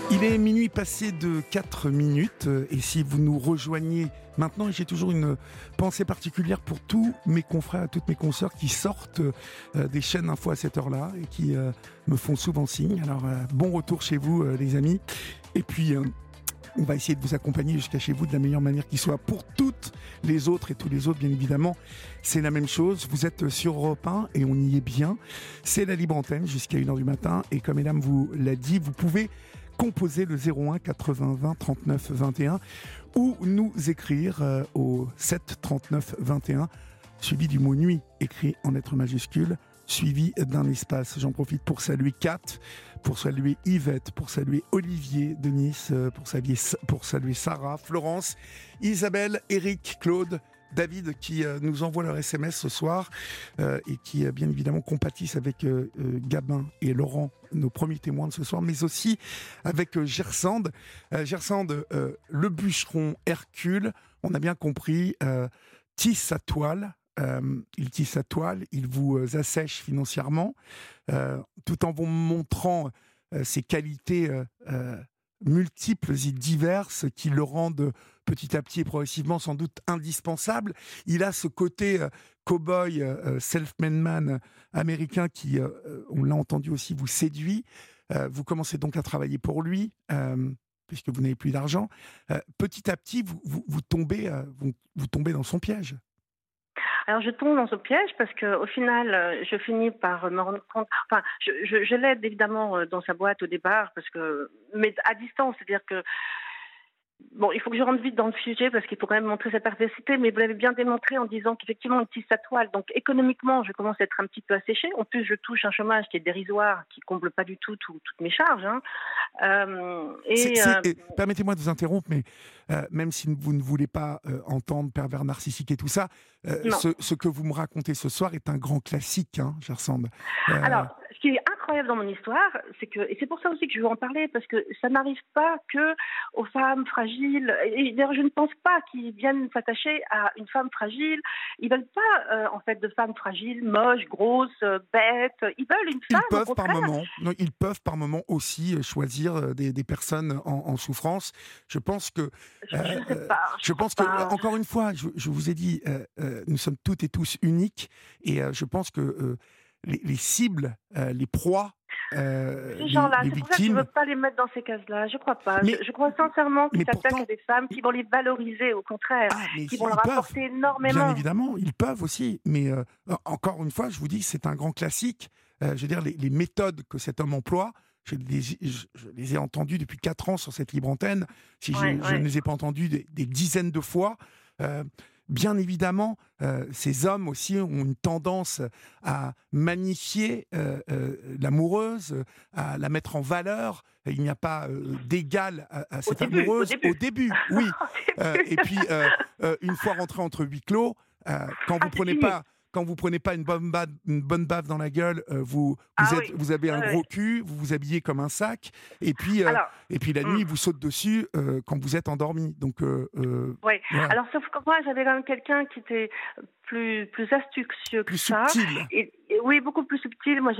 Il est minuit passé de 4 minutes et si vous nous rejoignez maintenant, j'ai toujours une pensée particulière pour tous mes confrères et toutes mes consoeurs qui sortent des chaînes info à cette heure-là et qui me font souvent signe. Alors bon retour chez vous les amis et puis on va essayer de vous accompagner jusqu'à chez vous de la meilleure manière qui soit pour toutes les autres et tous les autres bien évidemment. C'est la même chose, vous êtes sur Europe 1 et on y est bien. C'est la libre antenne jusqu'à 1h du matin et comme Mesdames vous l'a dit, vous pouvez composer le 01 80 20 39 21 ou nous écrire au 7 39 21 suivi du mot nuit écrit en lettres majuscules suivi d'un espace. J'en profite pour saluer Kat, pour saluer Yvette, pour saluer Olivier de Nice, pour saluer Sarah, Florence, Isabelle, Eric, Claude, David qui nous envoie leur SMS ce soir et qui bien évidemment compatissent avec Gabin et Laurent, nos premiers témoins de ce soir, mais aussi avec Gersande. Gersande, le bûcheron Hercule, on a bien compris, tisse sa toile. Il tisse sa toile, il vous assèche financièrement, tout en vous montrant ses qualités multiples et diverses qui le rendent petit à petit et progressivement sans doute indispensable. Il a ce côté cow-boy, self-made man américain qui, on l'a entendu aussi, vous séduit. Vous commencez donc à travailler pour lui, puisque vous n'avez plus d'argent. Petit à petit, vous tombez dans son piège. Alors je tombe dans ce piège parce qu'au final, je finis par me rendre compte. Enfin, je l'aide évidemment dans sa boîte au départ mais à distance, c'est-à-dire que bon, il faut que je rentre vite dans le sujet parce qu'il faut quand même montrer sa perversité, mais vous l'avez bien démontré en disant qu'effectivement, il tisse sa toile. Donc, économiquement, je commence à être un petit peu asséchée. En plus, je touche un chômage qui est dérisoire, qui comble pas du tout toutes mes charges. Hein. Permettez-moi de vous interrompre, mais même si vous ne voulez pas entendre pervers narcissique et tout ça, ce que vous me racontez ce soir est un grand classique, hein, Gersande. Alors, ce qui est incroyable dans mon histoire, et c'est pour ça aussi que je veux en parler, parce que ça n'arrive pas que aux femmes fragiles. Et d'ailleurs, je ne pense pas qu'ils viennent s'attacher à une femme fragile. Ils veulent pas, en fait, de femmes fragiles, moches, grosses, bêtes. Ils veulent une femme. Ils peuvent par moment aussi choisir des personnes en souffrance. Je pense que. Je pense que, encore une fois, je vous ai dit, nous sommes toutes et tous uniques, et je pense que les cibles, les proies, ces gens-là, c'est pour ça que je ne veux pas les mettre dans ces cases-là. Je ne crois pas. Je crois sincèrement qu'ils s'attaquent à des femmes qui vont les valoriser, au contraire, qui vont leur apporter énormément. Bien évidemment, ils peuvent aussi. Mais encore une fois, je vous dis, c'est un grand classique. Je veux dire, les méthodes que cet homme emploie, je les ai entendues depuis 4 ans sur cette libre antenne. Si je ne les ai pas entendues des dizaines de fois. Bien évidemment, ces hommes aussi ont une tendance à magnifier l'amoureuse, à la mettre en valeur. Il n'y a pas d'égal à cette amoureuse au début. Oui. Et puis, une fois rentré entre huis clos, quand vous prenez pas une bonne baffe dans la gueule, vous avez un gros cul, vous vous habillez comme un sac, et puis la nuit, il vous saute dessus quand vous êtes endormi. Donc, oui. Voilà. Alors, sauf que moi, j'avais quand même quelqu'un qui était plus astucieux que ça. Subtil. Oui, beaucoup plus subtil. Moi,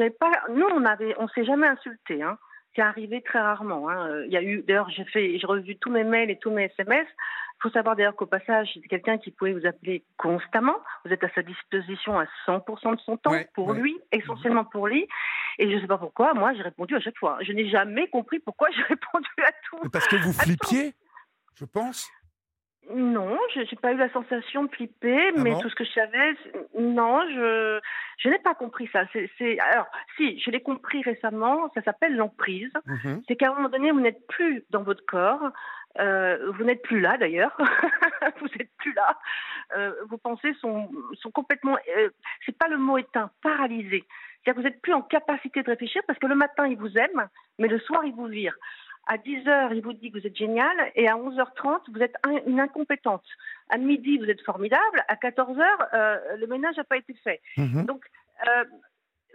on s'est jamais insulté. Hein. C'est arrivé très rarement. Hein. Il y a eu, d'ailleurs, j'ai revu tous mes mails et tous mes SMS. Il faut savoir d'ailleurs qu'au passage, c'est quelqu'un qui pouvait vous appeler constamment. Vous êtes à sa disposition à 100% de son temps pour lui, essentiellement pour lui. Et je ne sais pas pourquoi, moi, j'ai répondu à chaque fois. Je n'ai jamais compris pourquoi j'ai répondu à tout. Parce que vous flippiez, je pense. Non, je n'ai pas eu la sensation de flipper, mais tout ce que je savais, non, je n'ai pas compris ça. Alors, si, je l'ai compris récemment, ça s'appelle l'emprise. C'est qu'à un moment donné, vous n'êtes plus dans votre corps. Vous n'êtes plus là d'ailleurs, vous n'êtes plus là. Vos pensées sont complètement, c'est pas le mot éteint, paralysées. C'est-à-dire que vous n'êtes plus en capacité de réfléchir parce que le matin il vous aime, mais le soir il vous vire. À 10h, il vous dit que vous êtes génial, et à 11h30, vous êtes une incompétente. À midi, vous êtes formidable. À 14h, le ménage n'a pas été fait. Donc,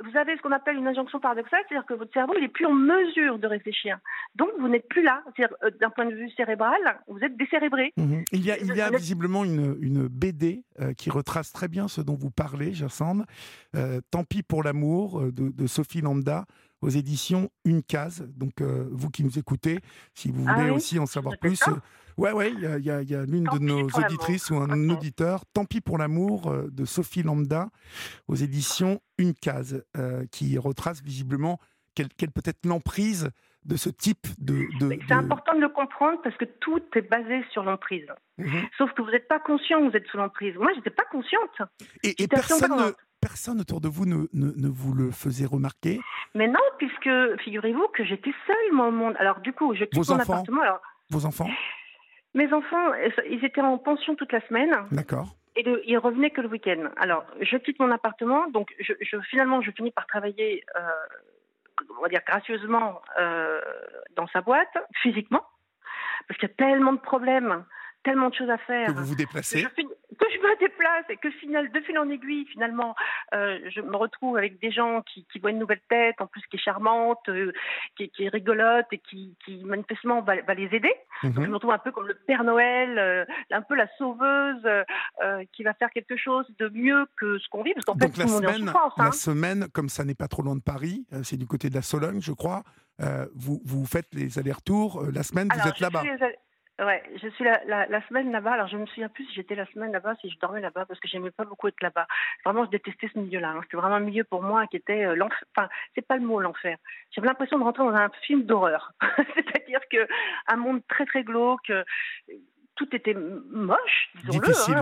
vous avez ce qu'on appelle une injonction paradoxale, c'est-à-dire que votre cerveau, il est plus en mesure de réfléchir. Donc, vous n'êtes plus là. C'est-à-dire, d'un point de vue cérébral, vous êtes décérébré. Il y a visiblement une BD qui retrace très bien ce dont vous parlez, Jacinthe. Tant pis pour l'amour, de Sophie Lambda, aux éditions Une Case. Donc, vous qui nous écoutez, si vous voulez aussi en savoir plus... il y a l'une de nos auditrices ou un auditeur, Tant pis pour l'amour, de Sophie Lambda, aux éditions Une Case, qui retrace visiblement quelle peut être l'emprise de ce type de... C'est important de le comprendre parce que tout est basé sur l'emprise. Sauf que vous n'êtes pas conscient que vous êtes sous l'emprise. Moi, je n'étais pas consciente. Et personne autour de vous ne vous le faisait remarquer? Mais non, puisque figurez-vous que j'étais seule, moi, au monde. Alors du coup, je quitte mon appartement. Vos enfants? Mes enfants, ils étaient en pension toute la semaine. D'accord. Et ils revenaient que le week-end. Alors, je quitte mon appartement, donc finalement, je finis par travailler, on va dire gracieusement, dans sa boîte, physiquement, parce qu'il y a tellement de problèmes, tellement de choses à faire. Que vous vous déplacez. Que je me déplace et que de fil en aiguille, finalement, je me retrouve avec des gens qui voient une nouvelle tête, en plus qui est charmante, qui est rigolote et qui manifestement va les aider. Donc, je me retrouve un peu comme le Père Noël, un peu la sauveuse qui va faire quelque chose de mieux que ce qu'on vit, parce qu'en fait, tout le monde est en souffrance. La semaine, comme ça n'est pas trop loin de Paris, c'est du côté de la Sologne, je crois, vous faites les allers-retours. La semaine, vous êtes là-bas. Ouais, je suis la semaine là-bas. Alors, je me souviens plus si j'étais la semaine là-bas, si je dormais là-bas, parce que j'aimais pas beaucoup être là-bas. Vraiment, je détestais ce milieu-là. C'était vraiment un milieu pour moi qui était l'enfer. Enfin, c'est pas le mot l'enfer. J'avais l'impression de rentrer dans un film d'horreur. C'est-à-dire que un monde très très glauque, tout était moche, disons-le. Difficile.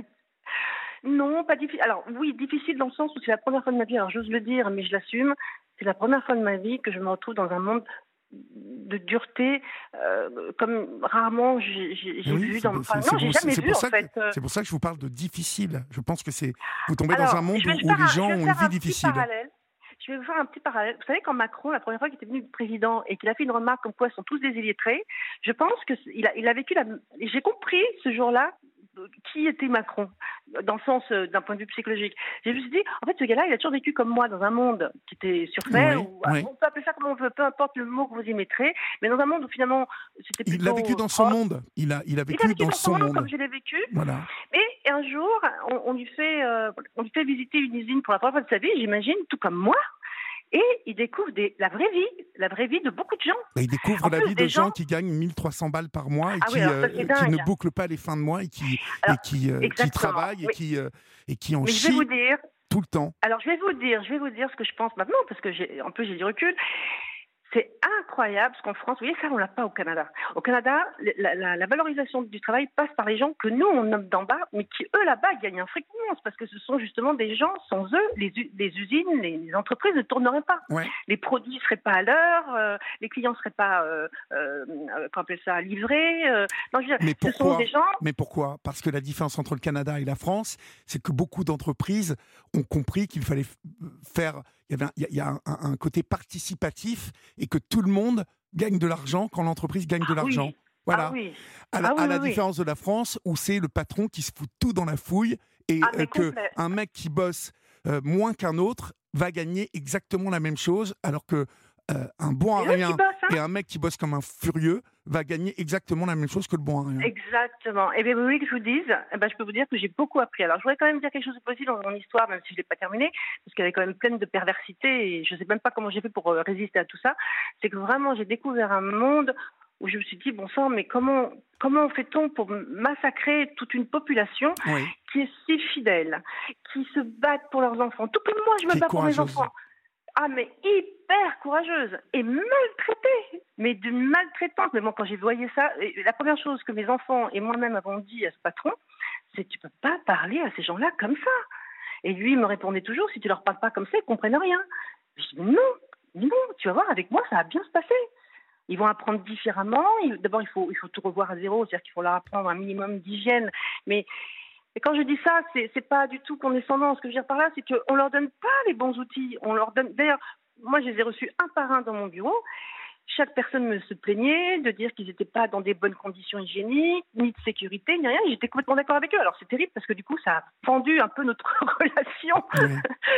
Non, pas difficile. Alors oui, difficile dans le sens où c'est la première fois de ma vie. Alors j'ose le dire, mais je l'assume. C'est la première fois de ma vie que je me retrouve dans un monde de dureté comme rarement j'ai vu dans... Enfin non, j'ai jamais vu en fait. C'est pour ça que je vous parle de difficile. Je pense que vous tombez dans un monde où les gens ont une vie difficile. Je vais vous faire un petit parallèle. Vous savez, quand Macron, la première fois qu'il était venu président et qu'il a fait une remarque comme quoi ils sont tous des illettrés, je pense qu'il a vécu J'ai compris ce jour-là qui était Macron, dans le sens d'un point de vue psychologique. J'ai juste dit, en fait, ce gars-là, il a toujours vécu comme moi, dans un monde qui était surfait, on peut appeler ça comme on veut, peu importe le mot que vous y mettrez, mais dans un monde où finalement, c'était plutôt... Il a vécu dans son monde. Il a vécu dans son monde. Comme je l'ai vécu. Voilà. Et un jour, on lui fait visiter une usine pour la première fois de sa vie, j'imagine, tout comme moi. Et il découvre la vraie vie de beaucoup de gens. Il découvre la vie de gens qui gagnent 1300 balles par mois et qui ne bouclent pas les fins de mois et qui travaillent et qui en chient tout le temps. Alors je vais vous dire ce que je pense maintenant, parce que j'ai du recul. C'est incroyable parce qu'en France, vous voyez, ça, on l'a pas au Canada. Au Canada, la valorisation du travail passe par les gens que nous, on nomme d'en bas, mais qui, eux, là-bas, gagnent un fric immense parce que ce sont justement des gens, sans eux, les usines, les entreprises ne tourneraient pas. Ouais. Les produits ne seraient pas à l'heure, les clients ne seraient pas, comment appeler ça, livrés. Mais pourquoi ? Parce que la différence entre le Canada et la France, c'est que beaucoup d'entreprises ont compris qu'il fallait faire... Il y a un côté participatif et que tout le monde gagne de l'argent quand l'entreprise gagne de l'argent. Oui. Voilà. À la différence de la France où c'est le patron qui se fout tout dans la fouille et qu'un mec qui bosse moins qu'un autre va gagner exactement la même chose alors que un bon à rien et un mec qui bosse comme un furieux va gagner exactement la même chose que le bon à rien. Exactement. Et bien, vous voulez que je vous dise, je peux vous dire que j'ai beaucoup appris. Alors, je voudrais quand même dire quelque chose de positif dans mon histoire, même si je ne l'ai pas terminée, parce qu'elle est quand même pleine de perversité et je ne sais même pas comment j'ai fait pour résister à tout ça. C'est que vraiment, j'ai découvert un monde où je me suis dit, bon sang, mais comment fait-on pour massacrer toute une population qui est si fidèle, qui se battent pour leurs enfants, tout comme moi, je me bats pour mes enfants. Ah, mais hyper courageuse et maltraitée, mais d'une maltraitante. Mais bon, quand j'ai voyé ça, la première chose que mes enfants et moi-même avons dit à ce patron, c'est tu peux pas parler à ces gens-là comme ça. Et lui, il me répondait toujours, si tu leur parles pas comme ça, ils comprennent rien. Je dis non, tu vas voir, avec moi, ça va bien se passer. Ils vont apprendre différemment. D'abord, il faut tout revoir à zéro, c'est-à-dire qu'il faut leur apprendre un minimum d'hygiène. Mais quand je dis ça, c'est pas du tout condescendant. Ce que je veux dire par là, c'est qu'on leur donne pas les bons outils. On leur donne. D'ailleurs, moi, je les ai reçus un par un dans mon bureau. Chaque personne me se plaignait de dire qu'ils n'étaient pas dans des bonnes conditions hygiéniques, ni de sécurité, ni rien. J'étais complètement d'accord avec eux. Alors, c'est terrible parce que du coup, ça a fendu un peu notre relation.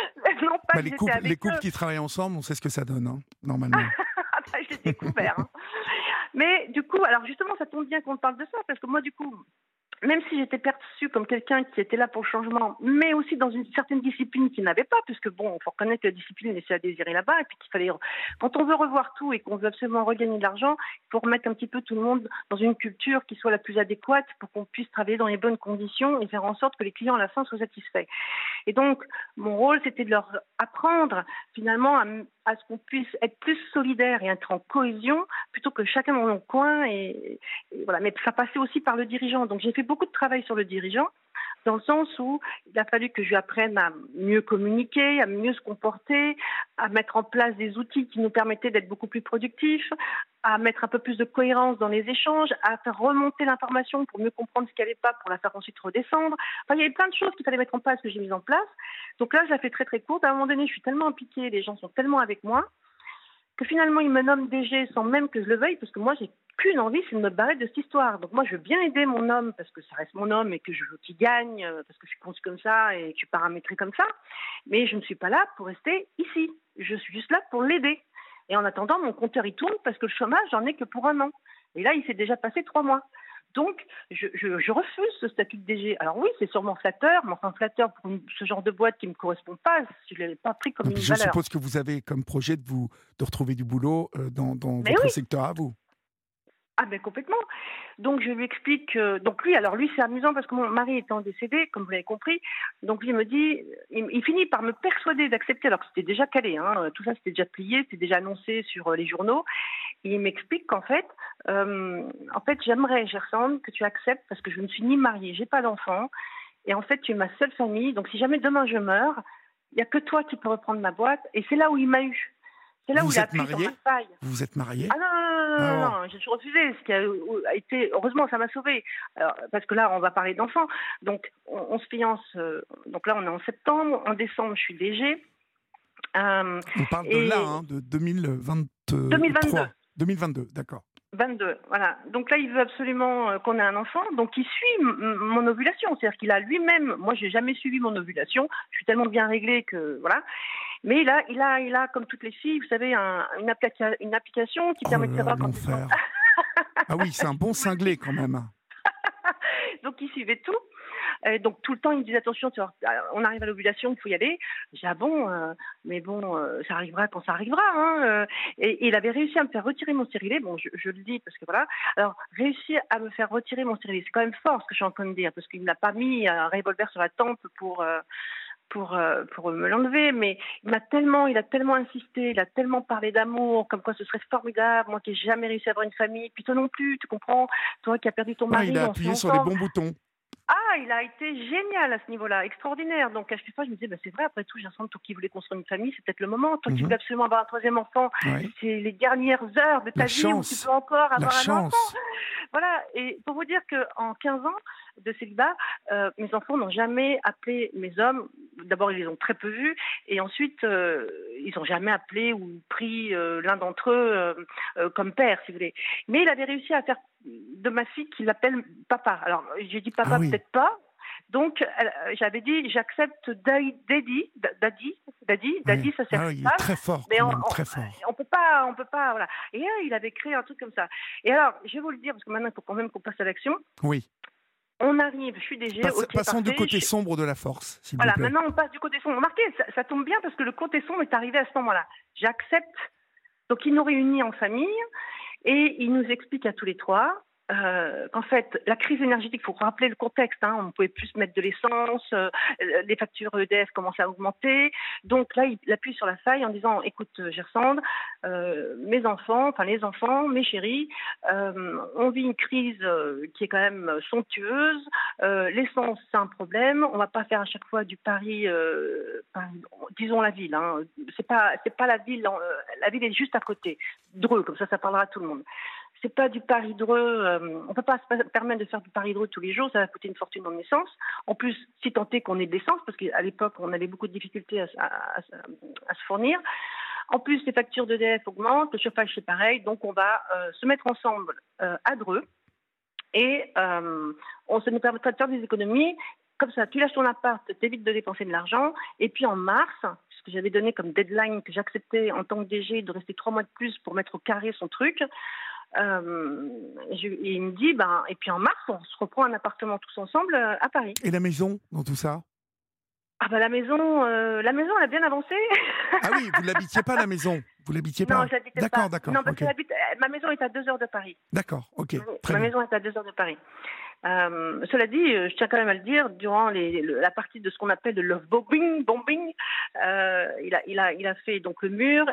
Non, pas les couples qui travaillent ensemble, on sait ce que ça donne, hein, normalement. J'ai découvert. Hein. Mais du coup, alors justement, ça tombe bien qu'on parle de ça, parce que moi, du coup, même si j'étais perçue comme quelqu'un qui était là pour le changement, mais aussi dans une certaine discipline qu'il n'avait pas, puisque bon, il faut reconnaître que la discipline laissait à désirer là-bas, et puis qu'il fallait, quand on veut revoir tout et qu'on veut absolument regagner de l'argent, il faut remettre un petit peu tout le monde dans une culture qui soit la plus adéquate pour qu'on puisse travailler dans les bonnes conditions et faire en sorte que les clients à la fin soient satisfaits. Et donc, mon rôle, c'était de leur apprendre finalement à ce qu'on puisse être plus solidaire et être en cohésion, plutôt que chacun dans son coin. Et voilà. Mais ça passait aussi par le dirigeant. Donc, j'ai fait beaucoup de travail sur le dirigeant, dans le sens où il a fallu que je lui apprenne à mieux communiquer, à mieux se comporter, à mettre en place des outils qui nous permettaient d'être beaucoup plus productifs, à mettre un peu plus de cohérence dans les échanges, à faire remonter l'information pour mieux comprendre ce qui n'allait pas, pour la faire ensuite redescendre. Enfin, il y avait plein de choses qu'il fallait mettre en place, que j'ai mises en place. Donc là, je la fais très très courte. À un moment donné, je suis tellement impliquée, les gens sont tellement avec moi, que finalement, ils me nomment DG sans même que je le veuille, parce que moi, j'ai qu'une envie, c'est de me barrer de cette histoire. Donc moi, je veux bien aider mon homme, parce que ça reste mon homme et que je veux qu'il gagne, parce que je suis conçue comme ça et que je suis paramétrée comme ça. Mais je ne suis pas là pour rester ici. Je suis juste là pour l'aider. Et en attendant, mon compteur, il tourne parce que le chômage, j'en ai que pour 1 an. Et là, il s'est déjà passé 3 mois. Donc, je refuse ce statut de DG. Alors oui, c'est sûrement flatteur, mais enfin flatteur pour ce genre de boîte qui ne me correspond pas, si je ne l'avais pas pris comme une valeur. Je suppose que vous avez comme projet de retrouver du boulot dans votre secteur à vous. Ah ben complètement. Donc je lui explique, donc lui c'est amusant parce que mon mari étant décédé, comme vous l'avez compris, donc lui il me dit, il finit par me persuader d'accepter, alors que c'était déjà calé, hein, tout ça c'était déjà plié, c'était déjà annoncé sur les journaux, et il m'explique qu'en fait, j'aimerais, Gersande, que tu acceptes parce que je ne suis ni mariée, j'ai pas d'enfant, et en fait tu es ma seule famille, donc si jamais demain je meurs, il n'y a que toi qui peux reprendre ma boîte, et c'est là où il m'a eu. C'est là où il a appuyé sur ma faille. Vous êtes mariée ? Ah non, j'ai toujours refusé. Ce qui a été, heureusement, ça m'a sauvée. Alors, parce que là, on va parler d'enfants. Donc, on se fiance. Donc là, on est en septembre. En décembre, je suis DG. On parle de là, hein, de 2022. 2022, d'accord. 22, voilà. Donc là, il veut absolument qu'on ait un enfant. Donc, il suit mon ovulation. C'est-à-dire qu'il a lui-même... Moi, je n'ai jamais suivi mon ovulation. Je suis tellement bien réglée que... Voilà. Mais il a, comme toutes les filles, vous savez, une application qui permet de savoir quand... Ah oui, c'est un bon cinglé quand même. Donc, il suivait tout. Donc, tout le temps, il me disait, attention, on arrive à l'ovulation, il faut y aller. J'ai dit, ça arrivera quand ça arrivera. Hein. Et il avait réussi à me faire retirer mon stérilet. Bon, je le dis parce que voilà. Alors, réussir à me faire retirer mon stérilet, c'est quand même fort ce que je suis en train de dire, parce qu'il n'a pas mis un revolver sur la tempe pour me l'enlever, mais il a tellement insisté, il a tellement parlé d'amour, comme quoi ce serait formidable, moi qui n'ai jamais réussi à avoir une famille, puis toi non plus, tu comprends, toi qui as perdu ton mari. Il a appuyé sur les bons boutons. Ah, il a été génial à ce niveau-là, extraordinaire. Donc à chaque fois, je me disais, c'est vrai, après tout, Gersande, toi qui voulais construire une famille, c'est peut-être le moment. Toi qui voulais absolument avoir un 3e enfant, c'est les dernières heures de ta vie où tu peux encore avoir un enfant. Voilà, et pour vous dire qu'en 15 ans de célibat, mes enfants n'ont jamais appelé mes hommes. D'abord, ils les ont très peu vus, et ensuite, ils n'ont jamais appelé ou pris l'un d'entre eux comme père, si vous voulez. Mais il avait réussi à faire de ma fille qu'il l'appelle papa. Alors, j'ai dit papa, peut-être pas. Donc, j'avais dit, j'accepte Daddy, ça sert il est très fort, mais très fort. On peut pas, voilà. Et il avait créé un truc comme ça. Et alors, je vais vous le dire, parce que maintenant, il faut quand même qu'on passe à l'action. Oui. On arrive, je suis DG, passons du côté sombre de la force, s'il vous plaît. Voilà, maintenant, on passe du côté sombre. Remarquez, ça tombe bien, parce que le côté sombre est arrivé à ce moment-là. J'accepte. Donc, il nous réunit en famille, et il nous explique à tous les 3 qu'en fait, la crise énergétique, il faut rappeler le contexte, hein, on ne pouvait plus se mettre de l'essence, les factures EDF commençaient à augmenter. Donc là, il appuie sur la faille en disant, écoute, Gersande, les enfants, mes chéris, on vit une crise qui est quand même somptueuse. L'essence, c'est un problème. On ne va pas faire à chaque fois du pari, disons la ville. Hein. C'est pas la ville. La ville est juste à côté. Dreux, comme ça parlera à tout le monde. C'est pas du Paris Dreux, on peut pas se permettre de faire du Paris Dreux tous les jours, ça va coûter une fortune en essence. En plus, si tant est qu'on ait de l'essence, parce qu'à l'époque, on avait beaucoup de difficultés à se fournir. En plus, les factures d'EDF augmentent, le chauffage c'est pareil, donc on va se mettre ensemble à Dreux et on se permettra de faire des économies. Comme ça, tu lâches ton appart, t'évites de dépenser de l'argent, et puis en mars, ce que j'avais donné comme deadline, que j'acceptais en tant que DG, de rester 3 mois de plus pour mettre au carré son truc. Et il me dit, et puis en mars, on se reprend un appartement tous ensemble à Paris. Et la maison, dans tout ça? La maison, elle a bien avancé. Ah oui, vous l'habitiez pas la maison? Vous l'habitiez pas? Non, je l'habitais pas. D'accord. Non, parce que ma maison est à 2 heures de Paris. D'accord, ok. Ma maison est à 2 heures de Paris. Cela dit, je tiens quand même à le dire, durant la partie de ce qu'on appelle le love bombing, il a fait donc le mur,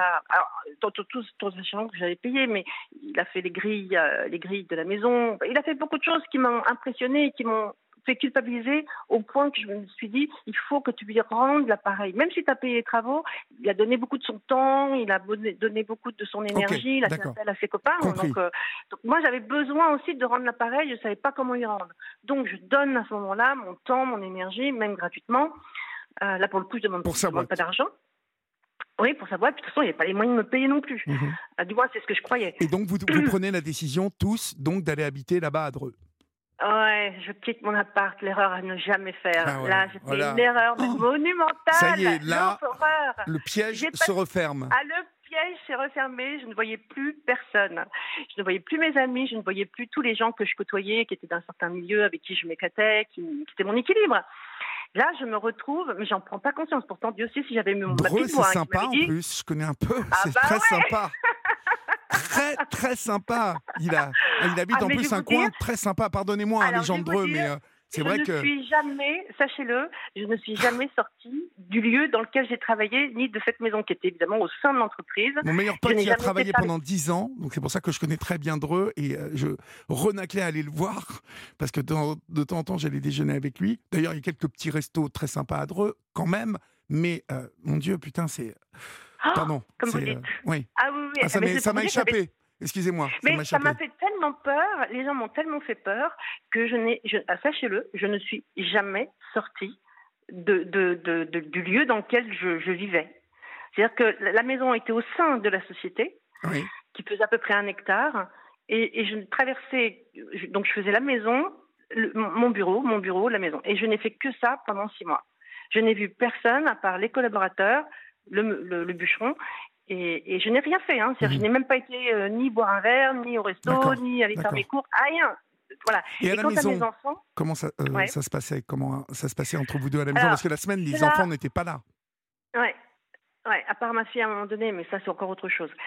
tout sachant que j'avais payé, mais il a fait les grilles de la maison. Il a fait beaucoup de choses qui m'ont impressionné et qui m'ont fait culpabiliser au point que je me suis dit, il faut que tu lui rendes l'appareil. Même si tu as payé les travaux, il a donné beaucoup de son temps, il a donné beaucoup de son énergie, il a fait appel à ses copains. Donc moi, j'avais besoin aussi de rendre l'appareil, je ne savais pas comment lui rendre. Donc je donne à ce moment-là mon temps, mon énergie, même gratuitement. Là, pour le coup, je ne demande pas d'argent. Oui, pour sa boîte. De toute façon, il n'y avait pas les moyens de me payer non plus. Du moins, c'est ce que je croyais. Et donc, vous prenez la décision tous donc d'aller habiter là-bas à Dreux? Ouais, je quitte mon appart, l'erreur à ne jamais faire. Ah ouais, là, j'ai fait une erreur monumentale. Ça y est, là, horreur. Le piège se referme. Le piège s'est refermé, je ne voyais plus personne. Je ne voyais plus mes amis, je ne voyais plus tous les gens que je côtoyais, qui étaient d'un certain milieu, avec qui je m'éclatais, qui étaient mon équilibre. Là, je me retrouve, mais j'en prends pas conscience. Pourtant, Dieu sait si j'avais mis mon Dreux, c'est sympa en plus, je connais un peu, c'est très sympa. Très, très sympa. Il habite en plus un coin très sympa. Pardonnez-moi, les gens de Dreux, mais c'est vrai que... Sachez-le, je ne suis jamais sortie du lieu dans lequel j'ai travaillé, ni de cette maison qui était évidemment au sein de l'entreprise. Mon meilleur pote y a travaillé pendant 10 ans, donc c'est pour ça que je connais très bien Dreux, et je renaclais à aller le voir, parce que de temps en temps, j'allais déjeuner avec lui. D'ailleurs, il y a quelques petits restos très sympas à Dreux, quand même, mais mon Dieu, putain, c'est... Pardon. Comme vous dites. Oui. Ah oui. Ça m'a échappé. Excusez-moi. Mais ça m'a fait tellement peur, les gens m'ont tellement fait peur que sachez-le, je ne suis jamais sortie du lieu dans lequel je vivais. C'est-à-dire que la maison était au sein de la société, qui faisait à peu près 1 hectare, et je traversais, donc je faisais la maison, mon bureau, la maison. Et je n'ai fait que ça pendant 6 mois. Je n'ai vu personne à part les collaborateurs, le bûcheron, et je n'ai rien fait. Je n'ai même pas été ni boire un verre, ni au resto, ni aller faire mes cours, rien. Voilà. Et à la maison, mes enfants, comment ça se passait? Comment ça se passait entre vous deux à la maison? Parce que la semaine, les enfants n'étaient pas là. Ouais, à part ma fille à un moment donné, mais ça c'est encore autre chose.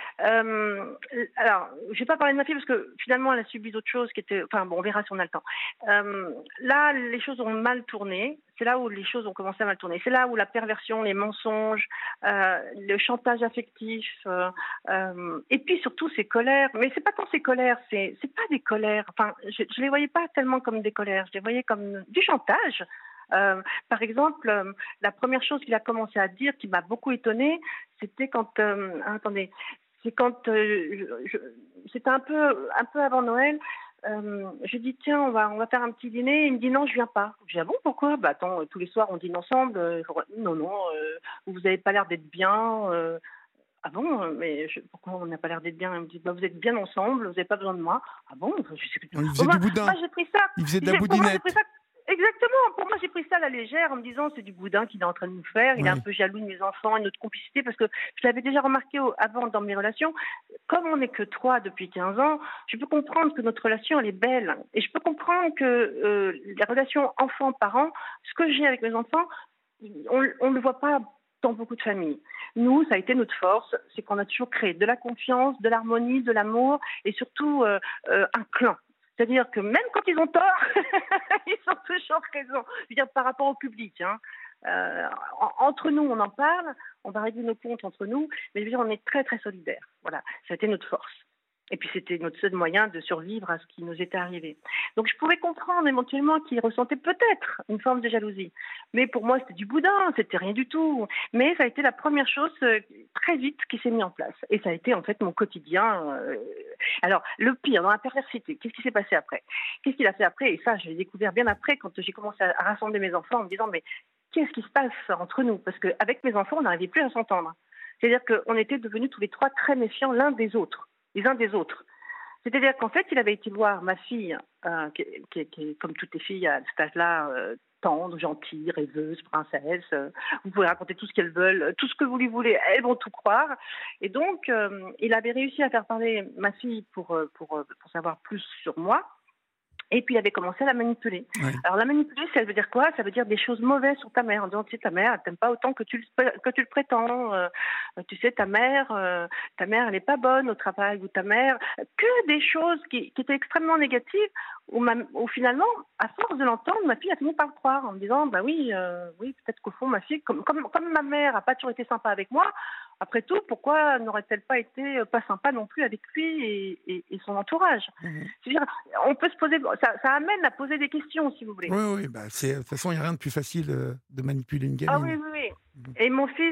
Alors, je vais pas parler de ma fille parce que finalement elle a subi d'autres choses qui étaient... Enfin bon, on verra si on a le temps. Là, les choses ont mal tourné. C'est là où les choses ont commencé à mal tourner. C'est là où la perversion, les mensonges, le chantage affectif, et puis surtout ces colères. Mais c'est pas tant ces colères, c'est pas des colères. Enfin, je les voyais pas tellement comme des colères. Je les voyais comme du chantage. Par exemple, la première chose qu'il a commencé à dire, qui m'a beaucoup étonnée, c'était quand... c'était un peu avant Noël. Je dis tiens, on va faire un petit dîner. Il me dit non, je viens pas. Je dis ah bon, pourquoi? Attends, tous les soirs on dîne ensemble. Non, vous avez pas l'air d'être bien. Ah bon, mais pourquoi on n'a pas l'air d'être bien? Il me dit vous êtes bien ensemble, vous n'avez pas besoin de moi. Ah bon, il faisait du boudin. Moi, j'ai pris ça. Il faisait de la boudinette. Exactement. Pour moi, j'ai pris ça à la légère en me disant c'est du boudin qu'il est en train de nous faire. Il est un peu jaloux de mes enfants et de notre complicité parce que je l'avais déjà remarqué avant dans mes relations. Comme on n'est que 3 depuis 15 ans, je peux comprendre que notre relation, elle est belle. Et je peux comprendre que la relation enfant-parent, ce que j'ai avec mes enfants, on ne le voit pas dans beaucoup de familles. Nous, ça a été notre force, c'est qu'on a toujours créé de la confiance, de l'harmonie, de l'amour et surtout un clan. C'est-à-dire que même quand ils ont tort, ils sont toujours présents. Je veux dire, par rapport au public. Entre nous, on en parle, on va régler nos comptes entre nous, mais je veux dire, on est très, très solidaires. Voilà, ça a été notre force. Et puis, c'était notre seul moyen de survivre à ce qui nous était arrivé. Donc, je pouvais comprendre éventuellement qu'ils ressentaient peut-être une forme de jalousie. Mais pour moi, c'était du boudin, c'était rien du tout. Mais ça a été la première chose très vite qui s'est mise en place. Et ça a été en fait mon quotidien. Alors, le pire, dans la perversité, qu'est-ce qui s'est passé après? Qu'est-ce qu'il a fait après? Et ça, je l'ai découvert bien après, quand j'ai commencé à rassembler mes enfants en me disant, mais qu'est-ce qui se passe entre nous? Parce qu'avec mes enfants, on n'arrivait plus à s'entendre. C'est-à-dire qu'on était devenus tous les 3 très méfiants l'un des autres. Les uns des autres. C'est-à-dire qu'en fait, il avait été voir ma fille, qui est comme toutes les filles à cet âge-là, tendre, gentille, rêveuse, princesse. Vous pouvez raconter tout ce qu'elles veulent, tout ce que vous lui voulez, elles vont tout croire. Et donc, il avait réussi à faire parler ma fille pour savoir plus sur moi. Et puis, il avait commencé à la manipuler. Ouais. Alors, la manipuler, ça veut dire quoi? Ça veut dire des choses mauvaises sur ta mère. En disant, tu sais, ta mère, elle t'aime pas autant que tu le prétends. Tu sais, ta mère, elle est pas bonne au travail. Ou ta mère... Que des choses qui étaient extrêmement négatives, où finalement, à force de l'entendre, ma fille a fini par le croire. En me disant, bah oui, peut-être qu'au fond, ma fille, comme ma mère a pas toujours été sympa avec moi, après tout, pourquoi n'aurait-elle pas été pas sympa non plus avec lui et son entourage? C'est-à-dire, on peut se poser, ça amène à poser des questions, si vous voulez. Oui, de toute façon, il n'y a rien de plus facile de manipuler une gamine. Ah oui. Et mon fils,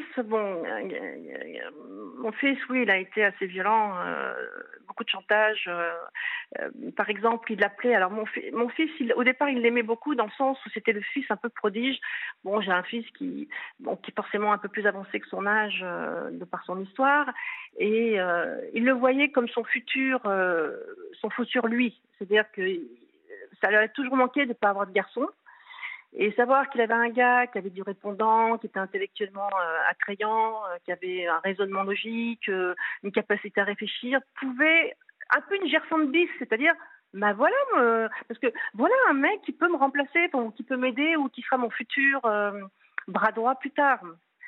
oui, il a été assez violent, beaucoup de chantage. Par exemple, il l'appelait. Alors mon fils, au départ, il l'aimait beaucoup dans le sens où c'était le fils un peu prodige. Bon, j'ai un fils qui est forcément un peu plus avancé que son âge de par son histoire, et il le voyait comme son futur lui. C'est-à-dire que ça lui a toujours manqué de ne pas avoir de garçon. Et savoir qu'il avait un gars qui avait du répondant, qui était intellectuellement attrayant, qui avait un raisonnement logique, une capacité à réfléchir, pouvait un peu une gerson de bis, c'est-à-dire, parce que voilà un mec qui peut me remplacer, qui peut m'aider ou qui sera mon futur bras droit plus tard.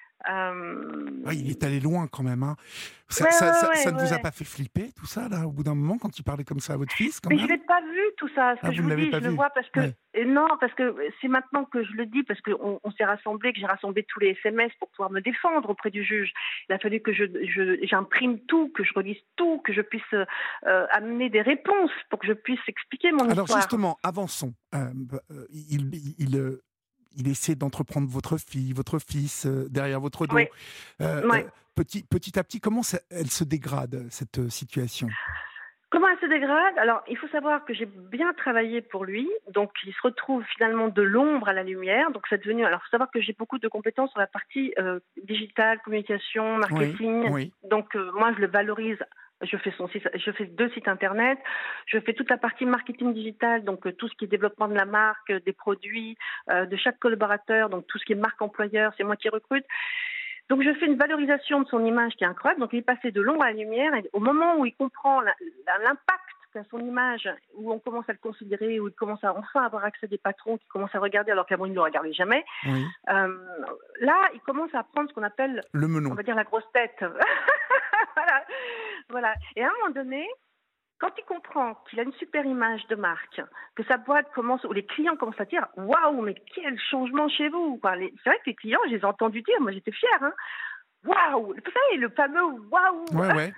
Il est allé loin quand même. Hein. Ça ne vous a pas fait flipper tout ça là au bout d'un moment quand il parlait comme ça à votre fils quand Mais même? je l'ai pas vu tout ça. Ce que je vous dis, je le vois parce que non, parce que c'est maintenant que je le dis, parce que on s'est rassemblés, que j'ai rassemblé tous les SMS pour pouvoir me défendre auprès du juge. Il a fallu que j'imprime tout, que je relise tout, que je puisse amener des réponses pour que je puisse expliquer mon histoire. Alors justement, avançons. Il essaie d'entreprendre votre fils derrière votre dos. Petit à petit, comment elle se dégrade, cette situation? Comment elle se dégrade? Alors, il faut savoir que j'ai bien travaillé pour lui. Donc, il se retrouve finalement de l'ombre à la lumière. Donc, c'est devenu... Alors, il faut savoir que j'ai beaucoup de compétences sur la partie digitale, communication, marketing. Oui. Donc, moi, je le valorise. Je fais 2 sites internet, je fais toute la partie marketing digital, donc tout ce qui est développement de la marque, des produits, de chaque collaborateur, donc tout ce qui est marque employeur, c'est moi qui recrute. Donc je fais une valorisation de son image qui est incroyable, donc il est passé de l'ombre à la lumière, et au moment où il comprend l'impact qu'a son image, où on commence à le considérer, où il commence à enfin avoir accès à des patrons qui commencent à regarder alors qu'avant il ne le regardait jamais, là il commence à prendre ce qu'on appelle, le melon. On va dire la grosse tête. Voilà. Et à un moment donné, quand il comprend qu'il a une super image de marque, que sa boîte commence, ou les clients commencent à dire « Waouh, mais quel changement chez vous !» C'est vrai que les clients, je les ai entendus dire, moi j'étais fière. Hein. Waouh! Vous savez, le fameux waouh! Ouais.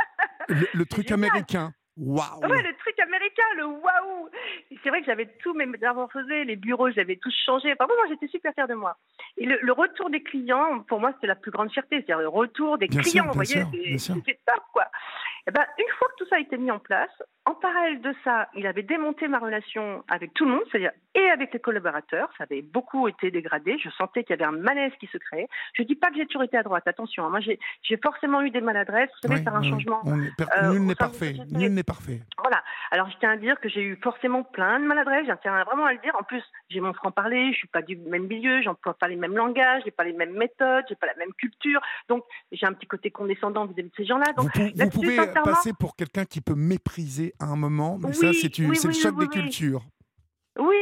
Le truc américain. Waouh! Ouais, le truc américain, le waouh! C'est vrai que j'avais tout métamorphosé, les bureaux, j'avais tout changé. Enfin, moi, j'étais super fière de moi. Et le retour des clients, pour moi, c'était la plus grande fierté. C'est-à-dire le retour des clients, vous voyez, c'est top, quoi. Et ben, une fois que tout ça a été mis en place, en parallèle de ça, il avait démonté ma relation avec tout le monde, c'est-à-dire et avec les collaborateurs. Ça avait beaucoup été dégradé. Je sentais qu'il y avait un malaise qui se créait. Je dis pas que j'ai toujours été à droite. Attention, moi, j'ai forcément eu des maladresses. Vous savez, faire un changement. Nul n'est parfait. Nul n'est parfait. Voilà. Alors, je tiens à dire que j'ai eu forcément plein de maladresses. Je tiens vraiment à le dire. En plus, j'ai mon franc-parler. Je suis pas du même milieu. J'emploie pas les mêmes langages. J'ai pas les mêmes méthodes. J'ai pas la même culture. Donc, j'ai un petit côté condescendant vis-à-vis de ces gens-là. Donc, vous pouvez passer pour quelqu'un qui peut mépriser à un moment, mais ça, c'est le choc des cultures. Oui.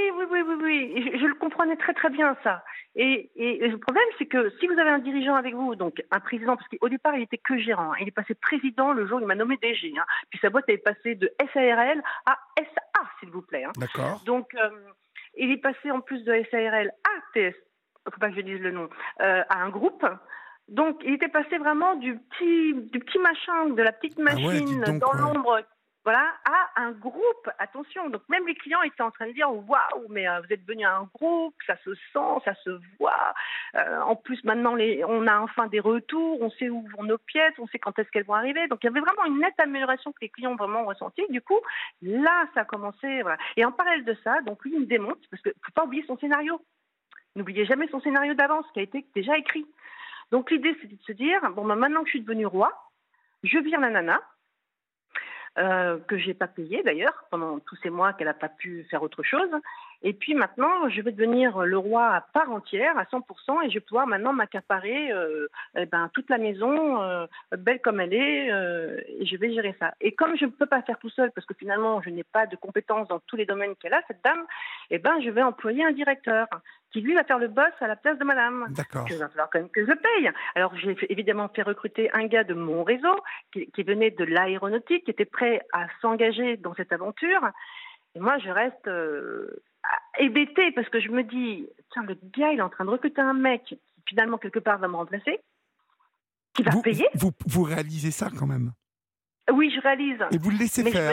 Je le comprenais très très bien, ça. Et le problème, c'est que si vous avez un dirigeant avec vous, donc un président, parce qu'au départ, il était que gérant, il est passé président le jour où il m'a nommé DG, puis sa boîte est passée de SARL à SA, s'il vous plaît. D'accord. Donc, il est passé en plus de SARL à TS, faut pas que je dise le nom, à un groupe. Donc, il était passé vraiment du petit machin, de la petite machine dans l'ombre, voilà, à un groupe. Attention, donc même les clients étaient en train de dire « Waouh, mais vous êtes devenu un groupe, ça se sent, ça se voit. En plus, maintenant, on a enfin des retours, on sait où vont nos pièces, on sait quand est-ce qu'elles vont arriver. » Donc, il y avait vraiment une nette amélioration que les clients ont vraiment ressentie. Du coup, là, ça a commencé. Voilà. Et en parallèle de ça, donc lui, il me démonte, parce qu'il ne faut pas oublier son scénario. N'oubliez jamais son scénario d'avance, qui a été déjà écrit. Donc, l'idée, c'était de se dire, maintenant que je suis devenue roi, je vire la nana, que j'ai pas payée d'ailleurs, pendant tous ces mois qu'elle n'a pas pu faire autre chose, Et puis maintenant, je vais devenir le roi à part entière, à 100%, et je vais pouvoir maintenant m'accaparer toute la maison, belle comme elle est, et je vais gérer ça. Et comme je ne peux pas faire tout seul, parce que finalement, je n'ai pas de compétences dans tous les domaines qu'elle a, cette dame, je vais employer un directeur qui, lui, va faire le boss à la place de madame. D'accord. Il va falloir quand même que je paye. Alors, j'ai évidemment fait recruter un gars de mon réseau qui venait de l'aéronautique, qui était prêt à s'engager dans cette aventure. Et moi, je reste hébétée parce que je me dis, tiens, le gars, il est en train de recruter un mec qui, finalement, quelque part, va me remplacer, qui va payer. Vous réalisez ça quand même? Oui, je réalise. Et vous le laissez faire?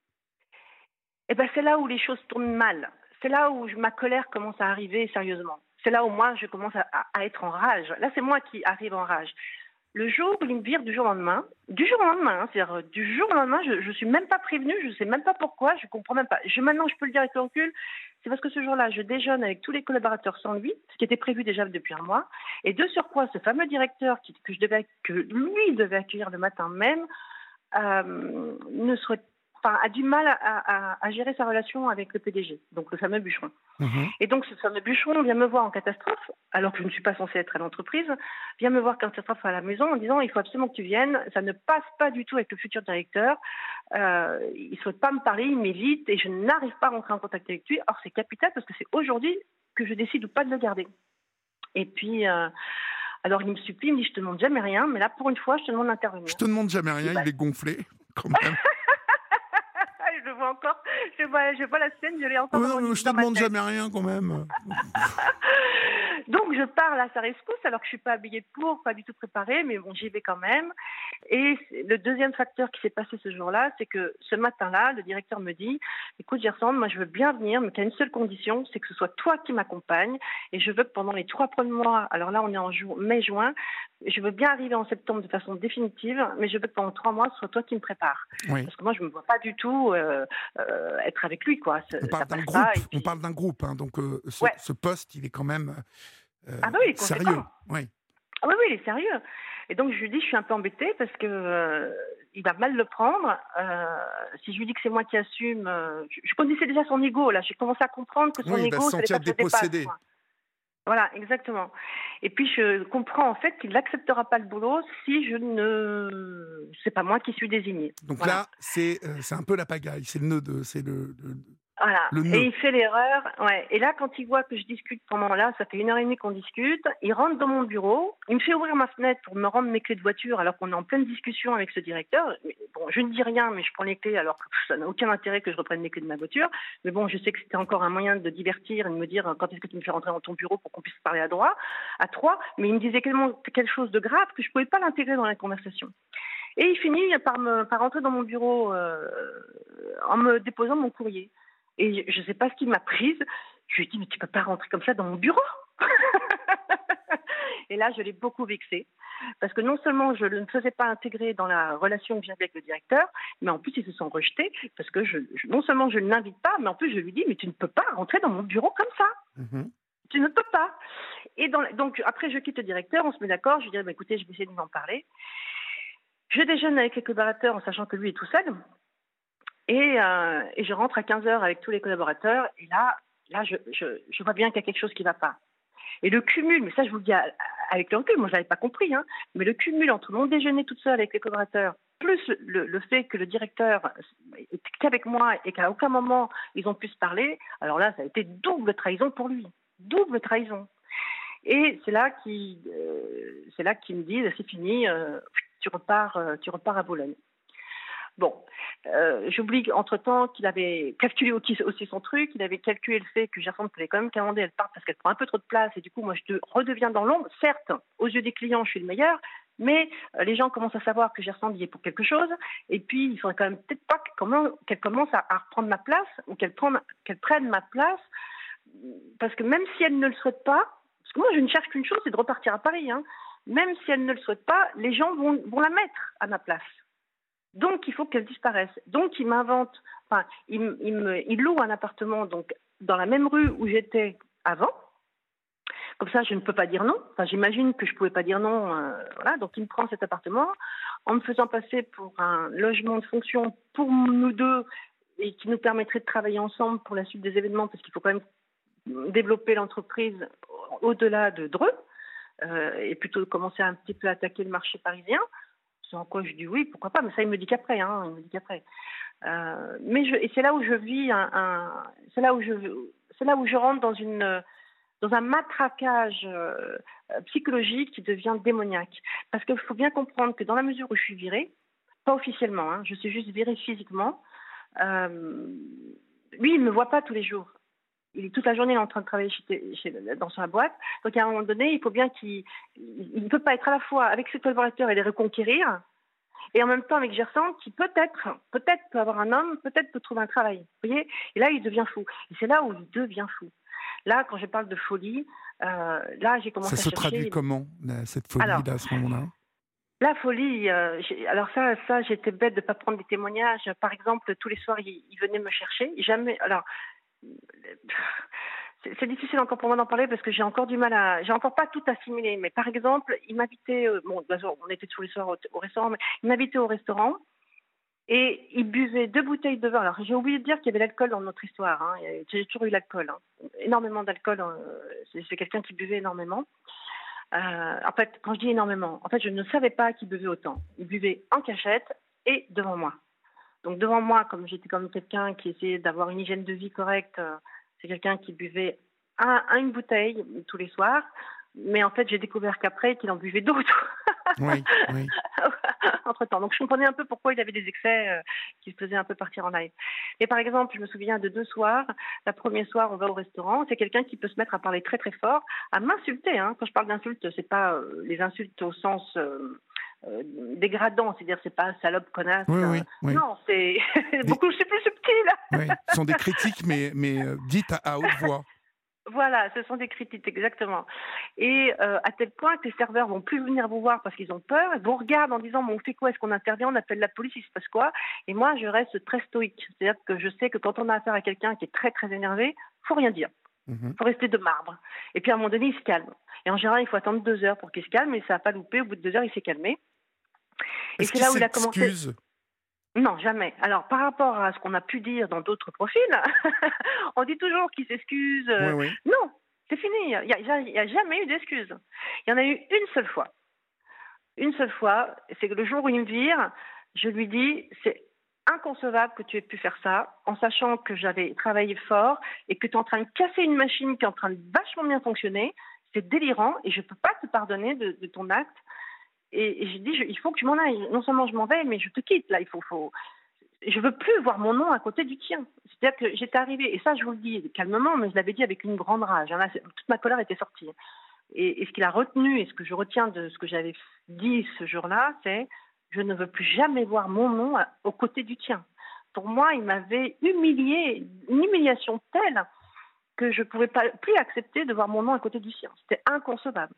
C'est là où les choses tournent mal. C'est là où ma colère commence à arriver sérieusement. C'est là où moi, je commence à être en rage. Là, c'est moi qui arrive en rage. Le jour où il me vire du jour au lendemain, c'est-à-dire du jour au lendemain, je ne suis même pas prévenue, je ne sais même pas pourquoi, je ne comprends même pas. Maintenant, je peux le dire avec le recul, c'est parce que ce jour-là, je déjeune avec tous les collaborateurs sans lui, ce qui était prévu déjà depuis un mois, et de surcroît, ce fameux directeur que lui devait accueillir le matin même, a du mal à gérer sa relation avec le PDG, donc le fameux bûcheron. Et donc ce fameux bûcheron vient me voir en catastrophe, alors que je ne suis pas censée être à l'entreprise, vient me voir en catastrophe à la maison en disant il faut absolument que tu viennes, ça ne passe pas du tout avec le futur directeur, il ne souhaite pas me parler, il m'évite et je n'arrive pas à rentrer en contact avec lui. Or c'est capital parce que c'est aujourd'hui que je décide ou pas de le garder. Et puis alors il me supplie, il me dit je te demande jamais rien, mais là pour une fois je te demande d'intervenir. Je te demande jamais rien, il est gonflé quand même. Je vois encore, je vois la scène, je l'ai encore. Non, je te demande jamais rien quand même. Donc je pars à sa rescousse alors que je suis pas habillée pour, pas du tout préparée, mais bon, j'y vais quand même. Et le deuxième facteur qui s'est passé ce jour-là, c'est que ce matin-là, le directeur me dit écoute Gerson, moi je veux bien venir, mais tu as une seule condition, c'est que ce soit toi qui m'accompagne, et je veux que pendant les 3 premiers mois, alors là on est en mai-juin, je veux bien arriver en septembre de façon définitive, mais je veux que pendant 3 mois, ce soit toi qui me prépares. Oui. Parce que moi je me vois pas du tout être avec lui, quoi. On parle d'un groupe, hein, donc ce poste, il est quand même sérieux. Oui. Ah oui, il est sérieux. Et donc je lui dis, je suis un peu embêtée parce que il va mal le prendre. Si je lui dis que c'est moi qui assume, je connaissais déjà son ego. Là, j'ai commencé à comprendre que son ego, il va se sentir dépossédé. Voilà, exactement. Et puis je comprends en fait qu'il n'acceptera pas le boulot si c'est pas moi qui suis désignée. Donc là, c'est un peu la pagaille, c'est le nœud Voilà. Et il fait l'erreur. Ouais. Et là, quand il voit que je discute pendant là, ça fait 1h30 qu'on discute, il rentre dans mon bureau, il me fait ouvrir ma fenêtre pour me rendre mes clés de voiture alors qu'on est en pleine discussion avec ce directeur. Bon, je ne dis rien, mais je prends les clés alors que ça n'a aucun intérêt que je reprenne les clés de ma voiture. Mais bon, je sais que c'était encore un moyen de divertir et de me dire quand est-ce que tu me fais rentrer dans ton bureau pour qu'on puisse parler à trois. Mais il me disait quelque chose de grave que je ne pouvais pas l'intégrer dans la conversation. Et il finit par rentrer dans mon bureau en me déposant mon courrier. Et je ne sais pas ce qui m'a prise. Je lui ai dit, mais tu ne peux pas rentrer comme ça dans mon bureau. Et là, je l'ai beaucoup vexé. Parce que non seulement je ne faisais pas intégrer dans la relation que j'avais avec le directeur, mais en plus, ils se sont rejetés. Parce que non seulement je ne l'invite pas, mais en plus, je lui dis, mais tu ne peux pas rentrer dans mon bureau comme ça. Tu ne peux pas. Et donc, après, je quitte le directeur, on se met d'accord. Je lui dis, écoutez, je vais essayer de m'en parler. Je déjeune avec les collaborateurs en sachant que lui est tout seul. Et je rentre à 15h avec tous les collaborateurs. Et là je vois bien qu'il y a quelque chose qui ne va pas. Et le cumul, mais ça je vous le dis avec le recul, moi je n'avais pas compris, hein, mais le cumul entre mon déjeuner toute seule avec les collaborateurs, plus le fait que le directeur était qu'avec moi et qu'à aucun moment ils ont pu se parler, alors là ça a été double trahison pour lui. Double trahison. Et c'est là qu'il me dit, c'est fini, tu repars à Boulogne. Bon, j'oublie qu'entre-temps qu'il avait calculé aussi son truc, il avait calculé le fait que Gerson pouvait quand même commander, elle part parce qu'elle prend un peu trop de place et du coup moi je redeviens dans l'ombre. Certes, aux yeux des clients je suis le meilleur, mais les gens commencent à savoir que Gerson y est pour quelque chose et puis il faudrait quand même peut-être pas qu'elle commence à reprendre ma place ou qu'elle prenne ma place parce que même si elle ne le souhaite pas, parce que moi je ne cherche qu'une chose, c'est de repartir à Paris, hein, même si elle ne le souhaite pas, les gens vont la mettre à ma place. Donc, il faut qu'elle disparaisse. Donc, il loue un appartement donc, dans la même rue où j'étais avant. Comme ça, je ne peux pas dire non. Enfin, j'imagine que je ne pouvais pas dire non. Voilà. Donc, il me prend cet appartement en me faisant passer pour un logement de fonction pour nous deux. et qui nous permettrait de travailler ensemble pour la suite des événements, parce qu'il faut quand même développer l'entreprise au-delà de Dreux, et plutôt commencer un petit peu à attaquer le marché parisien. Sans quoi je dis oui, pourquoi pas, mais ça il me dit qu'après. Et c'est là où je vis c'est là où je rentre dans un matraquage psychologique qui devient démoniaque. Parce qu'il faut bien comprendre que dans la mesure où je suis virée, pas officiellement, je suis juste virée physiquement, lui il me voit pas tous les jours. Il est toute la journée en train de travailler dans sa boîte. Donc à un moment donné, il faut bien qu'il ne peut pas être à la fois avec ses collaborateurs et les reconquérir, et en même temps avec Gersand, qui peut-être peut avoir un homme, peut-être peut trouver un travail. Vous voyez ? Et là, il devient fou. Et c'est là où il devient fou. Là, quand je parle de folie, là, j'ai commencé à chercher... Ça se traduit comment, cette folie à ce moment-là ? La folie, alors ça, j'étais bête de ne pas prendre des témoignages. Par exemple, tous les soirs, il venait me chercher. Jamais... Alors, c'est difficile encore pour moi d'en parler parce que j'ai encore pas tout assimilé. Mais par exemple, il m'invitait, on était tous les soirs au restaurant, mais il m'invitait au restaurant et il buvait 2 bouteilles de vin. Alors j'ai oublié de dire qu'il y avait l'alcool dans notre histoire. J'ai toujours eu l'alcool, énormément d'alcool. C'est quelqu'un qui buvait énormément. En fait, quand je dis énormément, je ne savais pas qu'il buvait autant. Il buvait en cachette et devant moi. Donc devant moi, comme j'étais comme quelqu'un qui essayait d'avoir une hygiène de vie correcte, c'est quelqu'un qui buvait une bouteille tous les soirs, mais en fait j'ai découvert qu'après qu'il en buvait d'autres. Oui. Entre-temps. Donc je comprenais un peu pourquoi il avait des excès qui se faisaient un peu partir en live. Et par exemple, je me souviens de 2 soirs. Le premier soir, on va au restaurant. C'est quelqu'un qui peut se mettre à parler très très fort, à m'insulter. Quand je parle d'insultes, c'est pas les insultes au sens dégradant, c'est-à-dire c'est pas salope, connasse. Oui. Non, c'est beaucoup plus subtil. Oui, ce sont des critiques, mais dites à haute voix. Voilà, ce sont des critiques, exactement. Et à tel point que les serveurs vont plus venir vous voir parce qu'ils ont peur. Ils vous regardent en disant, on fait quoi ? Est-ce qu'on intervient ? On appelle la police, il se passe quoi ? Et moi, je reste très stoïque. C'est-à-dire que je sais que quand on a affaire à quelqu'un qui est très, très énervé, faut rien dire. Faut rester de marbre. Et puis à un moment donné, il se calme. Et en général, il faut attendre 2 heures pour qu'il se calme, et ça n'a pas loupé. Au bout de 2 heures, il s'est calmé. Et Est-ce c'est là où il a commencé... s'excuse ? Non, jamais. Alors, par rapport à ce qu'on a pu dire dans d'autres profils, on dit toujours qu'il s'excuse. Oui. Non, c'est fini. Il n'y a jamais eu d'excuse. Il y en a eu une seule fois. Une seule fois, c'est que le jour où il me vire, je lui dis, c'est inconcevable que tu aies pu faire ça, en sachant que j'avais travaillé fort et que tu es en train de casser une machine qui est en train de vachement bien fonctionner. C'est délirant et je ne peux pas te pardonner de ton acte. Et j'ai dit, il faut que tu m'en ailles. Non seulement je m'en vais, mais je te quitte. Là, je veux plus voir mon nom à côté du tien. C'est-à-dire que j'étais arrivée, et ça, je vous le dis calmement, mais je l'avais dit avec une grande rage. Là, toute ma colère était sortie. Et ce qu'il a retenu, et ce que je retiens de ce que j'avais dit ce jour-là, c'est je ne veux plus jamais voir mon nom aux côtés du tien. Pour moi, il m'avait humiliée, une humiliation telle que je ne pouvais plus accepter de voir mon nom à côté du sien. C'était inconcevable.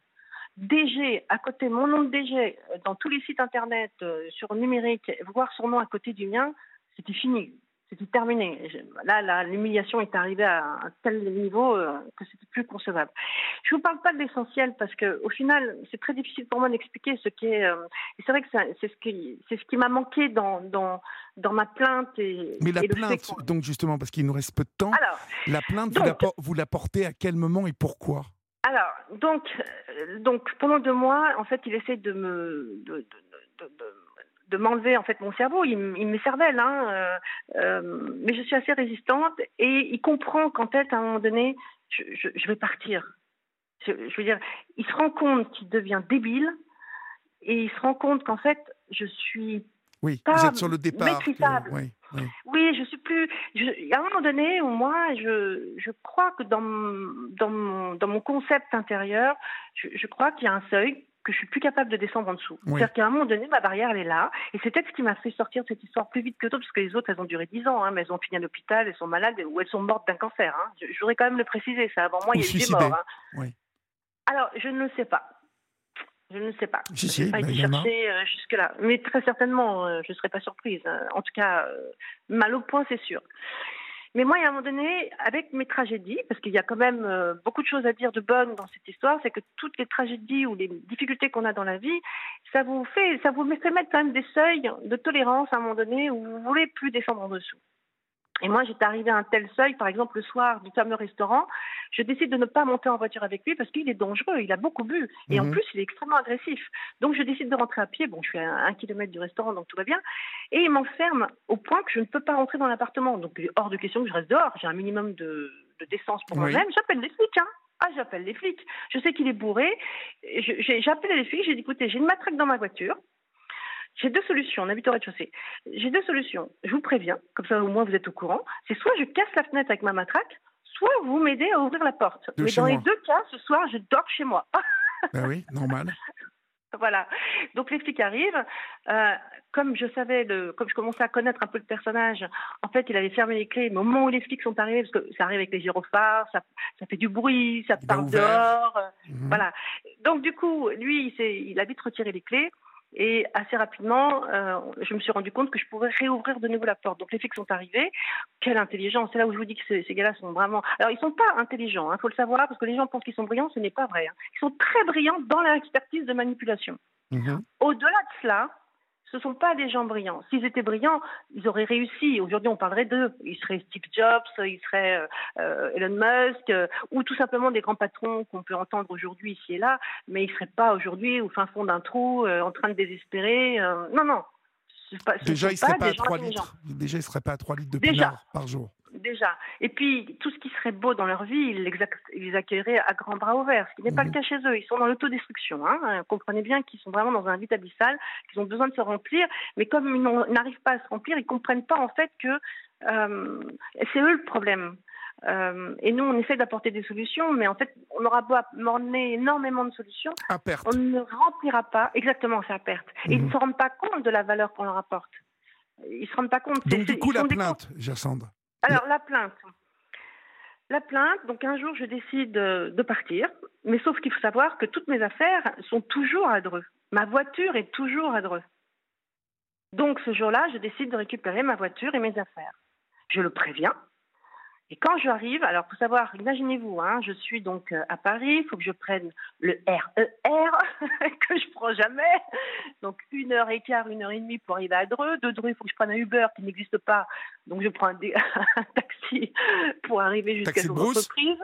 DG, à côté, mon nom de DG, dans tous les sites internet, sur numérique, voir son nom à côté du mien, c'était fini, c'était terminé. Là, l'humiliation est arrivée à un tel niveau que c'était plus concevable. Je vous parle pas de l'essentiel parce que, au final, c'est très difficile pour moi d'expliquer ce qui est. Et c'est vrai que c'est ce qui m'a manqué dans ma plainte. Mais la plainte, donc justement, parce qu'il nous reste peu de temps, la plainte, vous la portez à quel moment et pourquoi ? Alors, donc pendant 2 mois, en fait, il essaie de m'enlever en fait mon cerveau. Il me cervelle, mais je suis assez résistante et il comprend qu'en fait, à un moment donné, je vais partir. Je veux dire, il se rend compte qu'il devient débile et il se rend compte qu'en fait, je suis vous êtes sur le départ. Maîtrisable. Oui, je suis plus. À un moment donné, moi, je crois que dans mon concept intérieur, je crois qu'il y a un seuil que je suis plus capable de descendre en dessous. C'est-à-dire qu'à un moment donné, ma barrière, elle est là. Et c'est peut-être ce qui m'a fait sortir de cette histoire plus vite que d'autres, parce que les autres, elles ont duré 10 ans, mais elles ont fini à l'hôpital, elles sont malades ou elles sont mortes d'un cancer. Je voudrais quand même le préciser, ça. Avant moi, il y a eu des morts. Oui. Alors, je ne le sais pas. Je ne sais pas. Je n'ai pas été chercher jusque-là. Mais très certainement, je ne serais pas surprise. En tout cas, mal au point, c'est sûr. Mais moi, il y a un moment donné, avec mes tragédies, parce qu'il y a quand même beaucoup de choses à dire de bonnes dans cette histoire, c'est que toutes les tragédies ou les difficultés qu'on a dans la vie, ça vous fait mettre quand même des seuils de tolérance à un moment donné où vous ne voulez plus descendre en dessous. Et moi, j'étais arrivée à un tel seuil, par exemple, le soir du fameux restaurant, je décide de ne pas monter en voiture avec lui parce qu'il est dangereux, il a beaucoup bu. Et en plus, il est extrêmement agressif. Donc, je décide de rentrer à pied. Bon, je suis à 1 kilomètre du restaurant, donc tout va bien. Et il m'enferme au point que je ne peux pas rentrer dans l'appartement. Donc, il est hors de question que je reste dehors. J'ai un minimum de décence pour moi-même. J'appelle les flics, j'appelle les flics. Je sais qu'il est bourré. J'ai appelé les flics, j'ai dit, écoutez, j'ai une matraque dans ma voiture. J'ai 2 solutions, on habite au rez-de-chaussée. J'ai 2 solutions, je vous préviens, comme ça au moins vous êtes au courant. C'est soit je casse la fenêtre avec ma matraque, soit vous m'aidez à ouvrir la porte. Mais dans les 2 cas, ce soir, je dors chez moi. Ben oui, normal. Voilà. Donc les flics arrivent. Comme je savais, comme je commençais à connaître un peu le personnage, en fait, il avait fermé les clés. Mais au moment où les flics sont arrivés, parce que ça arrive avec les gyrophares, ça fait du bruit, ça part dehors. Voilà. Donc du coup, lui, il a vite retiré les clés. Et assez rapidement, je me suis rendu compte que je pourrais réouvrir de nouveau la porte. Donc les flics sont arrivés. Quelle intelligence! C'est là où je vous dis que ces gars-là sont vraiment... Alors ils sont pas intelligents, faut le savoir, parce que les gens pensent qu'ils sont brillants, ce n'est pas vrai. Ils sont très brillants dans leur expertise de manipulation. Au-delà de cela, ce ne sont pas des gens brillants. S'ils étaient brillants, ils auraient réussi. Aujourd'hui, on parlerait d'eux. Ils seraient Steve Jobs, ils seraient Elon Musk, ou tout simplement des grands patrons qu'on peut entendre aujourd'hui ici et là, mais ils ne seraient pas aujourd'hui au fin fond d'un trou, en train de désespérer. Non. Déjà, ils ne seraient pas à 3 litres. Déjà, ils ne seraient pas à 3 litres de pinard par jour. Déjà. Et puis, tout ce qui serait beau dans leur vie, ils les accueilleraient à grands bras ouverts, ce qui n'est pas le cas chez eux. Ils sont dans l'autodestruction. Comprenez bien qu'ils sont vraiment dans un vide abyssal, qu'ils ont besoin de se remplir, mais comme ils n'arrivent pas à se remplir, ils ne comprennent pas en fait que c'est eux le problème. Et nous, on essaie d'apporter des solutions, mais en fait, on aura beau amener énormément de solutions, à perte. On ne remplira pas. Exactement, c'est à perte. Et ils ne se rendent pas compte de la valeur qu'on leur apporte. Ils ne se rendent pas compte. Donc du coup, la plainte, Jacinthe. Alors, la plainte, donc un jour, je décide de partir, mais sauf qu'il faut savoir que toutes mes affaires sont toujours à Dreux. Ma voiture est toujours à Dreux. Donc, ce jour-là, je décide de récupérer ma voiture et mes affaires. Je le préviens. Et quand j'arrive, alors il faut savoir, imaginez-vous, je suis donc à Paris, il faut que je prenne le RER, que je prends jamais. Donc 1h15, 1h30 pour arriver à Dreux. De Dreux, il faut que je prenne un Uber qui n'existe pas. Donc je prends un taxi pour arriver jusqu'à mon entreprise.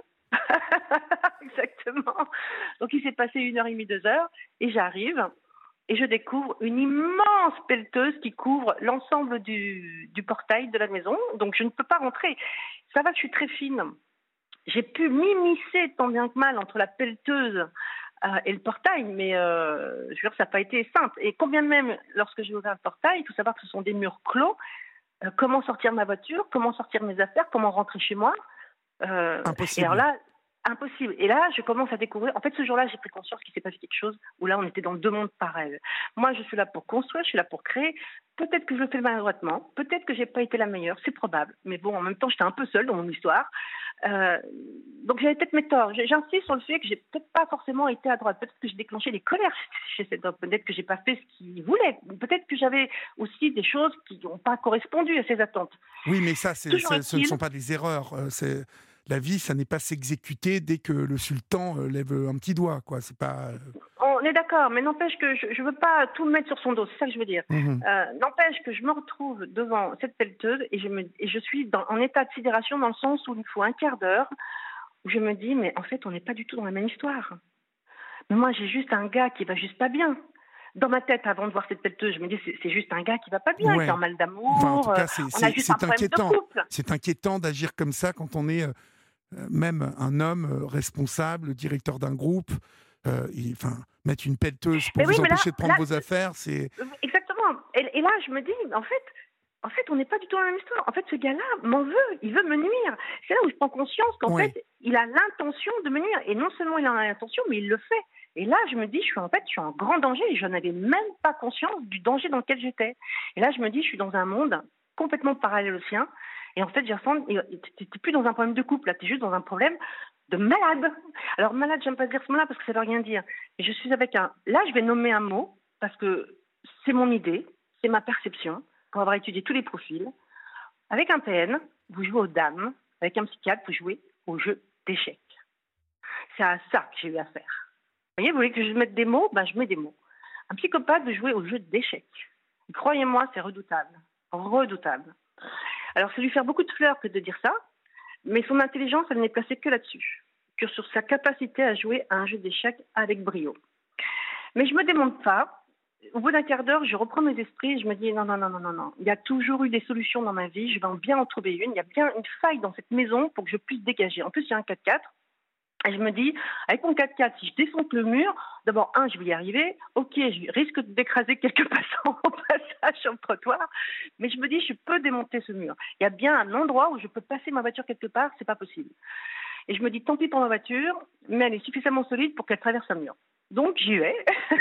Exactement. Donc il s'est passé 1h30, 2h, et j'arrive. Et je découvre une immense pelleteuse qui couvre l'ensemble du portail de la maison. Donc, je ne peux pas rentrer. Ça va que je suis très fine. J'ai pu m'immiscer tant bien que mal entre la pelleteuse et le portail, mais je veux dire, ça n'a pas été simple. Et combien même, lorsque j'ai ouvert le portail, il faut savoir que ce sont des murs clos. Comment sortir ma voiture? Comment sortir mes affaires? Comment rentrer chez moi? Impossible. Et alors là, impossible. Et là, je commence à découvrir. En fait, ce jour-là, j'ai pris conscience qu'il s'est passé quelque chose où là, on était dans 2 mondes parallèles. Moi, je suis là pour construire, je suis là pour créer. Peut-être que je le fais maladroitement, peut-être que j'ai pas été la meilleure, c'est probable. Mais bon, en même temps, j'étais un peu seule dans mon histoire. Donc, j'avais peut-être mes torts. J'insiste sur le fait que j'ai peut-être pas forcément été à droite. Peut-être que j'ai déclenché des colères chez cet homme. Peut-être que j'ai pas fait ce qu'il voulait. Peut-être que j'avais aussi des choses qui n'ont pas correspondu à ses attentes. Oui, mais ça, ce ne sont pas des erreurs. La vie, ça n'est pas s'exécuter dès que le sultan lève un petit doigt, quoi. C'est pas. On est d'accord, mais n'empêche que je veux pas tout mettre sur son dos. C'est ça que je veux dire. N'empêche que je me retrouve devant cette pelleteuse et je suis en état de sidération dans le sens où il me faut un quart d'heure où je me dis mais en fait on n'est pas du tout dans la même histoire. Mais moi j'ai juste un gars qui va juste pas bien. Dans ma tête, avant de voir cette pelleteuse, je me dis c'est juste un gars qui va pas bien, qui est en mal d'amour. Enfin, en tout cas, on a juste un problème de couple. C'est inquiétant d'agir comme ça quand on est même un homme responsable, directeur d'un groupe. Mettre une pelleteuse pour vous empêcher de prendre vos affaires, c'est... Exactement. Et là, je me dis, en fait, on n'est pas du tout dans la même histoire. En fait, ce gars-là m'en veut, il veut me nuire. C'est là où je prends conscience qu'en fait, il a l'intention de me nuire. Et non seulement il en a l'intention, mais il le fait. Et là, je me dis, je suis en grand danger. Et je n'avais même pas conscience du danger dans lequel j'étais. Et là, je me dis, je suis dans un monde complètement parallèle au sien. Et en fait, t'es plus dans un problème de couple, là, t'es juste dans un problème de malade. Alors malade, j'aime pas dire ce mot-là parce que ça veut rien dire. Et je suis avec là, je vais nommer un mot parce que c'est mon idée, c'est ma perception, pour avoir étudié tous les profils. Avec un PN, vous jouez aux dames. Avec un psychiatre, vous jouez au jeu d'échecs. C'est à ça que j'ai eu affaire. Vous voyez, vous voulez que je mette des mots? Je mets des mots. Un psychopathe, vous jouez au jeu d'échecs. Croyez-moi, c'est redoutable. Redoutable. Alors, c'est lui faire beaucoup de fleurs que de dire ça, mais son intelligence, elle n'est placée que là-dessus, que sur sa capacité à jouer à un jeu d'échecs avec brio. Mais je me démonte pas. Au bout d'un quart d'heure, je reprends mes esprits et je me dis non. Il y a toujours eu des solutions dans ma vie, je vais bien en trouver une. Il y a bien une faille dans cette maison pour que je puisse dégager. En plus, il y a un 4x4. Et je me dis, avec mon 4x4, si je descends le mur, d'abord, je vais y arriver. Ok, je risque d'écraser quelques passants au passage sur le trottoir. Mais je me dis, je peux démonter ce mur. Il y a bien un endroit où je peux passer ma voiture quelque part, c'est pas possible. Et je me dis, tant pis pour ma voiture, mais elle est suffisamment solide pour qu'elle traverse un mur. Donc, j'y vais.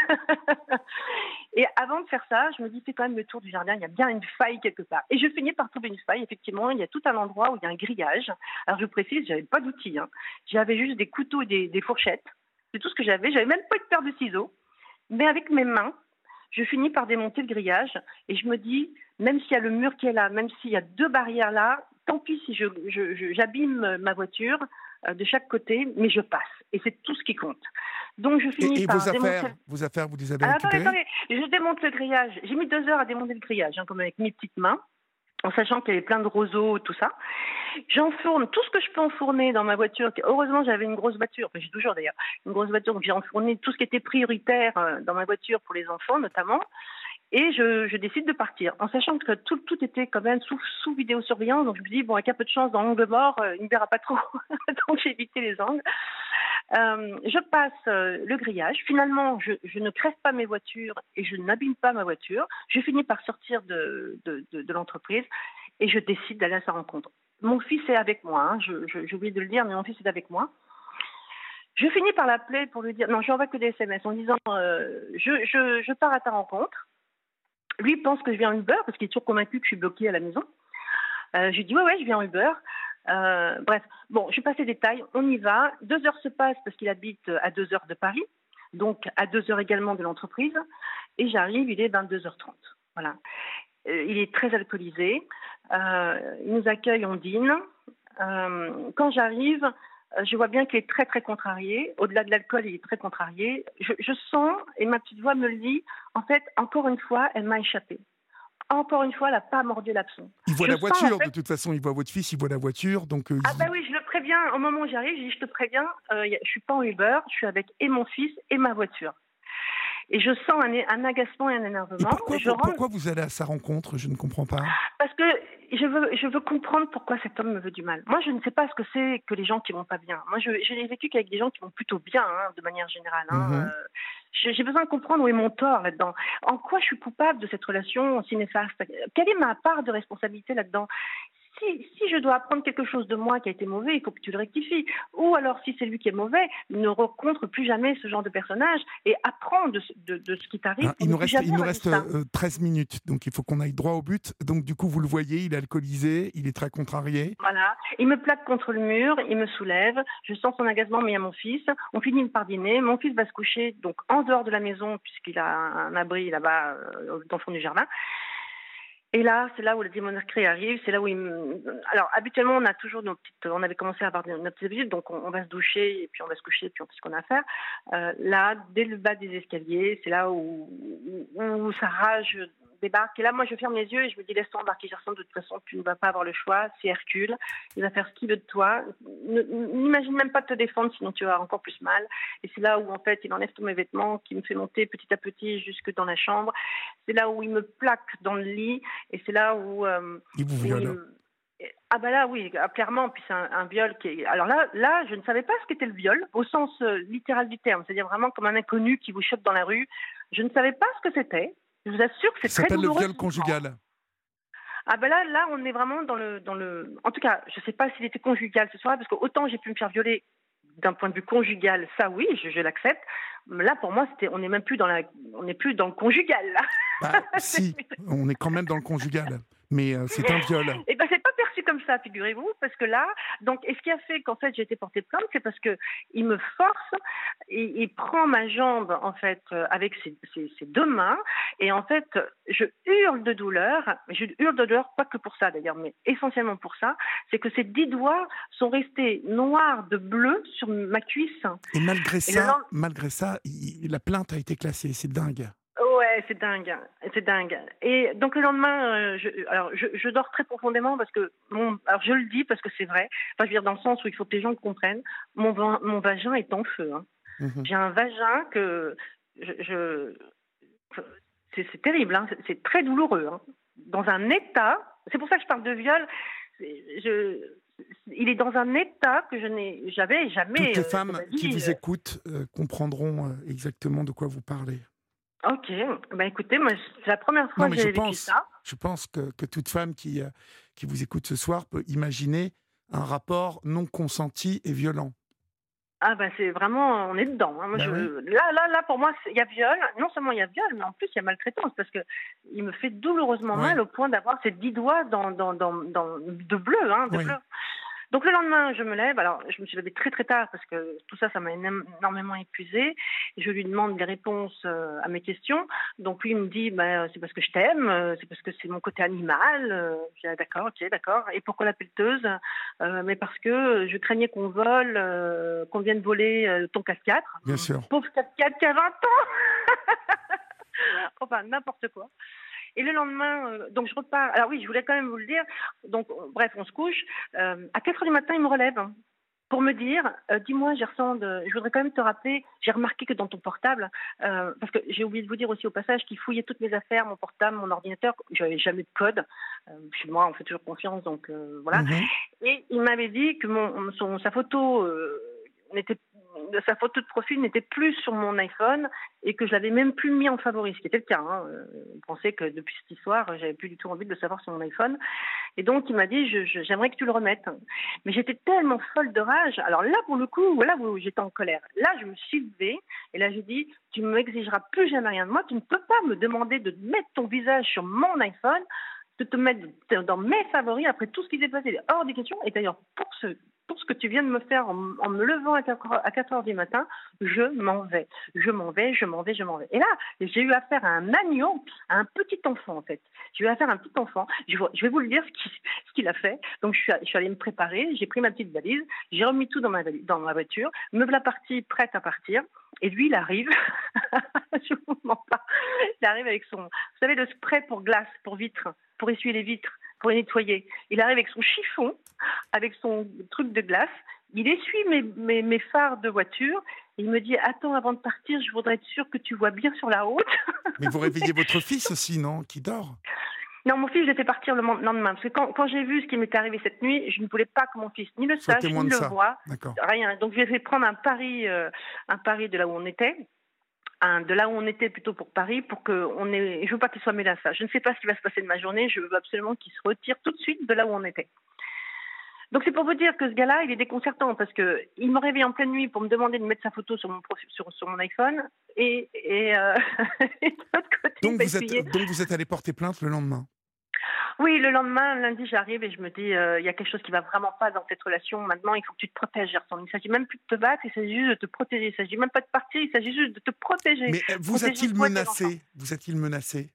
Et avant de faire ça, je me dis, fais quand même le tour du jardin, il y a bien une faille quelque part. Et je finis par trouver une faille, effectivement, il y a tout un endroit où il y a un grillage. Alors, je précise, j'avais pas d'outils, hein. J'avais juste des couteaux et des fourchettes. C'est tout ce que j'avais. J'avais même pas de paire de ciseaux. Mais avec mes mains, je finis par démonter le grillage. Et je me dis, même s'il y a le mur qui est là, même s'il y a 2 barrières là, tant pis si j'abîme ma voiture de chaque côté, mais je passe. Et c'est tout ce qui compte. Donc je finis par démonter... vos affaires, vous les avez récupérées ? Attendez, je démonte le grillage. J'ai mis 2 heures à démonter le grillage, comme avec mes petites mains, en sachant qu'il y avait plein de roseaux, tout ça. J'enfourne tout ce que je peux enfourner dans ma voiture. Heureusement, j'avais une grosse voiture, j'ai toujours d'ailleurs une grosse voiture, donc j'ai enfourné tout ce qui était prioritaire dans ma voiture pour les enfants notamment. Et je décide de partir, en sachant que tout était quand même sous vidéosurveillance. Donc je me dis, avec un peu de chance, dans l'angle mort, il ne verra pas trop. Donc j'ai évité les angles. Je passe le grillage. Finalement, je ne crève pas mes voitures et je n'abîme pas ma voiture. Je finis par sortir de l'entreprise et je décide d'aller à sa rencontre. Mon fils est avec moi. Hein. J'ai oublié de le dire, mais mon fils est avec moi. Je finis par l'appeler pour lui dire... Non, je lui envoie que des SMS en disant je pars à ta rencontre. Lui pense que je viens en Uber parce qu'il est toujours convaincu que je suis bloquée à la maison. Je lui dis ouais, je viens en Uber. Bref, bon, je passe les détails, on y va. 2 heures se passent parce qu'il habite à 2 heures de Paris, donc à 2 heures également de l'entreprise. Et j'arrive, il est 22h30. Voilà. Il est très alcoolisé. Il nous accueille, on dîne. Quand j'arrive, je vois bien qu'il est très, très contrarié. Au-delà de l'alcool, il est très contrarié. Je sens, et ma petite voix me le dit, en fait, encore une fois, elle m'a échappé. Encore une fois, elle n'a pas mordu l'hameçon. Il voit la voiture, de toute façon, il voit votre fils, il voit la voiture. Donc, oui, je le préviens, au moment où j'arrive, je dis, je te préviens, je ne suis pas en Uber, je suis avec et mon fils et ma voiture. Et je sens un agacement et un énervement. Et pourquoi vous allez à sa rencontre ? Je ne comprends pas. Parce que je veux comprendre pourquoi cet homme me veut du mal. Moi, je ne sais pas ce que c'est que les gens qui vont pas bien. Moi, je n'ai vécu qu'avec des gens qui vont plutôt bien, de manière générale. J'ai besoin de comprendre où est mon tort là-dedans. En quoi je suis coupable de cette relation si néfaste ? Quelle est ma part de responsabilité là-dedans ? Si je dois apprendre quelque chose de moi qui a été mauvais, il faut que tu le rectifies. Ou alors, si c'est lui qui est mauvais, ne rencontre plus jamais ce genre de personnage et apprends de ce qui t'arrive. Il nous reste 13 minutes, donc il faut qu'on aille droit au but. Donc du coup, vous le voyez, il est alcoolisé, il est très contrarié. Voilà, il me plaque contre le mur, il me soulève, je sens son agacement, mais il y a mon fils. On finit par dîner, mon fils va se coucher donc en dehors de la maison, puisqu'il a un abri là-bas dans le fond du jardin. Et là, c'est là où le démonacré arrive, c'est là où Alors, habituellement, on avait commencé à avoir nos petites habitudes, donc on va se doucher, et puis on va se coucher, et puis on fait ce qu'on a à faire. Là, dès le bas des escaliers, c'est là où sa rage débarque. Et là, moi, je ferme les yeux et je me dis, laisse-toi embarquer, Gerson, de toute façon, tu ne vas pas avoir le choix, c'est Hercule, il va faire ce qu'il veut de toi. N'imagine même pas de te défendre, sinon tu vas encore plus mal. Et c'est là où, en fait, il enlève tous mes vêtements, qui me fait monter petit à petit jusque dans la chambre. C'est là où il me plaque dans le lit, et c'est là où... il vous viole. Là, oui, clairement, puis c'est un viol qui est... Alors là, je ne savais pas ce qu'était le viol, au sens littéral du terme, c'est-à-dire vraiment comme un inconnu qui vous chope dans la rue. Je ne savais pas ce que c'était. Je vous assure que c'est très douloureux. Ça s'appelle le viol conjugal. Là, on est vraiment dans le... En tout cas, je ne sais pas s'il était conjugal ce soir, parce que autant j'ai pu me faire violer d'un point de vue conjugal, ça oui, je l'accepte. Là, pour moi, on n'est même plus dans le conjugal. Là. Si, on est quand même dans le conjugal, mais c'est un viol. Et c'est pas perçu comme ça, figurez-vous, parce que là, et ce qui a fait qu'en fait j'ai été portée plainte, c'est parce que il me force, et il prend ma jambe en fait avec ses 2 mains, et en fait je hurle de douleur, pas que pour ça d'ailleurs, mais essentiellement pour ça, c'est que ces 10 doigts sont restés noirs de bleu sur ma cuisse. Et malgré ça, la plainte a été classée, c'est dingue. Ouais, Ouais, c'est dingue, c'est dingue. Et donc le lendemain, je dors très profondément parce que alors je le dis parce que c'est vrai. Enfin, je veux dire dans le sens où il faut que les gens le comprennent. Mon vagin est en feu. Hein. J'ai un vagin que c'est terrible. Hein. C'est très douloureux. Hein. Dans un état. C'est pour ça que je parle de viol. Il est dans un état que j'avais jamais. Toutes les femmes qui vous écoutent comprendront exactement de quoi vous parlez. Ok, écoutez, moi c'est la première fois que j'ai vécu ça. Je pense que toute femme qui vous écoute ce soir peut imaginer un rapport non consenti et violent. Ah c'est vraiment, on est dedans. Hein. Moi, là, pour moi, il y a viol. Non seulement il y a viol, mais en plus il y a maltraitance parce que il me fait douloureusement mal au point d'avoir ces 10 doigts de bleu, hein, de bleu. Donc le lendemain, je me lève. Alors, je me suis levée très très tard parce que tout ça m'a énormément épuisée. Je lui demande des réponses à mes questions. Donc lui, il me dit, c'est parce que je t'aime, c'est parce que c'est mon côté animal. Je dis, d'accord, ok, d'accord. Et pourquoi la pelleteuse mais parce que je craignais qu'on vole, qu'on vienne voler ton 4x4. Bien sûr. Pauvre 4x4 qui a 20 ans. Enfin, n'importe quoi. Et le lendemain, donc je repars. Alors oui, je voulais quand même vous le dire. Donc, bref, on se couche. À 4h du matin, il me relève pour me dire, dis-moi, je voudrais quand même te rappeler, j'ai remarqué que dans ton portable, parce que j'ai oublié de vous dire aussi au passage qu'il fouillait toutes mes affaires, mon portable, mon ordinateur, j'avais jamais de code. Chez moi, on fait toujours confiance, donc voilà. Et il m'avait dit que sa photo sa photo de profil n'était plus sur mon iPhone et que je l'avais même plus mis en favori, ce qui était le cas. Hein. Il pensait que depuis cette histoire, j'avais plus du tout envie de le savoir sur mon iPhone. Et donc, il m'a dit, j'aimerais que tu le remettes. Mais j'étais tellement folle de rage. Alors là, pour le coup, voilà où j'étais en colère. Là, je me suis levée et là, j'ai dit, tu ne m'exigeras plus jamais rien de moi. Tu ne peux pas me demander de mettre ton visage sur mon iPhone, de te mettre dans mes favoris après tout ce qui s'est passé. Il est hors des questions. Et d'ailleurs, pour ce que tu viens de me faire en me levant à 4 heures du matin, je m'en vais. Je m'en vais. Et là, j'ai eu affaire à un agneau, à un petit enfant en fait. J'ai eu affaire à un petit enfant. Je vais vous le dire ce qu'il a fait. Donc je suis allée me préparer, j'ai pris ma petite valise, j'ai remis tout dans ma voiture, me voilà partie, prête à partir. Et lui, il arrive, je ne vous mens pas, il arrive avec vous savez, le spray pour glace, pour vitres, pour essuyer les vitres, pour les nettoyer. Il arrive avec son chiffon, avec son truc de glace. Il essuie mes phares de voiture. Il me dit, attends, avant de partir, je voudrais être sûre que tu vois bien sur la route. Mais vous réveillez votre fils aussi, non? Qui dort? Non, mon fils, je l'ai fait partir le lendemain. Parce que quand j'ai vu ce qui m'était arrivé cette nuit, je ne voulais pas que mon fils ni le sache, ni le voie. Rien. Donc, je lui ai fait prendre un pari de là où on était. De là où on était plutôt pour Paris, pour que je veux pas qu'il soit mêlé à ça. Je ne sais pas ce qui va se passer de ma journée, je veux absolument qu'il se retire tout de suite de là où on était. Donc c'est pour vous dire que ce gars-là, il est déconcertant parce que il me réveille en pleine nuit pour me demander de mettre sa photo sur mon iPhone et de l'autre côté, donc vous êtes allé porter plainte le lendemain? Oui, le lendemain, lundi, j'arrive et je me dis, il y a quelque chose qui va vraiment pas dans cette relation. Maintenant, il faut que tu te protèges, Gerson. Il ne s'agit même plus de te battre, il s'agit juste de te protéger. Il ne s'agit même pas de partir, il s'agit juste de te protéger. Mais vous a-t-il menacé? Vous a-t-il menacé?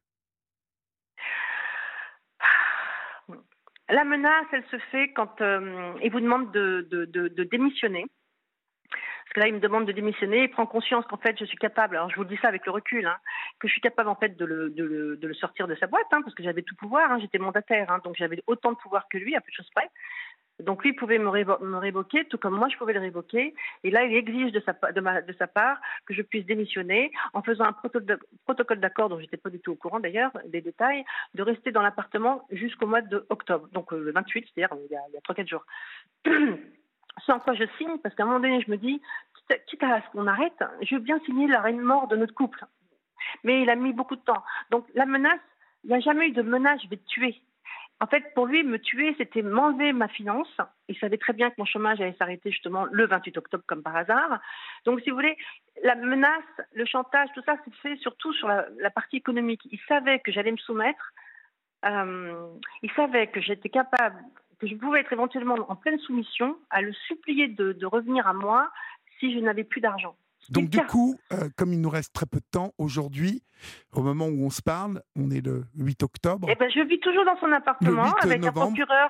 La menace, elle se fait quand il vous demande de démissionner. Parce que là, il me demande de démissionner, il prend conscience qu'en fait, je suis capable, alors je vous dis ça avec le recul, hein, que je suis capable en fait de le sortir de sa boîte, hein, parce que j'avais tout pouvoir, hein, j'étais mandataire, hein, donc j'avais autant de pouvoir que lui, à peu de choses près. Donc lui, il pouvait me révoquer, tout comme moi, je pouvais le révoquer. Et là, il exige de sa part que je puisse démissionner en faisant un protocole d'accord, dont je n'étais pas du tout au courant d'ailleurs, des détails, de rester dans l'appartement jusqu'au mois d'octobre, donc le 28, c'est-à-dire il y a 3-4 jours. Ce en quoi je signe, parce qu'à un moment donné, je me dis, quitte à ce qu'on arrête, je veux bien signer l'arrêt de mort de notre couple. Mais il a mis beaucoup de temps. Donc la menace, il n'y a jamais eu de menace, je vais te tuer. En fait, pour lui, me tuer, c'était m'enlever ma finance. Il savait très bien que mon chômage allait s'arrêter justement le 28 octobre, comme par hasard. Donc, si vous voulez, la menace, le chantage, tout ça, c'est fait surtout sur la partie économique. Il savait que j'allais me soumettre. Il savait que j'étais capable, que je pouvais être éventuellement en pleine soumission, à le supplier de revenir à moi si je n'avais plus d'argent. Donc du coup, comme il nous reste très peu de temps, aujourd'hui, au moment où on se parle, on est le 8 octobre. Eh ben, je vis toujours dans son appartement avec un procureur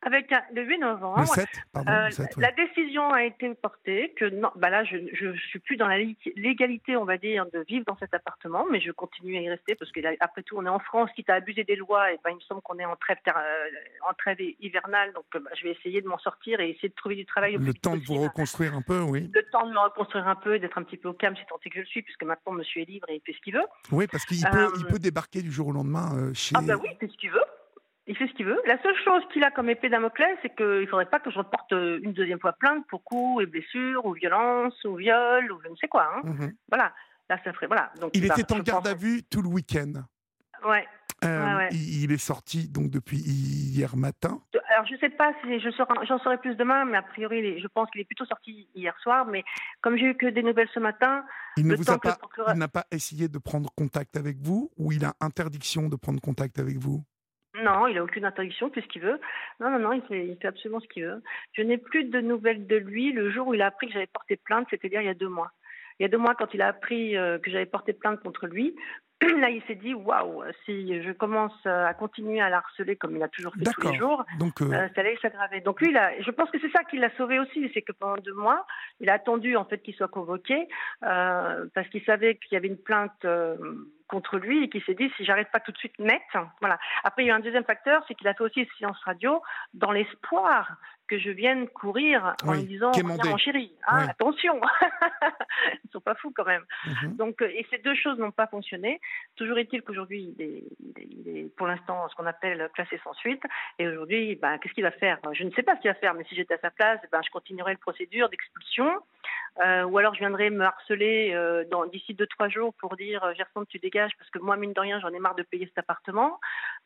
Avec le 8 novembre, le 7, pardon, le 7, la décision a été portée que non, là je suis plus dans la légalité, on va dire, de vivre dans cet appartement, mais je continue à y rester parce que là, après tout, on est en France, quitte à abuser des lois, et il me semble qu'on est en trêve hivernale, donc je vais essayer de m'en sortir et essayer de trouver du travail au plus vite temps possible. De vous reconstruire un peu, oui. Le temps de me reconstruire un peu, d'être un petit peu au calme, si tant est que je le suis, puisque maintenant monsieur est libre et il fait ce qu'il veut. Oui, parce qu'il peut débarquer du jour au lendemain chez... Ah oui, il fait ce qu'il veut. Il fait ce qu'il veut. La seule chose qu'il a comme épée Damoclès, c'est qu'il ne faudrait pas que je reporte une deuxième fois plainte pour coups et blessures, ou violence, ou viol, ou je ne sais quoi. Voilà. Là, ça ferait... Voilà. Donc, il était en garde à vue tout le week-end. Ouais. Il est sorti donc depuis hier matin. Alors, je ne sais pas si j'en saurai plus demain, mais a priori, je pense qu'il est plutôt sorti hier soir. Mais comme j'ai eu que des nouvelles ce matin... Il n'a pas essayé de prendre contact avec vous, ou il a interdiction de prendre contact avec vous? Non, il n'a aucune interdiction, il fait ce qu'il veut. Non, il fait absolument ce qu'il veut. Je n'ai plus de nouvelles de lui le jour où il a appris que j'avais porté plainte, c'est-à-dire il y a 2 mois. Il y a 2 mois, quand il a appris que j'avais porté plainte contre lui, là, il s'est dit, waouh, si je commence à continuer à la harceler comme il a toujours fait tous les jours, ça allait s'aggraver. Donc lui, je pense que c'est ça qui l'a sauvé aussi, c'est que pendant 2 mois, il a attendu en fait qu'il soit convoqué parce qu'il savait qu'il y avait une plainte contre lui et qu'il s'est dit, si j'arrête pas tout de suite net, voilà. Après, il y a eu un deuxième facteur, c'est qu'il a fait aussi une séance radio dans l'espoir que je vienne courir en lui disant, viens mon chéri, attention, ils sont pas fous quand même. Donc, et ces 2 choses n'ont pas fonctionné. Toujours est-il qu'aujourd'hui, il est pour l'instant ce qu'on appelle classé sans suite. Et aujourd'hui, qu'est-ce qu'il va faire? Je ne sais pas ce qu'il va faire, mais si j'étais à sa place, je continuerais la procédure d'expulsion. Ou alors je viendrais me harceler d'ici 2-3 jours pour dire Gersande, tu dégages parce que moi, mine de rien, j'en ai marre de payer cet appartement.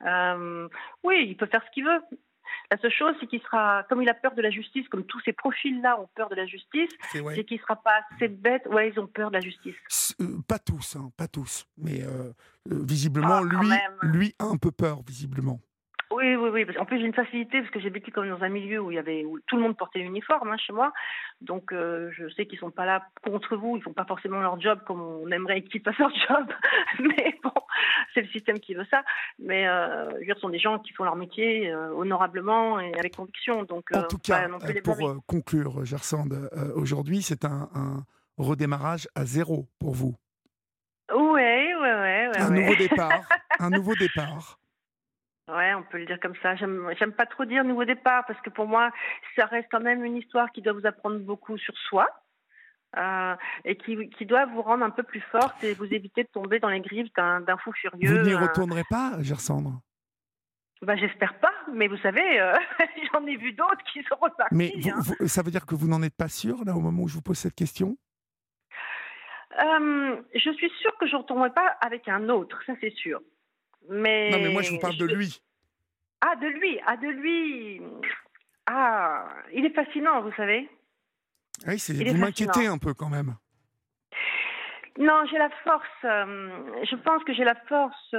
Oui, il peut faire ce qu'il veut. La seule chose, c'est qu'il sera, comme il a peur de la justice, comme tous ces profils-là ont peur de la justice, c'est qu'il ne sera pas assez bête. Ouais, ils ont peur de la justice. Pas tous, mais visiblement, lui a un peu peur, visiblement. Oui. En plus, j'ai une facilité parce que j'ai vécu comme dans un milieu où tout le monde portait l'uniforme chez moi. Donc, je sais qu'ils sont pas là contre vous. Ils font pas forcément leur job comme on aimerait qu'ils fassent leur job. Mais bon, c'est le système qui veut ça. Mais ce sont des gens qui font leur métier honorablement et avec conviction. Donc, en tout cas, pour conclure, Gersande, aujourd'hui, c'est un redémarrage à 0 pour vous. Ouais. Un nouveau départ. Ouais, on peut le dire comme ça. J'aime pas trop dire nouveau départ parce que pour moi, ça reste quand même une histoire qui doit vous apprendre beaucoup sur soi et qui doit vous rendre un peu plus forte et vous éviter de tomber dans les griffes d'un fou furieux. Vous n'y retournerez pas, Gersande? J'espère pas, mais vous savez, j'en ai vu d'autres qui sont repartis. Mais ça veut dire que vous n'en êtes pas sûr, là, au moment où je vous pose cette question? Je suis sûre que je ne retournerai pas avec un autre, ça c'est sûr. Non, mais moi je vous parle de lui. De lui. Il est fascinant, vous savez. Oui, vous m'inquiétez un peu quand même. Non, j'ai la force. Je pense que j'ai la force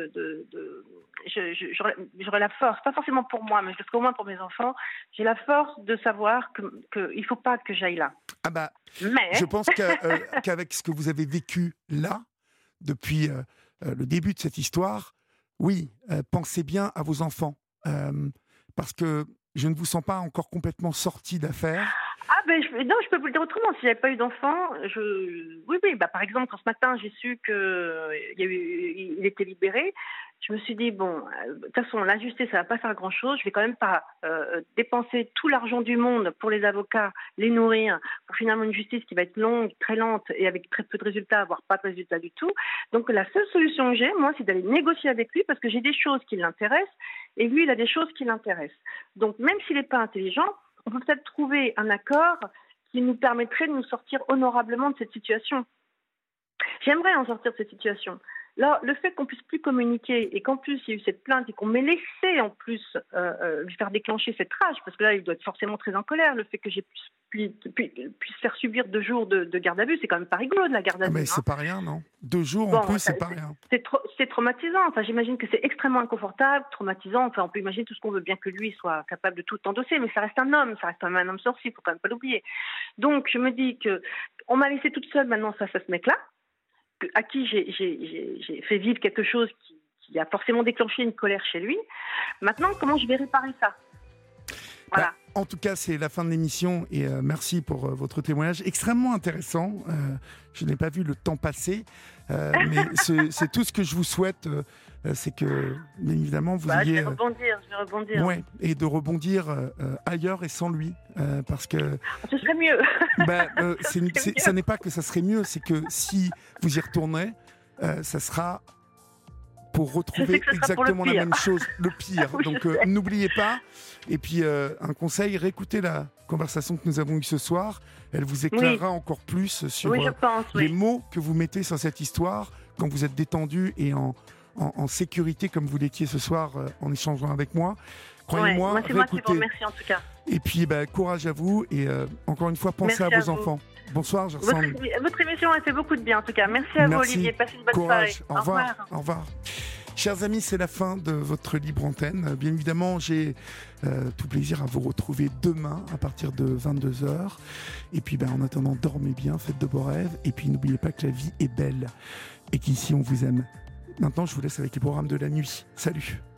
j'aurai la force, pas forcément pour moi, mais je le ferai au moins pour mes enfants. J'ai la force de savoir qu'il ne faut pas que j'aille là. Mais... Je pense qu'avec ce que vous avez vécu là, depuis le début de cette histoire, oui, pensez bien à vos enfants. Parce que je ne vous sens pas encore complètement sorti d'affaire. Non, je peux vous le dire autrement. Si j'avais pas eu d'enfant, oui. Par exemple, quand ce matin j'ai su qu'il était libéré, je me suis dit de toute façon, l'injustice, ça va pas faire grand-chose. Je vais quand même pas dépenser tout l'argent du monde pour les avocats, les nourrir, pour finalement une justice qui va être longue, très lente et avec très peu de résultats, voire pas de résultats du tout. Donc la seule solution que j'ai, moi, c'est d'aller négocier avec lui parce que j'ai des choses qui l'intéressent et lui, il a des choses qui l'intéressent. Donc même s'il n'est pas intelligent, on peut peut-être trouver un accord qui nous permettrait de nous sortir honorablement de cette situation. J'aimerais en sortir de cette situation. Là, le fait qu'on puisse plus communiquer et qu'en plus il y a eu cette plainte et qu'on m'ait laissé en plus lui faire déclencher cette rage, parce que là il doit être forcément très en colère, le fait que j'ai puisse faire subir 2 jours de garde à vue, c'est quand même pas rigolo de la garde à vue. Mais c'est pas rien, non? 2 jours en plus, c'est pas rien. C'est traumatisant. Enfin, j'imagine que c'est extrêmement inconfortable, traumatisant. Enfin, on peut imaginer tout ce qu'on veut, bien que lui soit capable de tout endosser, mais ça reste un homme, ça reste quand même un homme sorcier, faut quand même pas l'oublier. Donc, je me dis que on m'a laissé toute seule maintenant face à ce mec-là, à qui j'ai fait vivre quelque chose qui a forcément déclenché une colère chez lui. Maintenant, comment je vais réparer ça? Voilà. En tout cas, c'est la fin de l'émission et merci pour votre témoignage extrêmement intéressant. Je n'ai pas vu le temps passer, mais c'est tout ce que je vous souhaite. C'est que, bien évidemment, vous ayez... Je vais rebondir. Ouais, et de rebondir ailleurs et sans lui. Parce que... Ce serait mieux. Ça n'est pas que ça serait mieux, c'est que si vous y retournez, ça sera... pour retrouver exactement la même chose, le pire. Oui, donc n'oubliez pas. Et puis un conseil, réécoutez la conversation que nous avons eue ce soir. Elle vous éclairera encore plus sur les mots que vous mettez sur cette histoire quand vous êtes détendu et en sécurité comme vous l'étiez ce soir en échangeant avec moi. Croyez-moi, c'est moi qui vous remercie en tout cas. Et puis courage à vous et encore une fois, pensez à vos enfants. Bonsoir, je ressens... Votre émission a fait beaucoup de bien en tout cas. Merci à vous Olivier, passez une bonne courage. soirée. Au revoir. Chers amis, c'est la fin de votre libre antenne. Bien évidemment, j'ai tout plaisir à vous retrouver demain à partir de 22h. Et puis en attendant, dormez bien, faites de beaux rêves. Et puis n'oubliez pas que la vie est belle et qu'ici on vous aime. Maintenant, je vous laisse avec les programmes de la nuit. Salut.